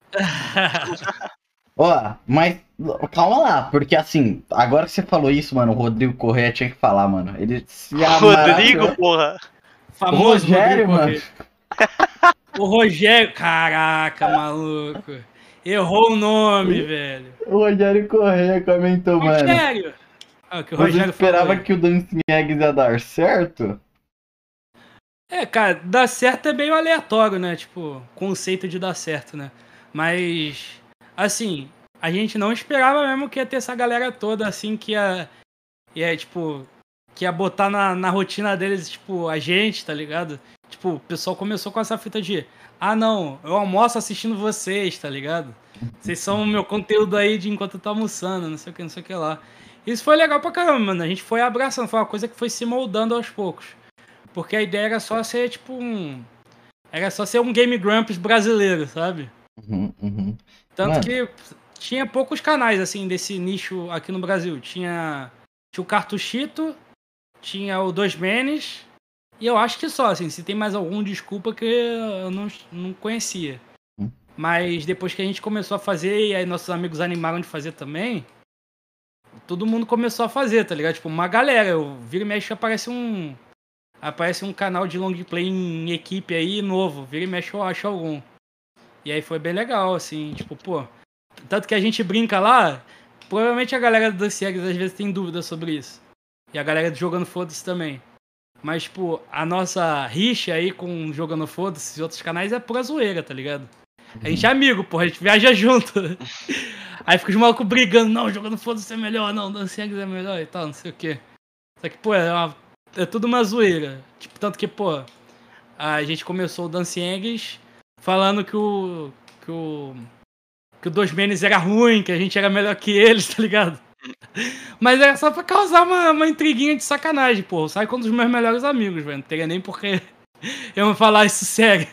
Speaker 1: Ó, mas calma lá, porque assim, agora que você falou isso, mano, o Rodrigo Correia tinha que falar, mano. Ele se
Speaker 2: Rodrigo, porra!
Speaker 3: Famoso
Speaker 1: Rogério, mano.
Speaker 3: O Rogério, caraca, maluco. Errou o nome, velho.
Speaker 1: O Rogério Correia comentou, mano.
Speaker 3: Rogério!
Speaker 1: Que o Rogério esperava que o Dancing Eggs ia dar certo?
Speaker 3: Cara, dar certo é meio aleatório, né? Tipo, conceito de dar certo, né? Mas, assim, a gente não esperava mesmo que ia ter essa galera toda, assim, que ia botar na rotina deles, tipo, a gente, tá ligado? Tipo, o pessoal começou com essa fita de, não, eu almoço assistindo vocês, tá ligado? Vocês são o meu conteúdo aí de enquanto eu tô almoçando, não sei o que lá. Isso foi legal pra caramba, mano. A gente foi abraçando, foi uma coisa que foi se moldando aos poucos. Porque a ideia era só ser, tipo, era só ser um Game Grumps brasileiro, sabe?
Speaker 1: Uhum.
Speaker 3: Tanto que tinha poucos canais, assim, desse nicho aqui no Brasil. Tinha o Cartuchito, tinha o Dois Menes, e eu acho que só, assim, se tem mais algum, desculpa que eu não conhecia. Mas depois que a gente começou a fazer, e aí nossos amigos animaram de fazer também, todo mundo começou a fazer, tá ligado? Tipo, uma galera, eu vira e mexe, aparece um canal de long play em equipe aí, novo, vira e mexe eu acho algum. E aí foi bem legal, assim, tipo, pô, tanto que a gente brinca lá, provavelmente a galera do Dancing Eggs às vezes tem dúvida sobre isso. E a galera do Jogando Foda-se também. Mas, tipo, a nossa rixa aí com Jogando Foda-se e outros canais é pura zoeira, tá ligado? A gente é amigo, porra, a gente viaja junto. Aí fica os malucos brigando, não, Jogando Foda-se é melhor, não, Dancing Eggs é melhor e tal, não sei o quê. Só que, pô, é tudo uma zoeira. Tipo, tanto que, pô, a gente começou o Dancing Eggs falando que o Dois Menes era ruim, que a gente era melhor que eles, tá ligado? Mas era só pra causar uma intriguinha de sacanagem, pô. Sai com um dos meus melhores amigos, velho. Não teria nem porque eu vou falar isso sério.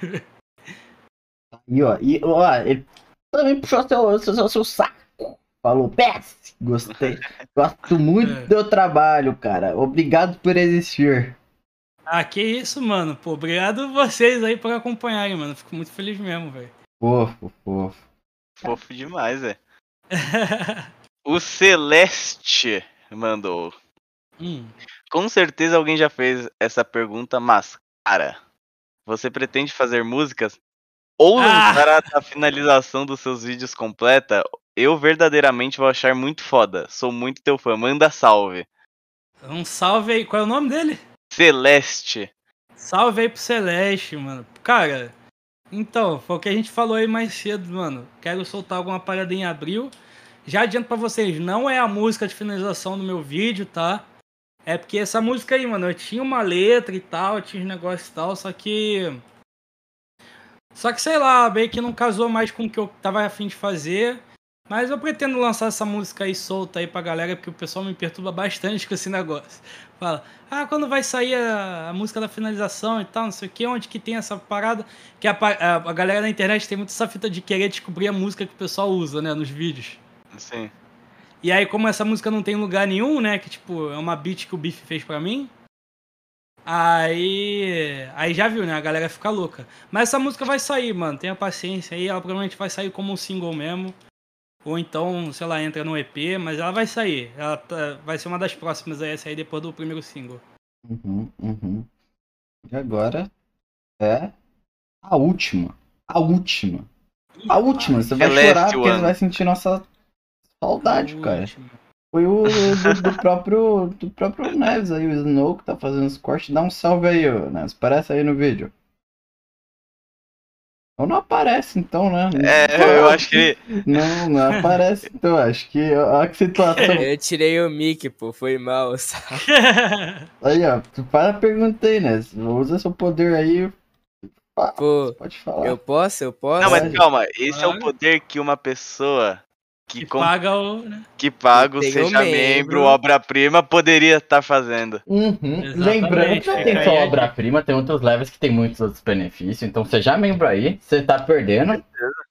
Speaker 1: E ó, ele também puxou seu saco. Falou, PS, gostei. Gosto muito do teu trabalho, cara. Obrigado por existir.
Speaker 3: Que isso, mano. Pô, obrigado vocês aí por acompanharem, mano. Fico muito feliz mesmo, velho.
Speaker 1: Fofo.
Speaker 2: Fofo demais, velho. O Celeste mandou. Com certeza alguém já fez essa pergunta, mas, cara, você pretende fazer músicas ou lançar a finalização dos seus vídeos completa? Eu verdadeiramente vou achar muito foda. Sou muito teu fã. Manda salve.
Speaker 3: Um salve aí. Qual é o nome dele?
Speaker 2: Celeste.
Speaker 3: Salve aí pro Celeste, mano. Cara, então, foi o que a gente falou aí mais cedo, mano. Quero soltar alguma parada em abril. Já adianto pra vocês, não é a música de finalização do meu vídeo, tá? É porque essa música aí, mano, eu tinha uma letra e tal, eu tinha uns negócios e tal, só que, sei lá, bem que não casou mais com o que eu tava a fim de fazer. Mas eu pretendo lançar essa música aí solta aí pra galera, porque o pessoal me perturba bastante com esse negócio. Fala, quando vai sair a música da finalização e tal, não sei o que, onde que tem essa parada? Que a galera na internet tem muito essa fita de querer descobrir a música que o pessoal usa, né, nos vídeos.
Speaker 2: Sim.
Speaker 3: E aí, como essa música não tem lugar nenhum, né, que tipo, é uma beat que o Biff fez pra mim, aí já viu, né, a galera fica louca. Mas essa música vai sair, mano, tenha paciência aí, ela provavelmente vai sair como um single mesmo. Ou então, sei lá, entra no EP, mas ela vai sair. Ela vai ser uma das próximas a sair depois do primeiro single.
Speaker 1: E agora é a última. Você vai chorar porque você vai sentir nossa saudade, cara. Foi o do próprio Neves aí, o Snow, que tá fazendo os cortes. Dá um salve aí, Neves. Aparece aí no vídeo. Ou não aparece, então, né?
Speaker 2: Eu acho que...
Speaker 1: Não aparece, então. Acho que... Olha que situação.
Speaker 4: Eu tirei o mic, pô. Foi mal, sabe?
Speaker 1: Aí, ó. Tu para a pergunta aí, né? Usa seu poder aí.
Speaker 4: Pô,
Speaker 1: pode falar.
Speaker 4: Eu posso?
Speaker 2: Não, mas calma, esse é o poder que uma pessoa que
Speaker 3: paga o... Né?
Speaker 2: Que paga o Seja Membro, obra-prima, poderia estar fazendo.
Speaker 1: Lembrando que não tem só obra-prima, tem outros levels que tem muitos outros benefícios. Então, Seja Membro aí, você tá perdendo.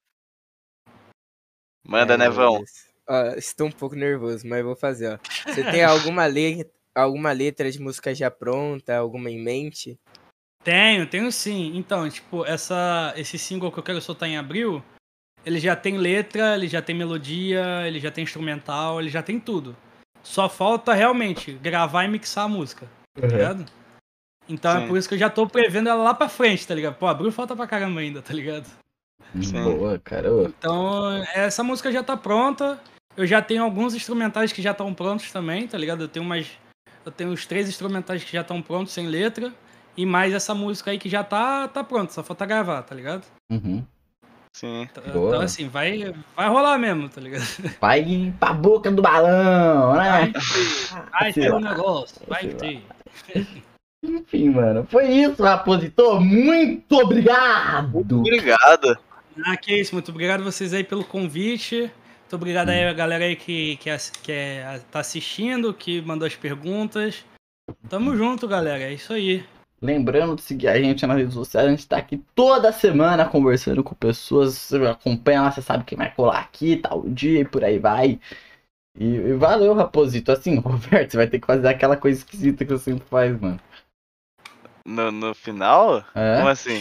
Speaker 2: Manda, Nevão.
Speaker 4: Estou um pouco nervoso, mas vou fazer, ó. Você tem alguma letra de música já pronta, alguma em mente?
Speaker 3: Tenho sim. Então, tipo, esse single que eu quero soltar em abril, ele já tem letra, ele já tem melodia, ele já tem instrumental, ele já tem tudo. Só falta realmente gravar e mixar a música, tá ligado? Então é por isso que eu já tô prevendo ela lá pra frente, tá ligado? Pô, abril falta pra caramba ainda, tá ligado?
Speaker 1: Boa, cara.
Speaker 3: Então, essa música já tá pronta. Eu já tenho alguns instrumentais que já estão prontos também, tá ligado? Eu tenho uns 3 instrumentais que já estão prontos, sem letra. E mais essa música aí que já tá pronta, só falta gravar, tá ligado?
Speaker 2: Sim.
Speaker 3: Então assim, vai rolar mesmo, tá ligado?
Speaker 1: Vai pra boca do balão, né?
Speaker 3: Vai ter um negócio, vai ter.
Speaker 1: Enfim, mano, foi isso, Rapositor. Muito obrigado!
Speaker 2: Obrigado.
Speaker 3: Que isso, muito obrigado a vocês aí pelo convite. Muito obrigado aí a galera aí que tá assistindo, que mandou as perguntas. Tamo junto, galera, é isso aí.
Speaker 1: Lembrando de seguir a gente nas redes sociais, a gente tá aqui toda semana conversando com pessoas, você acompanha lá, você sabe quem vai colar aqui, tal dia e por aí vai. E valeu, Raposito. Assim, Roberto, você vai ter que fazer aquela coisa esquisita que você sempre faz, mano.
Speaker 2: No final?
Speaker 1: É?
Speaker 2: Como assim?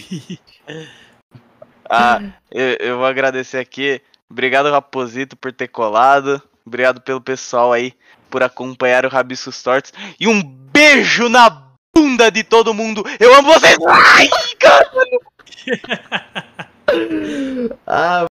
Speaker 2: Eu vou agradecer aqui. Obrigado, Raposito, por ter colado. Obrigado pelo pessoal aí por acompanhar o Rabiscos Tortos. E um beijo na bunda de todo mundo. Eu amo vocês. Ai, cara!